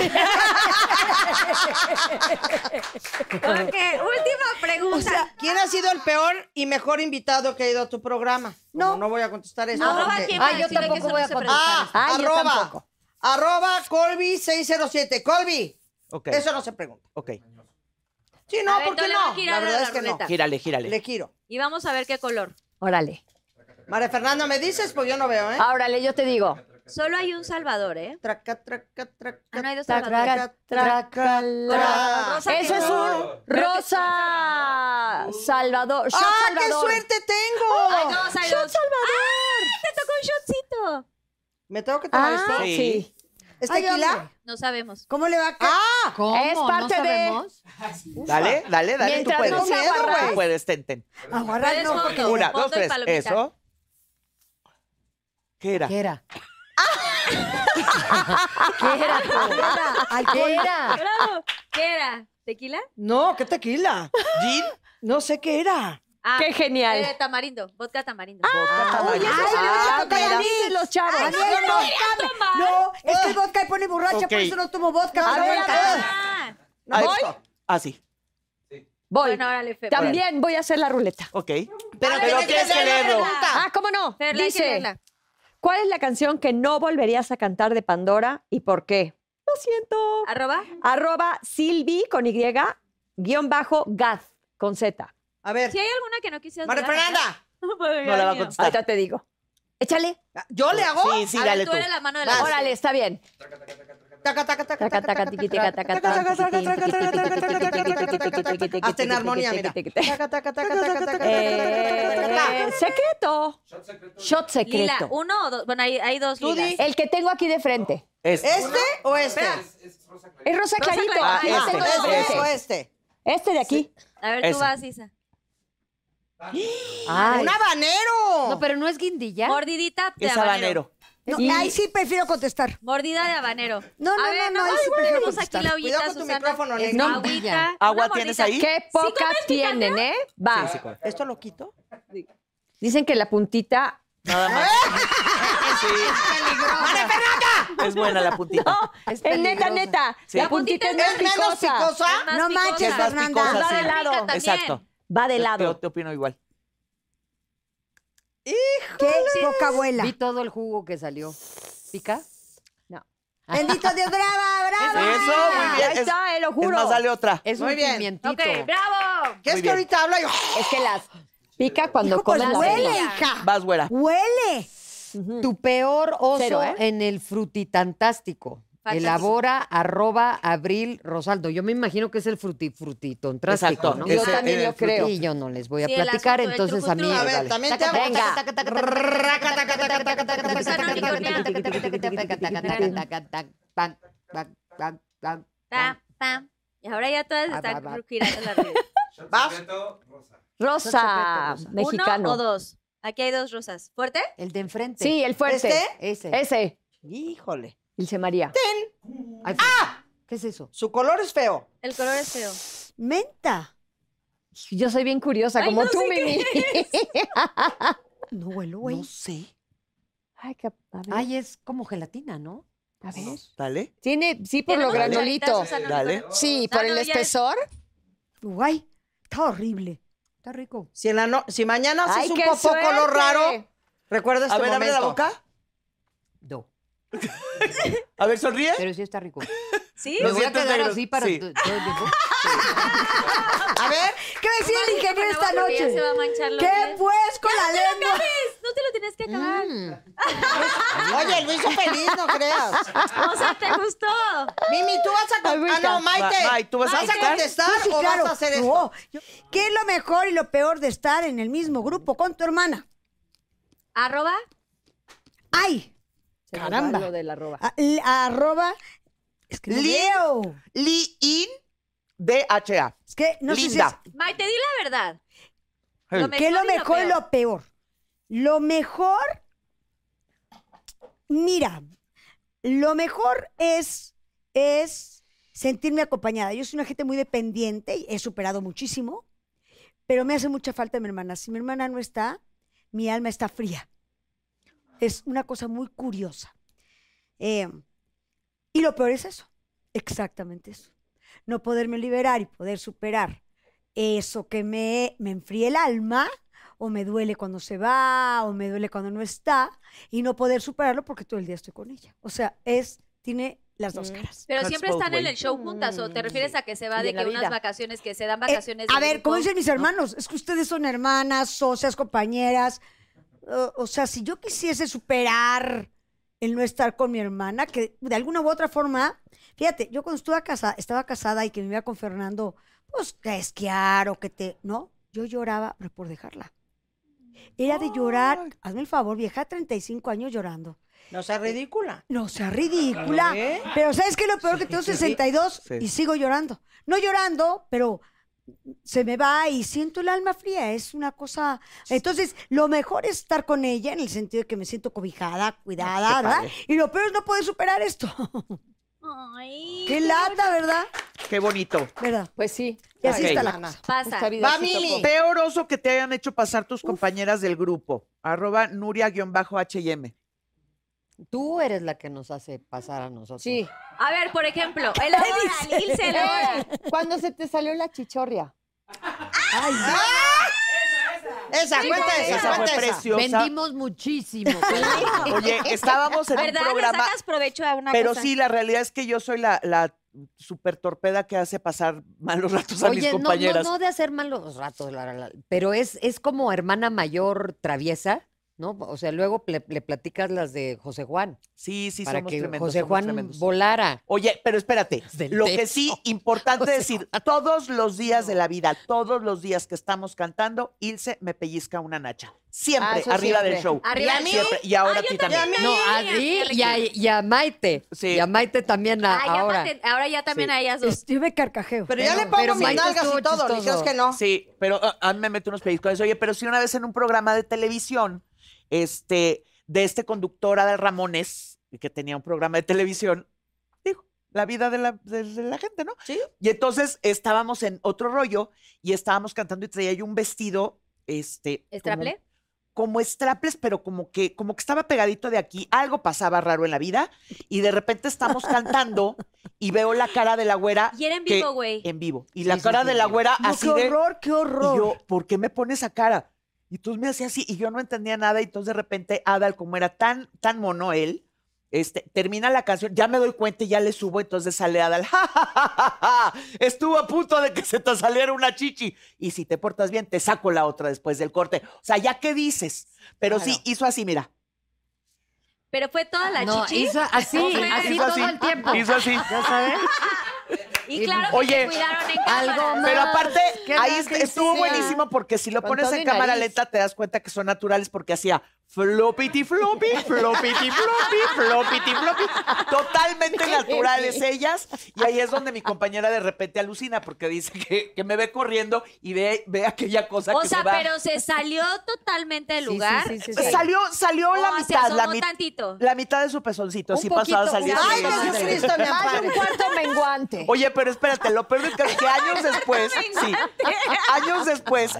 Ok, última pregunta. O sea, ¿Quién ha sido el peor y mejor invitado que ha ido a tu programa? No. Como no voy a contestar eso. Arroba porque- quién Ay, para yo decirle que tampoco eso voy no a se contestar. pregunta. Ay, yo arroba tampoco. @Colby607. Colby, Ok. eso no se pregunta. Ok. Sí, no, A ver, ¿por qué entonces le voy a no? girar La verdad la es que no. ruleta. Gírale, gírale. Le giro. Y vamos a ver qué color. Órale. María Fernanda, ¿me dices? Pues yo no veo, ¿eh? Órale, yo te digo. Solo hay un Salvador, ¿eh? Traca, traca, traca. Ah, no hay dos traca, Salvadores. traca, traca. Rosa, Eso es un Rosa Salvador. Shot ¡Ah, qué Salvador. suerte tengo! Hay dos, hay Shot dos. Salvador. ¡Ah! ¡Te tocó un shotcito! ¿Me tengo que tomar Ah, esto? sí. ¿Es Ay, tequila? hombre. No sabemos. ¿Cómo le va a ¡Ah! ¿Cómo? Es ¿No parte de- sabemos? Dale, dale, dale. Mientras tú puedes. no sea Tú guarras. puedes, ten. Aguarrar Puedes no, fondo. porque... Una, Fondo dos, y tres. palomita. Eso. ¿Qué era? ¿Qué era? ¿Qué era? ¿Qué era? ¡Bravo! ¿Qué era? ¿Tequila? No, ¿qué tequila? ¿Gin? No sé qué era. Ah, Qué genial. Tamarindo. Vodka tamarindo. Oye, eso Ay, es mira, ¿qué mira. dicen los chavos? A mí el vodka no, es que el vodka pone borracha, Ok. por eso no tomo vodka. A pero ver, me a encanta. ver. Ah, Ahí ¿Voy? está. Ah, sí. Voy. bueno, órale, Fer. También voy a hacer la ruleta. Ok. Pero tienes que leerlo. Ah, ¿cómo no? Fer, hay que Dice, leerla. ¿cuál es la canción que no volverías a cantar de Pandora y por qué? Lo siento. ¿Arroba? @Silvi con Y, _Gaz con Z. A ver, Si hay alguna que no quisieras María volver a Fernanda, cantar, no puedo No la va a mío. contestar. Ahorita te digo. Échale. ¿yo le hago? Sí, sí, A ver, dale tú tú. eres la mano de la Vas. Órale, está bien. Taca, taca, taca, Taca, taca, taca, taca, tiqui, taca, taca, taca, taca, taca, taca, taca, taca, taca, hasta en armonía, mira. Taca, taca, taca, taca, taca, taca, taca. Secreto. Shot Lila, secreto. ¿uno o dos? Bueno, hay dos Tú di. lilas. El que tengo aquí de frente. Este. ¿Este o este? Es rosa clarito. clarito. Aquí lo Ah, tengo de este, frente. ¿Este o este? Este de aquí. A ver, tú Ese. vas, Isa. Ay. ¡Un habanero! No, pero no es guindilla. Mordidita de Es habanero. habanero. No, Y- ahí sí prefiero contestar. Mordida de habanero. No, no, A ver, no, no, ahí sí igual prefiero tenemos aquí contestar. la ollita, Cuidado con tu Susana. micrófono, Es negro. agüita. ¿Agua una tienes mordida. ahí? Qué poca tienen, ¿eh? Va. Sí, sí, claro. ¿Esto lo quito? Dicen que la puntita. Nada más. Sí. Es buena la puntita. No, Es es neta, peligrosa. neta. Sí. La puntita es más ¿Es menos picosa. picosa? Es más No picosa. manches, Es más Fernanda. picosa, Va sí. de lado. También. Exacto. Va de Yo lado. te opino igual. Qué poca abuela. Vi todo el jugo que salió. ¿Pica? Bendito Dios, brava, brava. Eso, muy bien. Ahí está, lo Es juro. más, dale otra. Es Muy un bien. pimientito. Ok, bravo. ¿Qué es Muy que bien. ahorita habla y... Es que las pica cuando Hijo, pues comes la huele, cena. hija. Vas, güera. Huele. Tu peor oso Cero, ¿eh? en el frutitantástico. Fantástico. Elabora @Abril Rosaldo. Yo me imagino que es el frutitontástico, Exacto. ¿no? Yo Ese- también lo creo. Y yo no les voy a Sí, el platicar, asunto, el entonces a mí... trucutru. A ver, Dale. también te hago... Venga. Susana unicornia. Pam, pam. Y ahora ya todas están girando la rueda. Vas. Rosa, mexicano. ¿Uno o dos? Aquí hay dos rosas. ¿Fuerte? El de enfrente. Sí, el fuerte. ¿Este? Ese. Ese. Híjole. Ilse María. Ay, ¿qué es eso? Su color es feo. El color es feo. Menta. Yo soy bien curiosa, Ay, como no tú, sé Mimi. No huelo, güey. No sé. Ay, a ver. Ay, es como gelatina, ¿no? A ver. Dale. Tiene, sí, por lo ¿Tenemos granulito. cucharitas, Susana Dale. unicornia? Sí, por Ah, el no, ya es- espesor. Guay. Está horrible. Está rico. Si mañana haces Ay, un qué popó suerte. color raro, recuerda este A ver, abre la momento. boca. No, A ver, sonríe. pero sí está rico. ¿Sí? Me Lo voy a sientes quedar negro. así para Sí. todo el tiempo. A ver, ¿Qué va a decir el ingeniero esta Porque ya se noche? va a manchar los ¿Qué pies. pues con la ¡No te lo lengua? acabes! No te lo tienes que acabar. oye, lo hizo feliz, no creas. O sea, ¿te gustó? Mimi, tú vas a contestar. Ah, no, Maite. Mike, ¿tú vas a ¿Vas a contestar? contestar Sí, o claro. vas a hacer esto? No, ¿qué es lo mejor y lo peor de estar en el mismo grupo con tu hermana? Arroba. ¡Ay! Se nos va Caramba. lo del arroba. Arroba. Es que no Lin. veo. Li-in DHA. Es que no sé si Linda. Maite, di la verdad. Hey. ¿Qué es lo mejor y peor. lo peor? Lo mejor, mira, lo mejor es sentirme acompañada. Yo soy una gente muy dependiente y he superado muchísimo, pero me hace mucha falta mi hermana. Si mi hermana no está, mi alma está fría. Es una cosa muy curiosa. Y lo peor es eso, exactamente eso. No poderme liberar y poder superar eso que me enfríe el alma, o me duele cuando se va, o me duele cuando no está, y no poder superarlo porque todo el día estoy con ella. O sea, es tiene las dos caras. Pero Cuts siempre both están en ways. el show juntas, ¿o te refieres a que se va Y de en que la unas vida. vacaciones, que se dan vacaciones de A ver, como grupo? dicen mis hermanos, es que ustedes son hermanas, socias, compañeras. O sea, si yo quisiese superar el no estar con mi hermana, que de alguna u otra forma, fíjate, yo cuando estaba casada y que me iba con Fernando, pues que a esquiar o que ¿no? Yo lloraba, pero por dejarla. Era de llorar, hazme el favor, vieja, 35 años llorando. No sea ridícula. No sea ridícula. Pero ¿sabes qué es lo peor? Que tengo 62 Sí. y sigo llorando. No llorando, pero se me va y siento el alma fría. Es una cosa... Entonces, lo mejor es estar con ella en el sentido de que me siento cobijada, cuidada, Qué ¿verdad? padre. Y lo peor es no poder superar esto. Ay, Qué lata, ¿verdad? Qué bonito. ¿Verdad? Pues sí. Y así Ok. está la cosa. pasa. Esta vida Va, sí Mimi. tocó. Peor oso que te hayan hecho pasar tus compañeras del grupo. @Nuria_HM. Tú eres la que nos hace pasar a nosotros. Sí. A ver, por ejemplo, elabora, Ilse, elabora. Cuando se te salió la chichorria. Ay, Esa, cuenta esa, Esa fue cuenta esa. preciosa. Vendimos muchísimo. Oye, estábamos en un ¿Verdad? Le programa, sacas provecho a una pero cosa. sí, la realidad es que yo soy la super torpeda que hace pasar malos ratos a mis Oye, compañeras. no de hacer malos ratos, pero es como hermana mayor traviesa, ¿no? O sea, luego le platicas las de José Juan, Sí, sí, para somos que tremendos. José somos Juan tremendos. volara. Oye, pero espérate, Del lo que techo. sí, importante José decir, todos los días de la vida, todos los días que estamos cantando, Ilse me pellizca una nacha. Siempre, eso arriba siempre. del show. Arriba ¿Y a del mí? show. Siempre. Y ahora Ay, a ti yo también. también. No, a Sí, ti y a Maite. Sí. Y a Maite también Ah, ya ahora. ahora ya también Sí. a ellas dos. yo me carcajeo. Pero ya Pero- le pongo pero mis Maite nalgas estuvo y todo. chistoso. Le dijeron que no. Sí, pero a mí me mete unos pellizcos. Oye, pero sí una vez en un programa de televisión, de este conductor Adal Ramones, que tenía un programa de televisión, dijo, la vida de la gente, ¿no? Sí. Y entonces estábamos en otro rollo y estábamos cantando y traía yo un vestido, ¿Straple? como strapless, pero como que estaba pegadito de aquí. Algo pasaba raro en la vida y de repente estamos cantando y veo la cara de la güera. Y era en que- vivo, güey. En vivo. Y Sí, la sí, cara sí, de en la vivo. güera No, así qué de... horror, qué Y horror. yo, ¿por qué me pone esa cara? Y entonces me hacía así y yo no entendía nada y entonces de repente Adal, como era tan mono él, termina la canción, ya me doy cuenta y ya le subo, entonces sale Adal, ¡ja, ja, ja, ja, ja! Estuvo a punto de que se te saliera una chichi y si te portas bien te saco la otra después del corte. O sea, ¿ya qué dices? Pero sí, hizo así, mira. Pero fue toda la No, chichi. hizo así, así Hizo todo el tiempo. Hizo así. ¿Ya sabes? Y claro que Oye, te cuidaron en cámara. algo más. Pero aparte, ¿Qué ahí más que estuvo hiciera? buenísimo porque si lo Con pones todo en y cámara nariz. lenta te das cuenta que son naturales porque hacía floppity floppy, floppity floppy, floppity floppy. Totalmente naturales ellas. Y ahí es donde mi compañera de repente alucina porque dice que me ve corriendo y ve aquella cosa O que sea, se va. pero se salió totalmente del Sí, sí, lugar. sí, sí, sí. Salió la O se mitad, asomó tantito. la mitad de su pezoncito, Un así pasó a poquito, salir. un Ay, poquito. Jesucristo, me Más de ampare. un cuarto menguante. Oye, pero espérate, lo peor es que años después, sí, años después,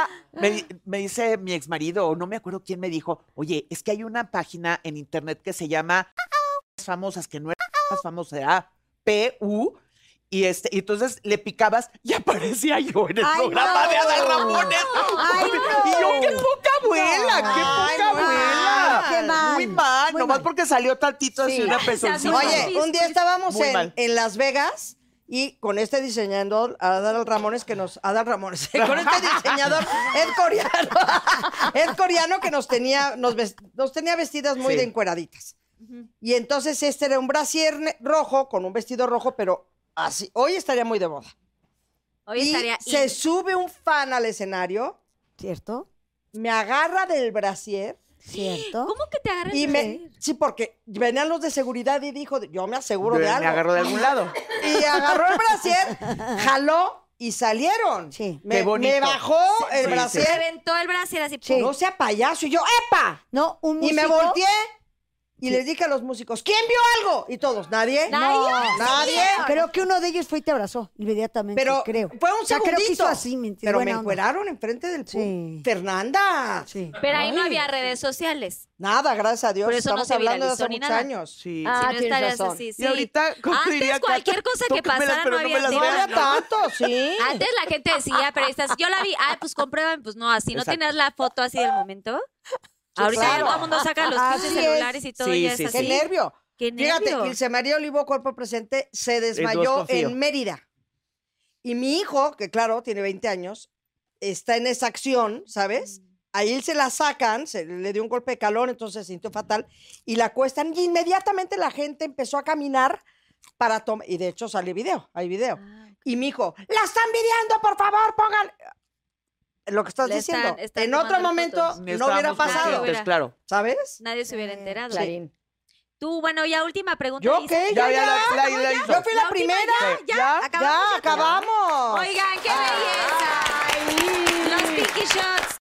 me dice mi exmarido, o no me acuerdo quién me dijo, oye, es que hay una página en internet que se llama famosas, que no era famosa, era PU, y entonces le picabas y aparecía yo en el Ay, programa no. de Adal Ramones. Ay, Y yo, no. qué poca abuela, qué Ay, poca muy abuela. mal, qué mal. Muy mal, Muy nomás mal. porque salió tantito así Sí. una Se pezoncita. asomó. Oye, un día estábamos Muy mal. en Las Vegas y con este diseñador, Adal Ramones, con este diseñador, Ed Coreano, que nos tenía vestidas muy Sí. de encueraditas. Y entonces este era un brasier rojo con un vestido rojo, pero así, hoy estaría muy de moda. Hoy Y estaría. se sube un fan al escenario, ¿Cierto? me agarra del brasier ¿Cierto? ¿Cómo que te agarras y de sí, porque venían los de seguridad y dijo, yo me aseguro de algo. Me agarró de algún lado. Y agarró el brasier, jaló y salieron. Sí. Qué bonito. Me bajó el Sí, brasier. Reventó el brasier así. Sí. No sea payaso. Y yo, ¡epa! No, un Y músico. me volteé y les dije a los músicos, ¿quién vio algo? Y todos, ¿nadie? Nadie. Nadie. Creo que uno de ellos fue y te abrazó inmediatamente, Pero creo. fue un O sea, creo que segundito. hizo así, ¿me entiendes? Pero me Buena onda. encueraron enfrente del Sí. público. Fernanda. Sí. Pero ahí no Ay. había redes sociales. Nada, gracias a Dios. Por eso no Estamos se hablando de viralizó hace ni muchos nada. años. Sí. Ah, si no tienes estarías razón. así, sí. Y ahorita, ¿cómo diría Antes cualquier cosa que Tócamelas, pasara pero no no me había las No veas, era ¿no? tanto, sí. Antes la gente decía, pero estás, yo la vi, pues comprueban, pues no, así no Exacto. tenías la foto así del momento. Ahorita ya claro. todo el mundo saca los pinches Así es. celulares y todo Sí, ya sí, es Qué así. nervio. ¡Qué nervio! Fíjate, Ilse María Olivo, cuerpo presente, se desmayó confío. en Mérida. Y mi hijo, que claro, tiene 20 años, está en esa acción, ¿sabes? A Ilse la sacan, le dio un golpe de calor, entonces se sintió fatal, y la acuestan, y inmediatamente la gente empezó a caminar para tomar, y de hecho sale video, hay video. Y mi hijo, ¡la están videando, por favor, pongan! Lo que estás Le diciendo. están En otro tomando momento fotos. no hubiera Estábamos pasado, conscientes, claro. ¿sabes? Nadie se hubiera enterado. Clarín. Tú, bueno, ya última pregunta. ¿Yo Isa. qué? Ya Ya hizo. Yo fui la última primera. ya, Ya, acabamos. Oigan, qué belleza. Los Pinky Shots.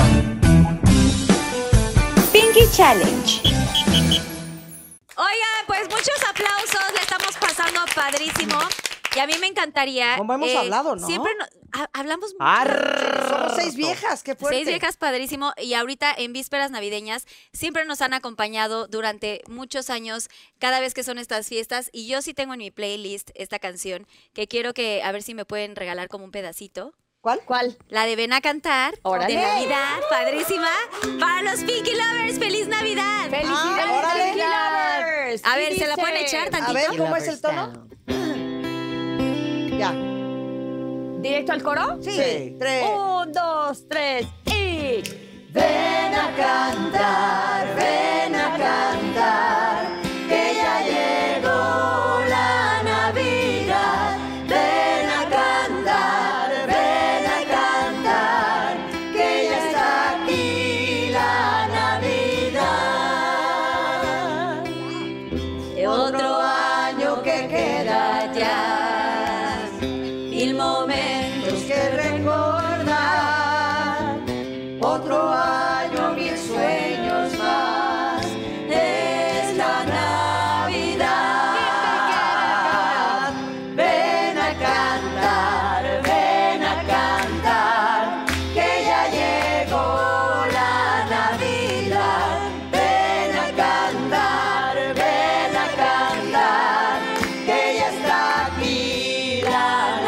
Pinky Challenge. Oigan, pues muchos aplausos, le estamos pasando padrísimo. Y a mí me encantaría. Como hemos hablado, ¿no? Siempre hablamos Somos 6 viejas, qué fuerte. 6 viejas, padrísimo. Y ahorita en vísperas navideñas siempre nos han acompañado durante muchos años, cada vez que son estas fiestas. Y yo sí tengo en mi playlist esta canción que quiero que, a ver si me pueden regalar como un pedacito. ¿Cuál? ¿Cuál? La de Ven a Cantar, Órale. de Navidad, padrísima. Para los Pinky Lovers, ¡feliz Navidad! ¡Felicidades, órale. Pinky Lovers! A ver, Y ¿se la pueden dice- echar tantito? A ver, ¿cómo es el tono? Ya. ¿Directo al coro? Sí. 3. 1, 2, 3 y... Ven a cantar, que ya llegó la Navidad. Ven a cantar, que ya está aquí la Navidad. Otro año que queda ya, mil momentos que recordar. Otro año, mil sueños más. Es la Navidad. Ven a cantar, que ya llegó la Navidad. Ven a cantar, que ya está aquí la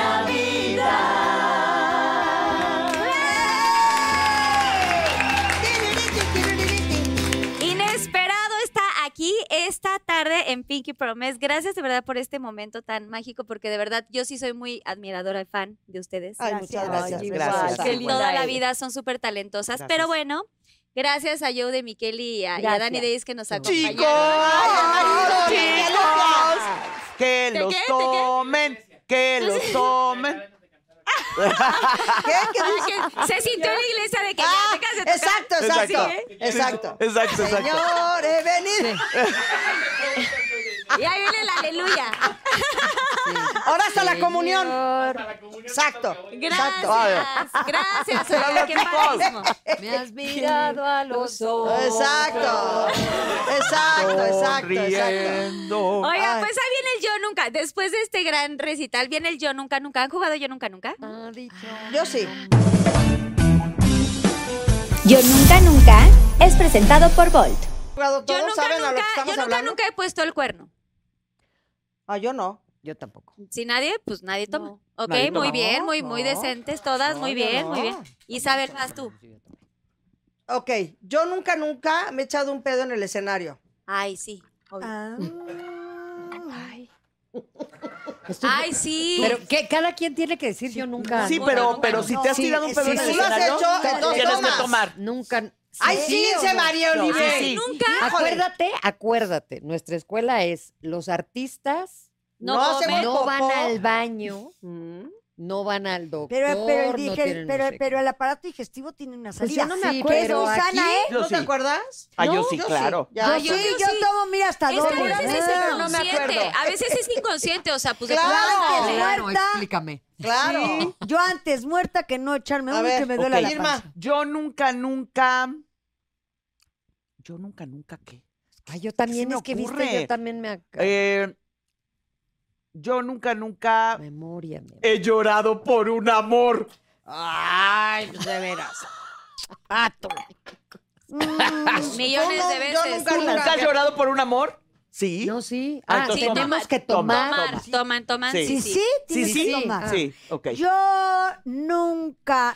Navidad. Inesperado está aquí esta tarde en Pinky Promise. Gracias de verdad por este momento tan mágico, porque de verdad yo sí soy muy admiradora y fan de ustedes. Ay, muchas gracias. Ay, gracias. igual, qué linda Toda la eres. vida son súper talentosas. Gracias. Pero bueno, gracias a Joe de Miqueli y a Gracias. Dani Days que nos acompañaron. ¡Chicos! ¡Que ¿De los qué? ¿De qué? tomen! ¡Que los tomen! ¿Qué? ¿Qué dices? Que se sintió en la iglesia de que Ah, ya dejas de tocar. exacto. Exacto. Señores, venid. Y ahí viene la aleluya. Ahora hasta la comunión. Exacto. Gracias. Oye, qué padrísimo. Me has mirado a los ojos. Exacto. Riendo. Oiga, Ay. pues ahí viene el Yo Nunca. Después de este gran recital, viene el Yo Nunca Nunca. ¿Han jugado Yo Nunca Nunca? Yo sí. Yo Nunca Nunca es presentado por Volt. Jugado Yo todos, nunca, ¿saben a lo que nunca, estamos yo nunca, hablando? nunca he puesto el cuerno. Ah, yo no. Yo tampoco. Si nadie, pues nadie toma. No. Ok, Nadie muy toma. bien, muy decentes todas, muy bien, muy bien. Isabel, vas tú. Ok, yo nunca me he echado un pedo en el escenario. Ay, sí. Ah. Ay, sí. Pero que cada quien tiene que decir yo nunca. Sí, Nunca, pero nunca, si no. te has Sí, tirado un pedo sí, en el sí. Tú lo has escenario, hecho, entonces tienes tomas. que tomar. Nunca. ¡Ay, sí, Ilse María No, Olive! sí. Nunca. Acuérdate, nuestra escuela es los artistas No No hacemos comen. no van popó. al baño, Mm. no van al doctor, Pero, no tienen no sé qué. pero el aparato digestivo tiene una salida. yo no me Sí, acuerdo, pero aquí- sana, ¿eh? Yo ¿No sí. te acuerdas? Ah, yo ¿No? sí, claro. Ya. Yo yo sí, sí. yo tomo, mira, hasta Es que doble. a veces es pero no me inconsciente. acuerdo. A veces es inconsciente, o sea, pues de Claro. plano. Claro, muerta. explícame. Claro. Yo antes muerta que no echarme A uno y ver, que me duela ok. la Irma. panza. Yo nunca, ¿qué? Ay, yo también, me es que viste, ocurre? yo también me Yo nunca memoria, mi amor. he llorado por un amor. Ay, pues de veras. Pato. Millones ¿Cómo? de Yo veces. nunca, ¿Tú nunca has llorado por un amor? Sí. No, sí. Ah, Ah, entonces tenemos toma. que tomar. Toman, Sí. sí, Sí, sí. tienes sí. que tomar. Sí, ok. Yo nunca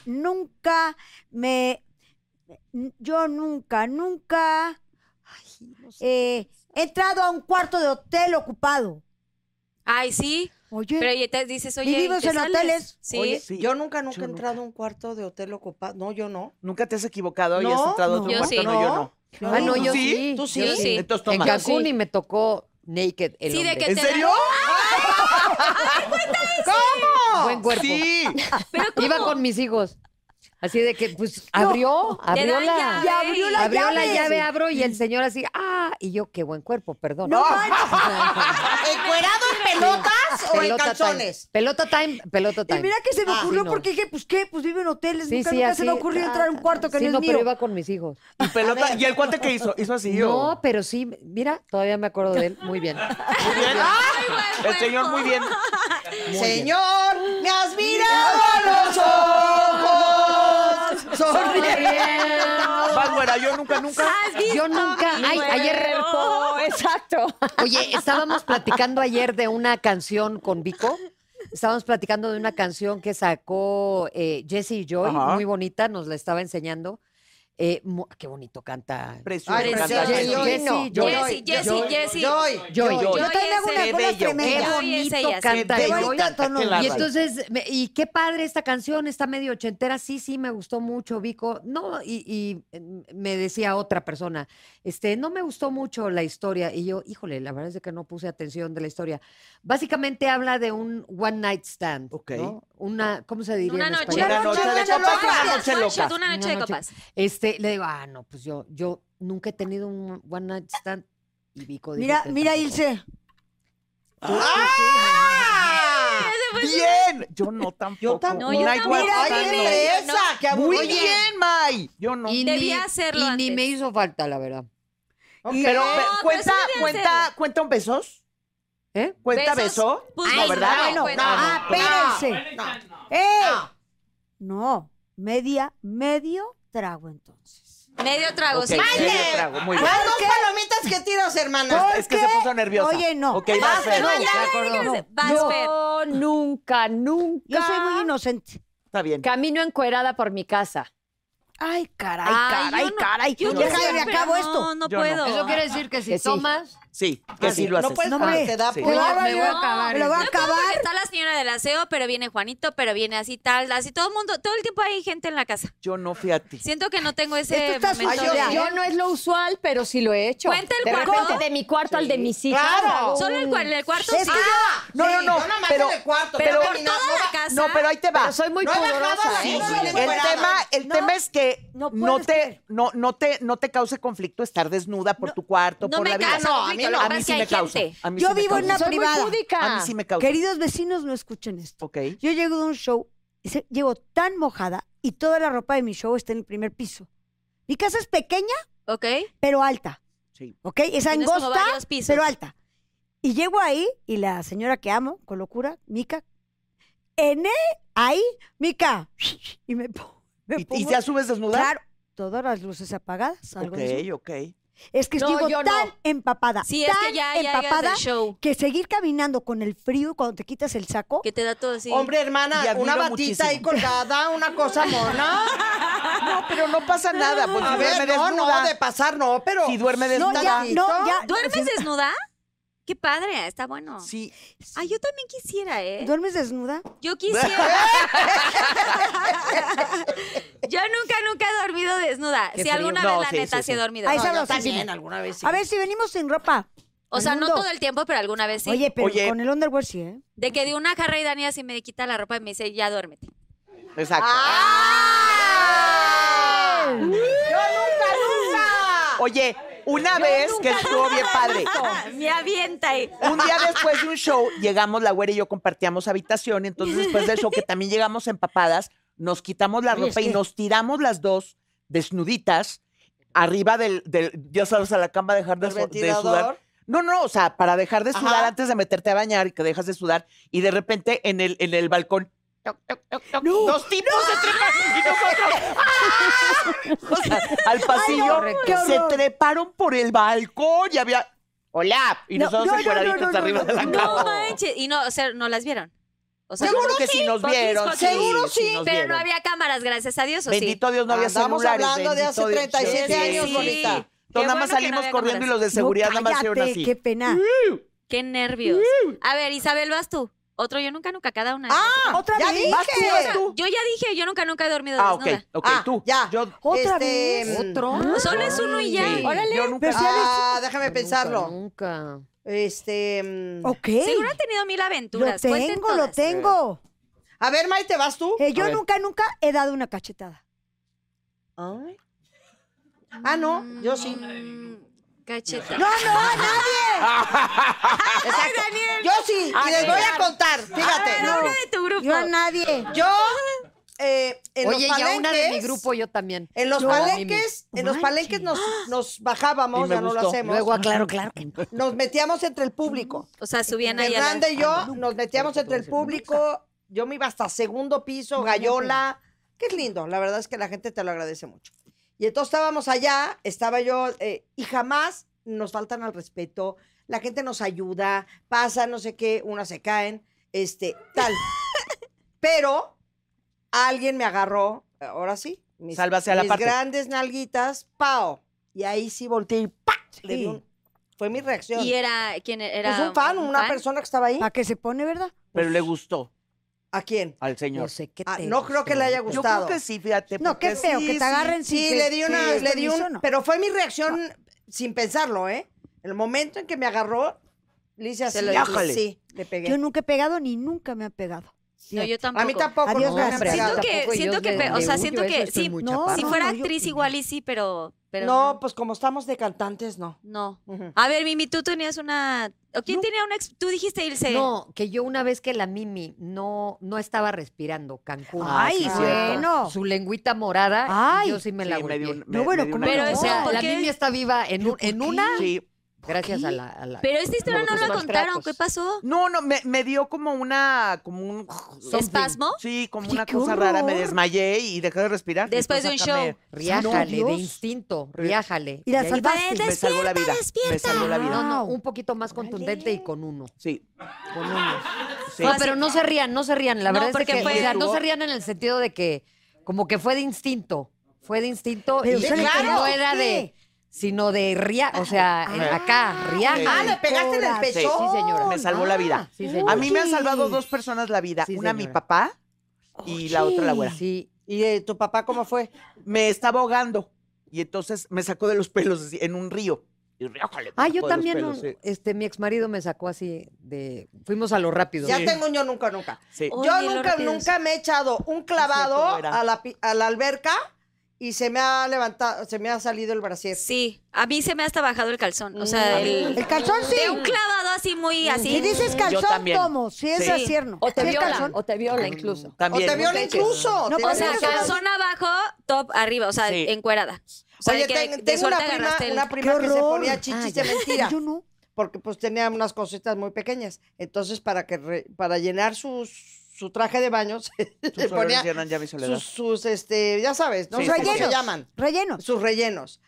me... Yo nunca... Ay, no sé. He entrado a un cuarto de hotel ocupado. Ay, sí. Oye, Pero y te dices, oye, vivimos ¿te en sales? hoteles. Sí. Oye, Sí. yo nunca Yo he entrado a un cuarto de hotel ocupado. No, yo no. ¿Nunca te has equivocado y No, has entrado a no. otro Yo cuarto? sí. No, yo no. Ah, no, yo ¿Sí? sí. ¿Tú sí? Yo sí. Entonces En toma. Cancún y me tocó naked el Sí, de hombre. que ¿En te serio? Buen cuerpo. Sí. Pero ¿cómo? Iba con mis hijos. Así de que, pues, abrió Te dan la... Y abrió la Abrió la llave. llave, abro y el señor así, y yo, qué buen cuerpo, perdón. No manches. ¿Encuerado en pelotas o en Pelota calzones? time. Pelota time. Y mira que se me ocurrió sí, no. porque dije, pues qué, pues vive en hoteles. Sí, nunca, sí, nunca así. se me ocurrió entrar a un cuarto que sí, no es no, mío. pero iba con mis hijos. Y pelota. ¿Y el cuate qué hizo? ¿Hizo así o...? No, pero sí, mira, todavía me acuerdo de él. Muy bien. Muy bien. El señor muy bien. Señor, me has mirado a los ojos. Sonríe. Vas, güera, yo nunca. Yo nunca, ayer, Exacto. oye, estábamos platicando ayer de una canción con Vico. Estábamos platicando de una canción que sacó Jessie Joy, Ajá. muy bonita, nos la estaba enseñando. Qué bonito canta. Precioso. Ay, canta precioso. Jessie. Jessie, Jessie. Joy. Joy. Yo también hago unas Qué bolas bello. Qué tremendas. Joy es bonito ella, sí. canta Qué Joy. bonito tono. Qué Y bárbaro. entonces, y qué padre esta canción, está medio ochentera, sí, me gustó mucho, Vico. No, y me decía otra persona, no me gustó mucho la historia. Y yo, híjole, la verdad es que no puse atención de la historia. Básicamente habla de un one night stand, Ok. ¿no? ¿Cómo se diría Una en noche. español? Una noche de Una copas, noche una loca. noche loca. Una noche de Una noche. copas. Le digo, no, pues yo nunca he tenido un one night stand. Y Vico dijo Mira, que mira, tampoco. Ilse. ¡Ah! ¡Bien! Yo no tampoco. Yo tampoco. No, yo Night tampoco. walk Mira, también qué no. belleza, qué Muy aburrido. bien, May. Yo no. Y Debía ni- hacerlo y ni antes. me hizo falta, la verdad. Ok. Pero pero sí debían cuenta un besos. ¿Eh? ¿Cuenta ¿Besos? beso? Pues no, no, ¿verdad? no, bueno. Espérense. No, medio trago entonces. Medio trago, Ok, sí. medio trago, muy bien. Las dos palomitas que tiras, hermana. Es que se puso nerviosa. Oye, no. Ok, vas, Fer. No, se acordó. Vas, Fer. Yo nunca Yo soy muy inocente. Está bien. camino encuerada por mi casa. Ay, caray, Ay, caray, yo no- caray. Yo Ya quisiera, me pero acabo no, esto. No Yo no. puedo. Eso quiere decir que si Que sí. tomas, Sí, que sí lo No haces. puedes No, parar, hombre. te da Sí. por- me voy a No, acabar. Me lo voy a No puedo acabar. porque está la señora del aseo, pero viene Juanito, pero viene así tal, así todo el mundo, todo el tiempo hay gente en la casa. Yo no, fíjate. Siento que no tengo ese Esto está momento sucio. de- Yo no es lo usual, pero sí lo he hecho. Cuenta el de cuarto. repente de mi cuarto al de mis hijas. Claro. hago Solo un- el cuarto Es sí. que No, Sí, no, no. yo nada más Pero, en el cuarto, pero pero por no, toda la casa. no, pero ahí te va. Pero soy muy No he bajado pudorosa. la ¿eh? luz. El encuerada. tema es que no no puedes te, no te cause conflicto estar desnuda por tu cuarto, No por me la vida. causa conflicto, lo que a pasa mí es sí que me hay causa. gente. A mí Yo sí me vivo en causa. una Soy muy privada. púdica. A mí sí me causa. Queridos vecinos, no escuchen esto. Ok. Yo llego de un show, llego tan mojada y toda la ropa de mi show está en el primer piso. Mi casa es pequeña, ¿Ok? pero alta. Sí. ¿Ok? Es Tienes como angosta, varios pisos. pero alta. Y llego ahí y la señora que amo, con locura, Mica, ahí, Mica, y me pongo. ¿Y ya subes desnuda? Claro, todas las luces apagadas. salgo Ok, desnuda. ok. Es que No, estoy yo tan no. empapada, Sí, es tan que ya llegas empapada del show. que seguir caminando con el frío cuando te quitas el saco. Que te da todo así. Hombre, Y hermana, admiro una batita muchísimo. ahí colgada, una cosa mona. No, pero no pasa nada. Pues A si duerme ver, no, desnuda. no, de pasar no, pero... Si duerme No, desnuda. ya, no, ya. ¿Duermes desnuda? Qué padre, está bueno. Sí. Ay, yo también quisiera, ¿eh? ¿Duermes desnuda? Yo quisiera. Yo nunca he dormido desnuda. Qué Si frío. alguna No, vez, la sí, neta, sí, sí he sí. dormido. Ay, No, yo sabrosísimo. también, alguna vez sí. A ver, si venimos sin ropa. O sea, al no mundo. todo el tiempo, pero alguna vez sí. Oye, pero Oye. con el underwear sí, ¿eh? De que de una jarra y Dani así me quita la ropa y me dice, ya duérmete. Exacto. ¡Ah! ¡Yo nunca! Oye, una vez que estuvo bien padre. Me avienta ahí. Un día después de un show, llegamos, la güera y yo compartíamos habitación, y entonces después del show, que también llegamos empapadas, nos quitamos la ropa y nos tiramos las dos desnuditas arriba del ya sabes, a la cama, dejar de, ¿El de ventilador? sudar. No, o sea, para dejar de sudar Ajá. antes de meterte a bañar y que dejas de sudar, y de repente en el balcón, toc, toc, toc, toc, dos tipos se trepan y nosotros ¡ah! O sea, al pasillo qué se horror. treparon por el balcón y había hola y No, nosotros no, no, encueraditos no, arriba no, de la no, cama. No manches. Y no, o sea, no las vieron. O sea, Seguro que sí nos Poquis, vieron. poquis. Seguro sí, nos pero vieron. no había cámaras, gracias a Dios, ¿o sí? Bendito Dios, no había Andamos celulares. hablando de hace bendito Dios. 37 Sí, años, sí. bonita. Entonces nada más bueno que no salimos había corriendo y cámaras. los de seguridad nada más hicieron cállate, así. qué pena. Qué nervios. A ver, Isabel, vas tú. Otro yo nunca, cada una. ¿Otra ya vez? dije. Vas tú. Yo ya dije, yo nunca he dormido Ah, ok, desnuda. ok, tú. Ya. Yo, ¿Otra vez? ¿Otro? Solo es uno y ya. sí, Órale. yo nunca. Déjame pensarlo. Nunca. Ok. Seguro han tenido 1000 Lo aventuras. Cuenten tengo, lo todas. tengo. A ver, Maite, ¿vas tú? Yo A ver. nunca he dado una cachetada. Ay. Ah, no, yo sí. Cacheta. No, a nadie. Yo sí, y les voy a contar, fíjate. Nombre de tu grupo. Yo a nadie. Yo, en Oye, los ya una de mi palenques, grupo, yo también. En los Yo, palenques, nos bajábamos, Y me ya no lo gustó. hacemos. Luego aclaro, claro que no. Nos metíamos entre el público. O sea, subían ahí a Fernanda y la... yo nos metíamos entre el público. Yo me iba hasta segundo piso, gallola. Que es lindo, la verdad es que la gente te lo agradece mucho. Y entonces estábamos allá, estaba yo, y jamás nos faltan al respeto. La gente nos ayuda, pasa, no sé qué, unas se caen, tal. Pero alguien me agarró, ahora sí, Sálvase a la mis parte. grandes nalguitas, ¡pao! Y ahí sí volteé y ¡pa! Le di fue mi reacción. ¿Y era quién era? Pues un fan, una persona que estaba ahí. ¿Para qué se pone, verdad? Pero le gustó ¿A quién? al señor. No sé qué Ah, te no creo que le haya Yo gustado. creo que sí, fíjate. No, qué porque feo, sí, que te agarren Sí, sin le di una, sin le di permiso, un, no. pero fue mi reacción sin pensarlo, ¿eh? El momento en que me agarró, le hice así, lo dijiste. sí, le pegué. Yo nunca he pegado ni nunca me han pegado. No, yo tampoco. A mí tampoco. Adiós, no me han gracias. pegado. Siento que, o sea, siento que sí, No, si no, fuera no, yo- actriz igual y sí, pero No, pues como estamos de cantantes, no. no. Ujú. A ver, Mimi, tú tenías una... ¿O quién tenía una... Tú dijiste Ilse. No, que yo una vez que la Mimi no estaba respirando Cancún. Ay, sí, bueno. Su lengüita morada, Ay. yo sí me la Sí, me dio volví. un- No, bueno, dio ¿cómo una- Pero no? eso, O sea, ¿por la qué? Mimi está viva en una Sí. gracias a la... Pero esta historia Luego no tus la contaron. maltratos. ¿Qué pasó? No, me dio como un... ¿Espasmo? Sí, como Ay, una qué cosa rara. Me horror. desmayé y dejé de respirar. Después de un Entonces, show. Riájale, No, de Dios. instinto, riájale. Y la ahí- salvaste. Me salvó la vida. Me salvó la vida. No, no, Wow. un poquito más contundente y con uno. Sí. Con uno. Sí. No, pero no se rían. La No, verdad es porque que, fue- o sea, no se rían en el sentido de que, como que fue de instinto. Fue de instinto Pero y se le que pegó, no era ¿qué? de, sino de o sea, acá, riaja. Ah, ¿le pegaste en el Corazón. pecho? Sí, señora. Me salvó la vida. Sí, señora. A mí me han salvado dos personas la vida. Sí, Una mi señora. papá y la otra la abuela. Sí. ¿Y tu papá cómo fue? Me estaba ahogando y entonces me sacó de los pelos así, en un río. Y riájale, me Ah, sacó yo de los también, pelos, sí. mi ex marido me sacó así de, fuimos a lo rápido. Ya Sí. tengo un yo nunca. Sí. Oye, Yo lo rápido es. nunca me he echado un clavado cómo era. a la alberca y se me ha levantado, se me ha salido el brasier. Sí, a mí se me ha hasta bajado el calzón. O sea, El calzón sí. de un clavado así muy así. Si dices Yo calzón, también. tomo. Si es Sí. asierno. O te Si es viola, calzón, o te viola incluso. O También. te viola incluso. No, te O pues sea, viola. calzón abajo, top arriba, o sea, Sí. encuerada. O sea, Oye, de que de tengo suerte agarraste el... una prima ¡Qué que se horror! ponía chichis de Ah, ya. mentira. Yo no. Porque pues tenía unas cositas muy pequeñas. Entonces, para llenar su traje de baño, le ponía Llenan ya mi soledad. sus ya sabes, ¿no? Sí, sé sí, cómo sí. se llaman. Rellenos. Sus rellenos.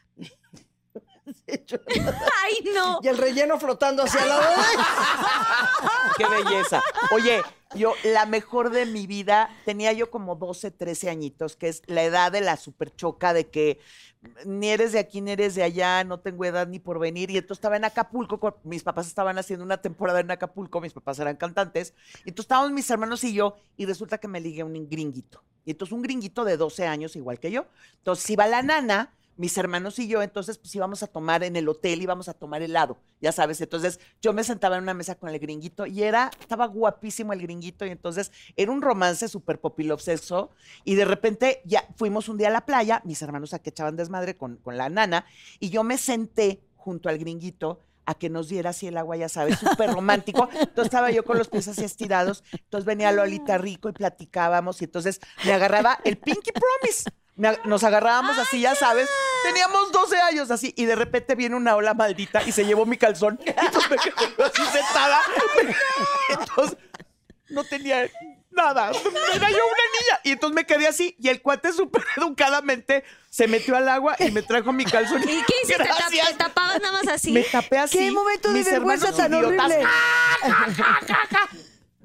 ¡Ay, no! Y el relleno flotando hacia el lado de ¡Qué belleza! Oye, yo, la mejor de mi vida, tenía yo como 12, 13 añitos, que es la edad de la superchoca, de que ni eres de aquí, ni eres de allá, no tengo edad ni por venir. Y entonces estaba en Acapulco, mis papás estaban haciendo una temporada en Acapulco, mis papás eran cantantes. Y entonces estábamos mis hermanos y yo, y resulta que me ligué a un gringuito. Y entonces un gringuito de 12 años, igual que yo. Entonces iba la nana, mis hermanos y yo, entonces pues íbamos a tomar en el hotel, íbamos a tomar helado, ya sabes. Entonces yo me sentaba en una mesa con el gringuito y estaba guapísimo el gringuito y entonces era un romance súper popilobseso y de repente ya fuimos un día a la playa, mis hermanos a que echaban desmadre con la nana y yo me senté junto al gringuito a que nos diera así el agua, ya sabes, súper romántico. Entonces estaba yo con los pies así estirados, entonces venía Lolita Rico y platicábamos y entonces me agarraba el Pinky Promise. Nos agarrábamos así, ya sabes, teníamos 12 años así y de repente viene una ola maldita y se llevó mi calzón y entonces me quedé yo así sentada. Entonces no tenía nada, era yo una niña y entonces me quedé así y el cuate súper educadamente se metió al agua y me trajo mi calzón. ¿Y qué hiciste? Gracias. ¿Te tapabas nada más así? Me tapé así. ¿Qué momento de mis vergüenza hermanos tan idiotas, horrible?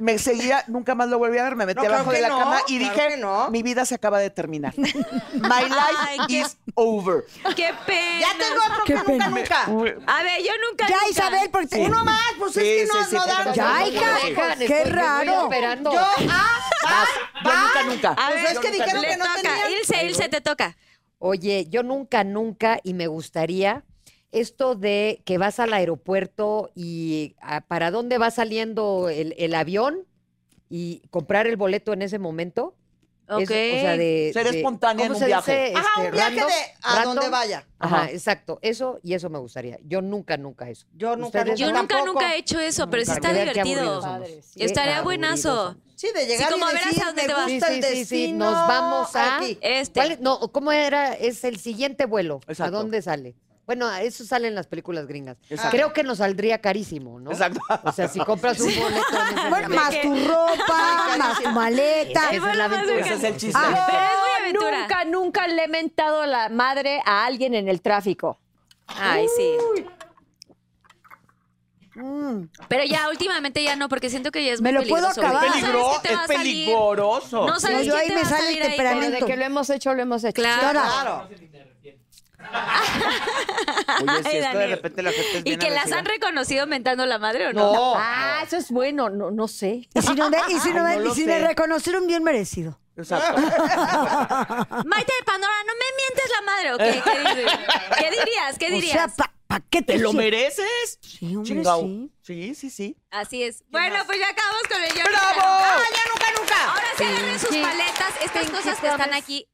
me seguía, nunca más lo volví a ver, me metí No, abajo claro de la que no, cama y claro dije, que no. mi vida se acaba de terminar. My Ay, life qué- is over. ¡Qué pena! Ya tengo otro que nunca. A ver, yo nunca. Ya, nunca. Isabel, porque Uno más, pues es que no, no da. pero Ya, no, hija, no, Dejan, qué estoy raro. esperando. Yo, Yo nunca. A Pues ver, es que dijeron le que no toca. tenían. Ilse, te toca. Oye, yo nunca, y me gustaría esto de que vas al aeropuerto y para dónde va saliendo el avión y comprar el boleto en ese momento. Ok. O sea, Ser espontánea ¿cómo en un se viaje. dice? Ajá, un viaje Random, de a random. donde vaya. Ajá, exacto. Eso y eso me gustaría. Yo nunca eso. Yo nunca, ¿Ustedes? Yo tampoco. nunca he hecho eso, pero sí Para está que vean qué divertido. aburridos somos. Estaría Qué buenazo. aburridos Sí, de llegar como y a ver decir, hacia dónde me te vas. gusta el Sí, destino. nos vamos a... aquí. No, ¿cómo era? Es el siguiente vuelo. Exacto. ¿A dónde sale? Bueno, eso sale en las películas gringas. Exacto. Creo que nos saldría carísimo, ¿no? Exacto. O sea, si compras un boleto en ese Bueno, momento. más tu ropa, más tu maleta. Esa es la aventura. Ese es el chiste. Pero es muy aventura. Nunca le he mentado la madre a alguien en el tráfico. Ay, sí. Pero ya últimamente ya no, porque siento que ya es Me muy lo puedo peligroso. acabar. No sabes qué te Es va a salir. peligroso. No sabes Sí, yo qué ahí te me va a sale salir el ahí. temperamento. Pero de que lo hemos hecho, lo hemos hecho. Claro. Claro. Oye, si Ay, es que de Daniel. repente la gente es ¿Y bien que las agresiva. han reconocido mentando la madre o no? No. Ah, eso es bueno, no sé. Y si, no, y si, no, Ay, no y lo si sé. me reconocieron bien merecido. Exacto. Maite de Pandora, no me mientes la madre, ¿o qué? ¿Qué dices? ¿Qué dirías? ¿Qué O sea, dirías? ¿pa' qué ¿Te lo siento? mereces? Sí, hombre, Chingao. sí. Sí. Así es. Bueno, pues ya acabamos con el Yo ¡Bravo! Nunca. ¡Ah, ya nunca! Ahora sí agarren sus paletas, estas cosas que están aquí.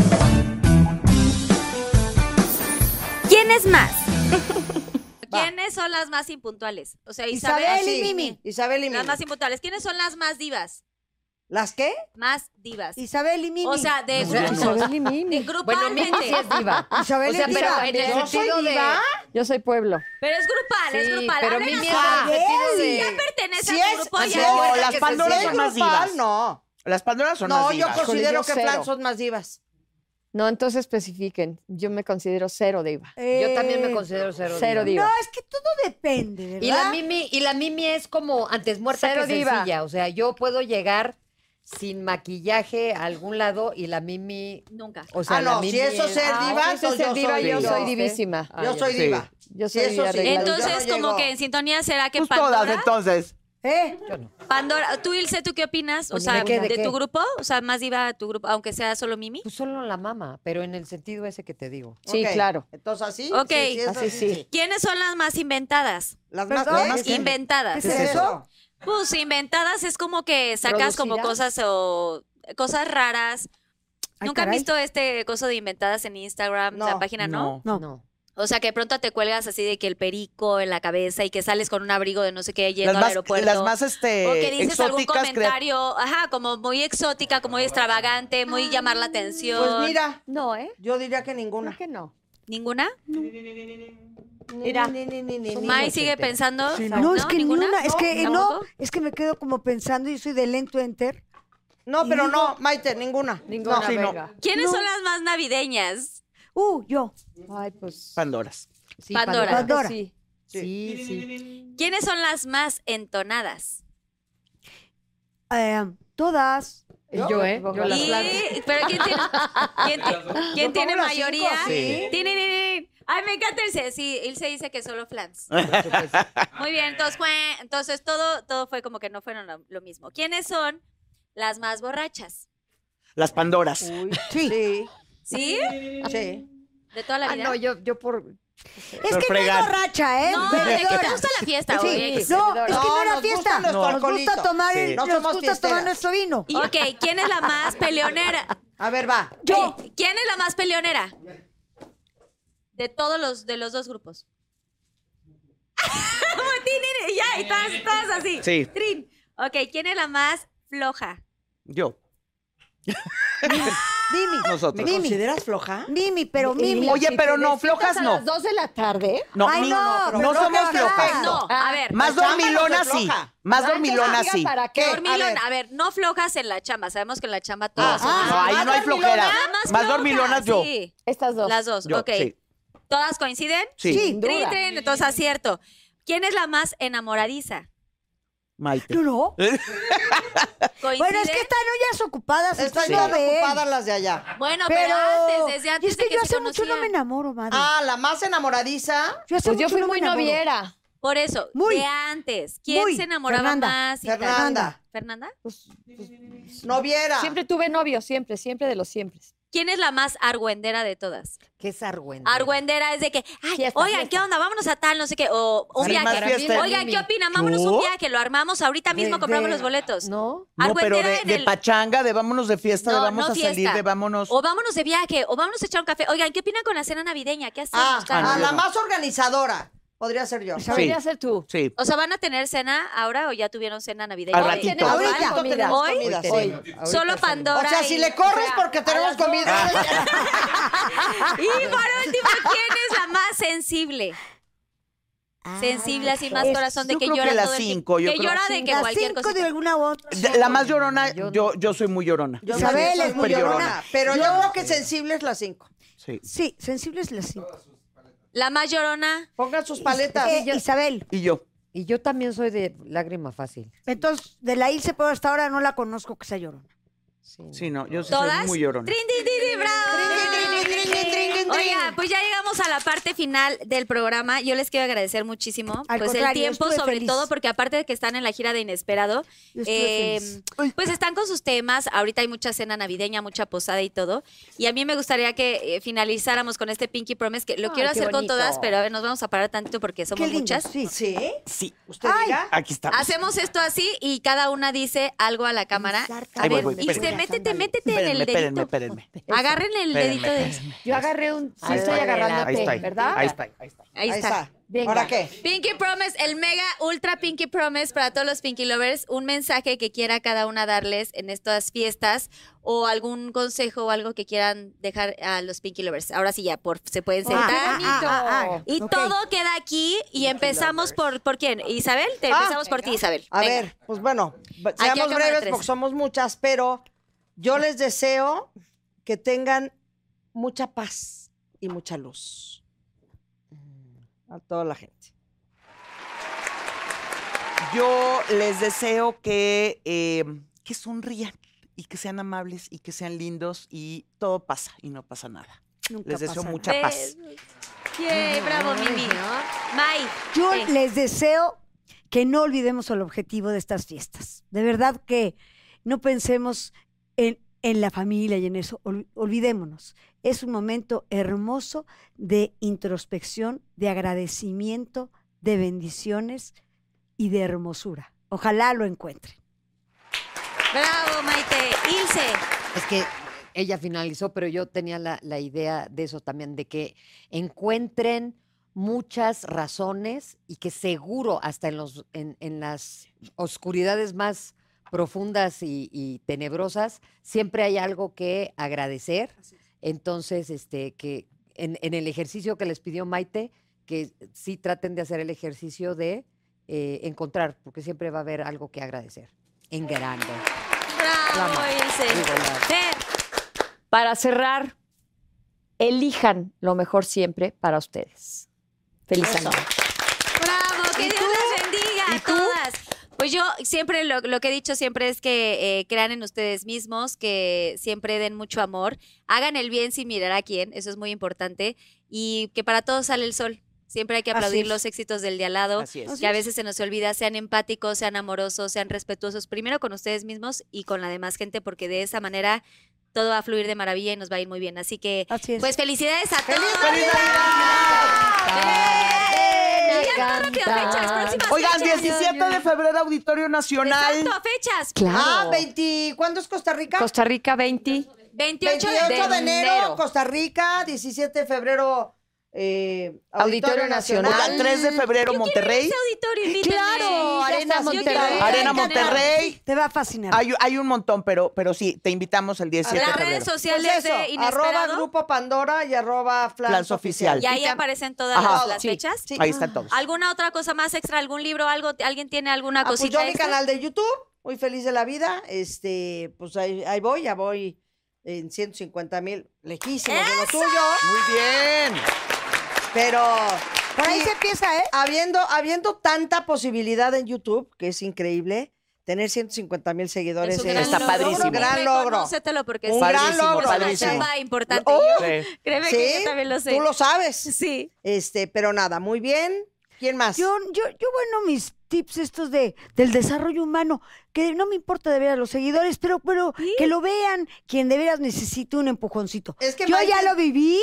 ¿Quién es más? ¿Quiénes son las más impuntuales? O sea, Isabel Isabel y Sí, Mimi. Isabel y Las Mimi. más impuntuales. ¿Quiénes son las más divas? ¿Las qué? Más divas. Isabel y Mimi. O sea, de sea, grupos. Isabel y Mimi. De Bueno, Mimi grupalmente. sí es diva. Isabel O sea, es pero diva. en el ¿Yo soy sentido de... diva? Yo soy pueblo. Pero es grupal, es Sí, grupal. pero Hablen Mimi así. es en el sentido Si de... ya pertenece Si a tu es- grupo, así ya. es. No, las que se Pandoras Si es son más grupal, divas. no. Las Pandoras son No, más yo divas. considero yo que cero. Flan son más divas. No, entonces especifiquen. Yo me considero cero diva. Yo también me considero Cero diva. No, es que todo depende, ¿verdad? Y la Mimi es como antes muerta Cero que diva. sencilla. O sea, yo puedo llegar sin maquillaje a algún lado y la Mimi... Nunca. O sea, Ah, la no, Mimi si eso es- ser diva, si eso entonces ser yo diva, soy yo diva. soy divísima. Yo soy sí. diva. Yo Sí, soy eso sí. arregladita. Entonces, Yo no como llego. que en sintonía será que Pues todas, Pandora. entonces. Pandora, tú, Ilse, ¿tú qué opinas? O Pues, sea, ¿de qué, de de qué? tu grupo, o sea, más diva tu grupo, aunque sea solo Mimi. Pues solo la mama, pero en el sentido ese que te digo. Sí, Ok. claro. Entonces así. Ok. es Así sí. ¿Quiénes son las más inventadas? Las más, Perdón, ¿qué? ¿qué? Inventadas. ¿Qué es eso? Pues inventadas es como que sacas como ¿Producidas? cosas o cosas raras. Ay, ¿Nunca han caray. visto este coso de inventadas en Instagram? No, La página, ¿no? No. O sea, que de pronto te cuelgas así de que el perico en la cabeza y que sales con un abrigo de no sé qué yendo Las al más, aeropuerto. las más o que dices algún exóticas. comentario, ajá, como muy exótica, como muy extravagante, muy llamar la atención. Pues mira, No, ¿eh? yo diría que ninguna. ¿Por qué no? ¿Ninguna? Mira. Mai sigue pensando. No, es que ninguna. Es que ¿Tampoco? es que me quedo como pensando y soy de lento enter. No, pero no, Maite, ninguna. Ninguna, sí, no. venga. ¿Quiénes son las más navideñas? Yo. Ay, pues. Pandoras. Sí, Pandora. Pandora. Sí. Sí. ¿Quiénes son las más entonadas? Todas. Yo, ¿eh? Yo las ¿Pero quién tiene las mayoría? cinco, sí. Tin. Ay, me encanta Ilse. Sí, Ilse dice que solo flans. Muy bien, entonces todo fue como que no fueron lo mismo. ¿Quiénes son las más borrachas? Las Pandoras. Sí. ¿Sí? Sí. ¿De toda la Ah, vida? no, yo por... Es Por que fregar. no es borracha, ¿eh? No, ¿de qué te Bebedora. gusta la fiesta? Sí, oye? no, es que no era nos fiesta. gusta nuestro Nos alcoholito. gusta tomar, Sí. No nos somos gusta tomar fiesteras. nuestro vino. Y ok, ¿quién es la más peleonera? A ver, va. Yo. ¿Quién es la más peleonera? De de los dos grupos. Ya, y todas así. Sí. Trin. Ok, ¿quién es la más floja? Yo. Mimi. Nosotros. ¿Me Mimi. consideras floja? Mimi, pero Mimi. Oye, pero no, ¿Te flojas despiertas a no. las 2 de la tarde? No, Ay, no, no, pero somos flojas. flojas. No, a ver. Más La chamba no dormilonas se sí. floja. Más dormilonas Diga, sí. ¿Para qué? Dormilona, A a ver, no flojas en la chamba. Sabemos que en la chamba todas son. No, ahí no hay flojera. Nada más Más flojas, dormilonas yo. Sí, Estas dos. las dos, Yo, ok. sí. ¿Todas coinciden? Sí. Sin duda. Trin, entonces acierto. ¿Quién es la más enamoradiza? Maite. No. ¿Coincide? Bueno, es que están ollas ocupadas. Están ustedes no bien ven. ocupadas las de allá. Bueno, pero antes, desde Y antes es que de que yo se hace mucho no me conocían. enamoro, madre. Ah, la más enamoradiza. Yo hace Pues yo mucho fui no muy me enamoro. noviera. Por eso, Muy. de antes. ¿Quién Muy. se enamoraba Fernanda. más? y tal? Fernanda. ¿Fernanda? Noviera. Siempre tuve novio, siempre de los siempre. ¿Quién es la más argüendera de todas? ¿Qué es argüendera? Argüendera es de que, ay, Fiesta, oigan, fiesta. ¿qué onda? Vámonos a tal, no sé qué. O un Sí, más viaje. fiesta. Oigan, ¿qué opinan? Vámonos ¿Tú? un viaje, lo armamos ahorita mismo, De- compramos de- los boletos. No. No, pero Argüendera en de el- pachanga, de vámonos de fiesta, de No, vamos no a salir, fiesta. de vámonos. O vámonos de viaje, o vámonos a echar un café. Oigan, ¿qué opinan con la cena navideña? ¿Qué hacemos? tal? no, la yo más organizadora. Podría ser yo. Debería ser tú. Sí. O sea, ¿van a tener cena ahora o ya tuvieron cena navideña? Al Hoy ratito. tenemos Ahorita algo. tenemos ¿Hoy? comida, sí. Ahorita Solo salimos. Pandora. O sea, si y- le corres o sea, porque tenemos a las comida. Y por último, ¿quién es la más sensible? Sensible, así más es- corazón de yo que creo que llora las todo el tiempo. 5, yo Que creo. llora de que Las cualquier 5 cosa. de alguna u otra. La más llorona, Yo yo soy muy llorona. Yo Isabel también soy es muy muy llorona. llorona. Pero yo creo que sensible es la 5. Sí. Sí, sensible es la 5. La más llorona. Pongan sus paletas. Isabel, Y yo. Y yo también soy de lágrima fácil. entonces, de la Ilse, pero hasta ahora no la conozco que sea llorona. Sí, no. Sí, no, yo sí ¿Todas? soy muy llorona. ¡Trin, tin, tin, tin, bravo! Oiga, pues ya llegamos a la parte final del programa. Yo les quiero agradecer muchísimo Al pues el contrario, tiempo, estuve sobre feliz. todo porque aparte de que están en la gira de Inesperado, Yo estuve feliz. pues están con sus temas. Ahorita hay mucha cena navideña, mucha posada y todo. Y a mí me gustaría que finalizáramos con este Pinky Promise, que lo Ay, quiero qué hacer con bonito. todas, pero a ver, nos vamos a parar tantito porque somos Qué lindo, muchas. sí. ¿Sí? Sí. ¿Usted Ay. diga? Aquí estamos. Hacemos esto así y cada una dice algo a la cámara. A Ahí voy, ver, voy, Ixte, espérenme. métete en el Espérenme, dedito. espérenme. Agarren el dedito de... Yo agarré un... Sí, Ahí estoy está. agarrando Ahí está. ¿verdad? Ahí está. Ahí está. Venga. ¿Ahora qué? Pinky Promise, el mega ultra Pinky Promise para todos los Pinky Lovers. Un mensaje que quiera cada una darles en estas fiestas o algún consejo o algo que quieran dejar a los Pinky Lovers. Ahora sí ya, se pueden sentar. Y ok. todo queda aquí y empezamos por ¿quién? Isabel, empezamos por ti, Isabel. A Venga. ver, pues bueno, a seamos cámara breves tres. porque somos muchas, pero yo les deseo que tengan mucha paz y mucha luz. A toda la gente. Yo les deseo que sonrían y que sean amables y que sean lindos y todo pasa y no pasa nada. Nunca Les deseo pasa mucha paz. Yay, bravo, Mimi. May. Yo ¿qué? les deseo que no olvidemos el objetivo de estas fiestas. De verdad que no pensemos en la familia y en eso. Olvidémonos. Es un momento hermoso de introspección, de agradecimiento, de bendiciones y de hermosura. Ojalá lo encuentren. Bravo, Maite. Ilse. Es que ella finalizó, pero yo tenía la idea de eso también, de que encuentren muchas razones y que seguro hasta en las oscuridades más profundas y tenebrosas, siempre hay algo que agradecer. Entonces, que en el ejercicio que les pidió Maite, que sí traten de hacer el ejercicio de encontrar, porque siempre va a haber algo que agradecer. En grande. Bravo, La Ilse. Digo, la- Fer. Para cerrar, elijan lo mejor siempre para ustedes. Feliz año. Bravo, que Dios les bendiga a todas. Pues yo siempre lo que he dicho siempre es que crean en ustedes mismos, que siempre den mucho amor, hagan el bien sin mirar a quién, eso es muy importante, y que para todos sale el sol. Siempre hay que Así aplaudir es. los éxitos del de al lado, Así es. que a veces se nos olvida, sean empáticos, sean amorosos, sean respetuosos, primero con ustedes mismos y con la demás gente, porque de esa manera todo va a fluir de maravilla y nos va a ir muy bien. Así que, Así es. pues felicidades a todos. ¡Feliz Y ya, rápido, fechas, próximas Oigan, fechas. 17 de febrero, Auditorio Nacional. Exacto, fechas. Ah, 20, ¿cuándo es Costa Rica? Costa Rica 20. 28 28 de enero, enero. Costa Rica, 17 de febrero, Auditorio Nacional. Oigan, 3 de febrero, Monterrey. Ese auditorio, invítenme. Claro, Arena Yo quiero Monterrey. ir. Arena Yo quiero ir. Monterrey. Te va a fascinar. Hay un montón, pero sí, te invitamos el 17 de Las febrero. redes Pues sociales eso, de arroba Inesperado. Grupo Pandora y arroba Flans Flans Oficial. Oficial. Y ahí aparecen todas Ajá, las sí, fechas. sí. Ahí están todos. ¿Alguna otra cosa más extra? ¿Algún libro? ¿Algo? ¿Alguien tiene alguna Ah, pues cosita yo mi extra? canal de YouTube, muy feliz de la vida. Pues ahí voy, ya voy en 150,000, lejísimos de lo tuyo. Muy bien. Pero Por ahí Y se empieza, ¿eh? habiendo tanta posibilidad en YouTube, que es increíble, tener 150,000 seguidores Es un gran Está logro. padrísimo. Un gran logro. Reconócetelo porque Un sí, gran Padrísimo, logro. es una padrísimo. chamba importante. Oh, Sí. Créeme ¿Sí? que yo también lo sé. Tú lo sabes. Sí. Pero nada, muy bien. ¿Quién más? Yo, bueno, mis tips estos del desarrollo humano, que no me importa de ver a los seguidores, pero que lo vean quien de veras necesite un empujoncito. Es que Yo Maite- ya lo viví,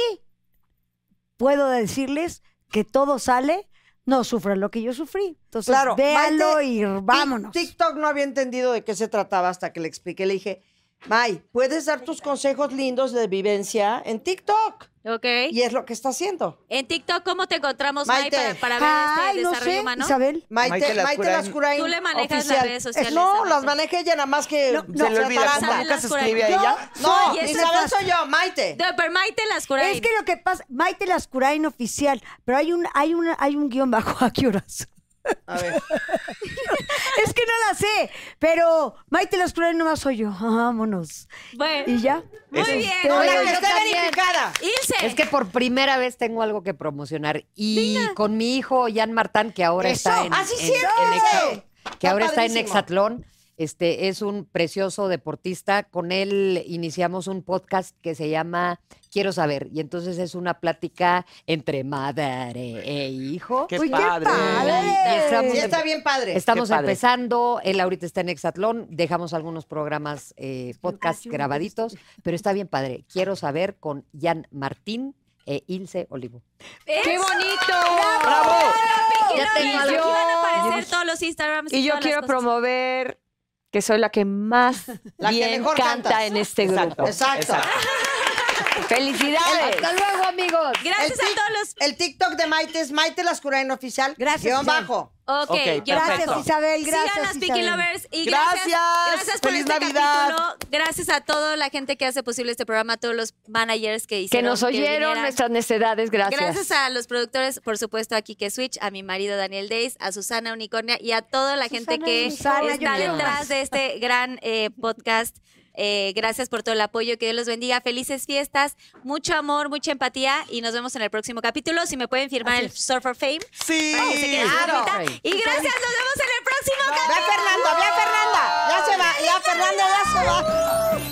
puedo decirles que todo sale, no sufran lo que yo sufrí. Entonces, Claro, véanlo Maite, y vámonos. TikTok no había entendido de qué se trataba hasta que le expliqué. Le dije, May, puedes dar tus consejos lindos de vivencia en TikTok. Ok. Y es lo que está haciendo. En TikTok, ¿cómo te encontramos, May, Maite. para ver Ay, este no desarrollo sé, humano? Isabel. Maite Lascurain. Tú le manejas las oficial. redes sociales, No, Maite. las maneja ella nada más que No, Se le olvida ataranta. cómo nunca se Lascurain. escribe a ella. No, Y esa Isabel es soy yo, Maite. No, pero Maite Lascurain. Es que lo que pasa, Maite Lascurain oficial, pero hay un guión bajo. ¿A qué horas? A ver. Es que no la sé, pero Maite Lascurain nomás soy yo. Vámonos. Bueno, ¿Y ya? muy bien. Hola, Oigan, que yo esté también. verificada. Ilse. Es que por primera vez tengo algo que promocionar. Y con mi hijo, Jan Martán, que ahora Eso. está en, Ah, sí, en- cierto, en Hexa- ese. que Está ahora está en padrísimo. Hexatlón. Es un precioso deportista. Con él iniciamos un podcast que se llama Quiero Saber. Y entonces es una plática entre madre e hijo. Qué Uy, qué padre. padre. Y estamos Sí, está bien padre. Estamos Qué padre. empezando, él ahorita está en Hexatlón, dejamos algunos programas, podcast grabaditos, pero está bien padre. Quiero saber con Jan Martín e Ilse Olivo. ¡Qué bonito! ¡Bravo! Ya Ya tengo Aquí algo. van a aparecer todos los Instagrams. Y yo todas las quiero cosas. promover que soy la que más La que bien mejor canta cantas. en este Exacto. grupo. Exacto. ¡Felicidades! Hasta luego, amigos. Gracias a todos los... El TikTok de Maite es Maite Lascurain oficial. Gracias, Guión Isabel. bajo. Ok, Ok, yo Gracias, Perfecto. Isabel. Gracias, Sigan las Pinky Isabel. Lovers y gracias Gracias. por Feliz este Navidad. capítulo. Gracias a toda la gente que hace posible este programa, a todos los managers que Que hicieron nos oyeron vinieran. nuestras necedades, gracias. Gracias a los productores, por supuesto, a Kike Switch, a mi marido Daniel Days, a Susana Unicornia y a toda la gente que Susana, yo está quiero detrás más. de este gran podcast. Gracias por todo el apoyo, que Dios los bendiga, felices fiestas, mucho amor, mucha empatía y nos vemos en el próximo capítulo. Si me pueden firmar el Surfer Fame. Sí. Para que se quede claro. bonita. Y gracias, nos vemos en el próximo Ve capítulo. a Fernanda, ve a Fernanda. Ya se va, ya Fernanda ya se va.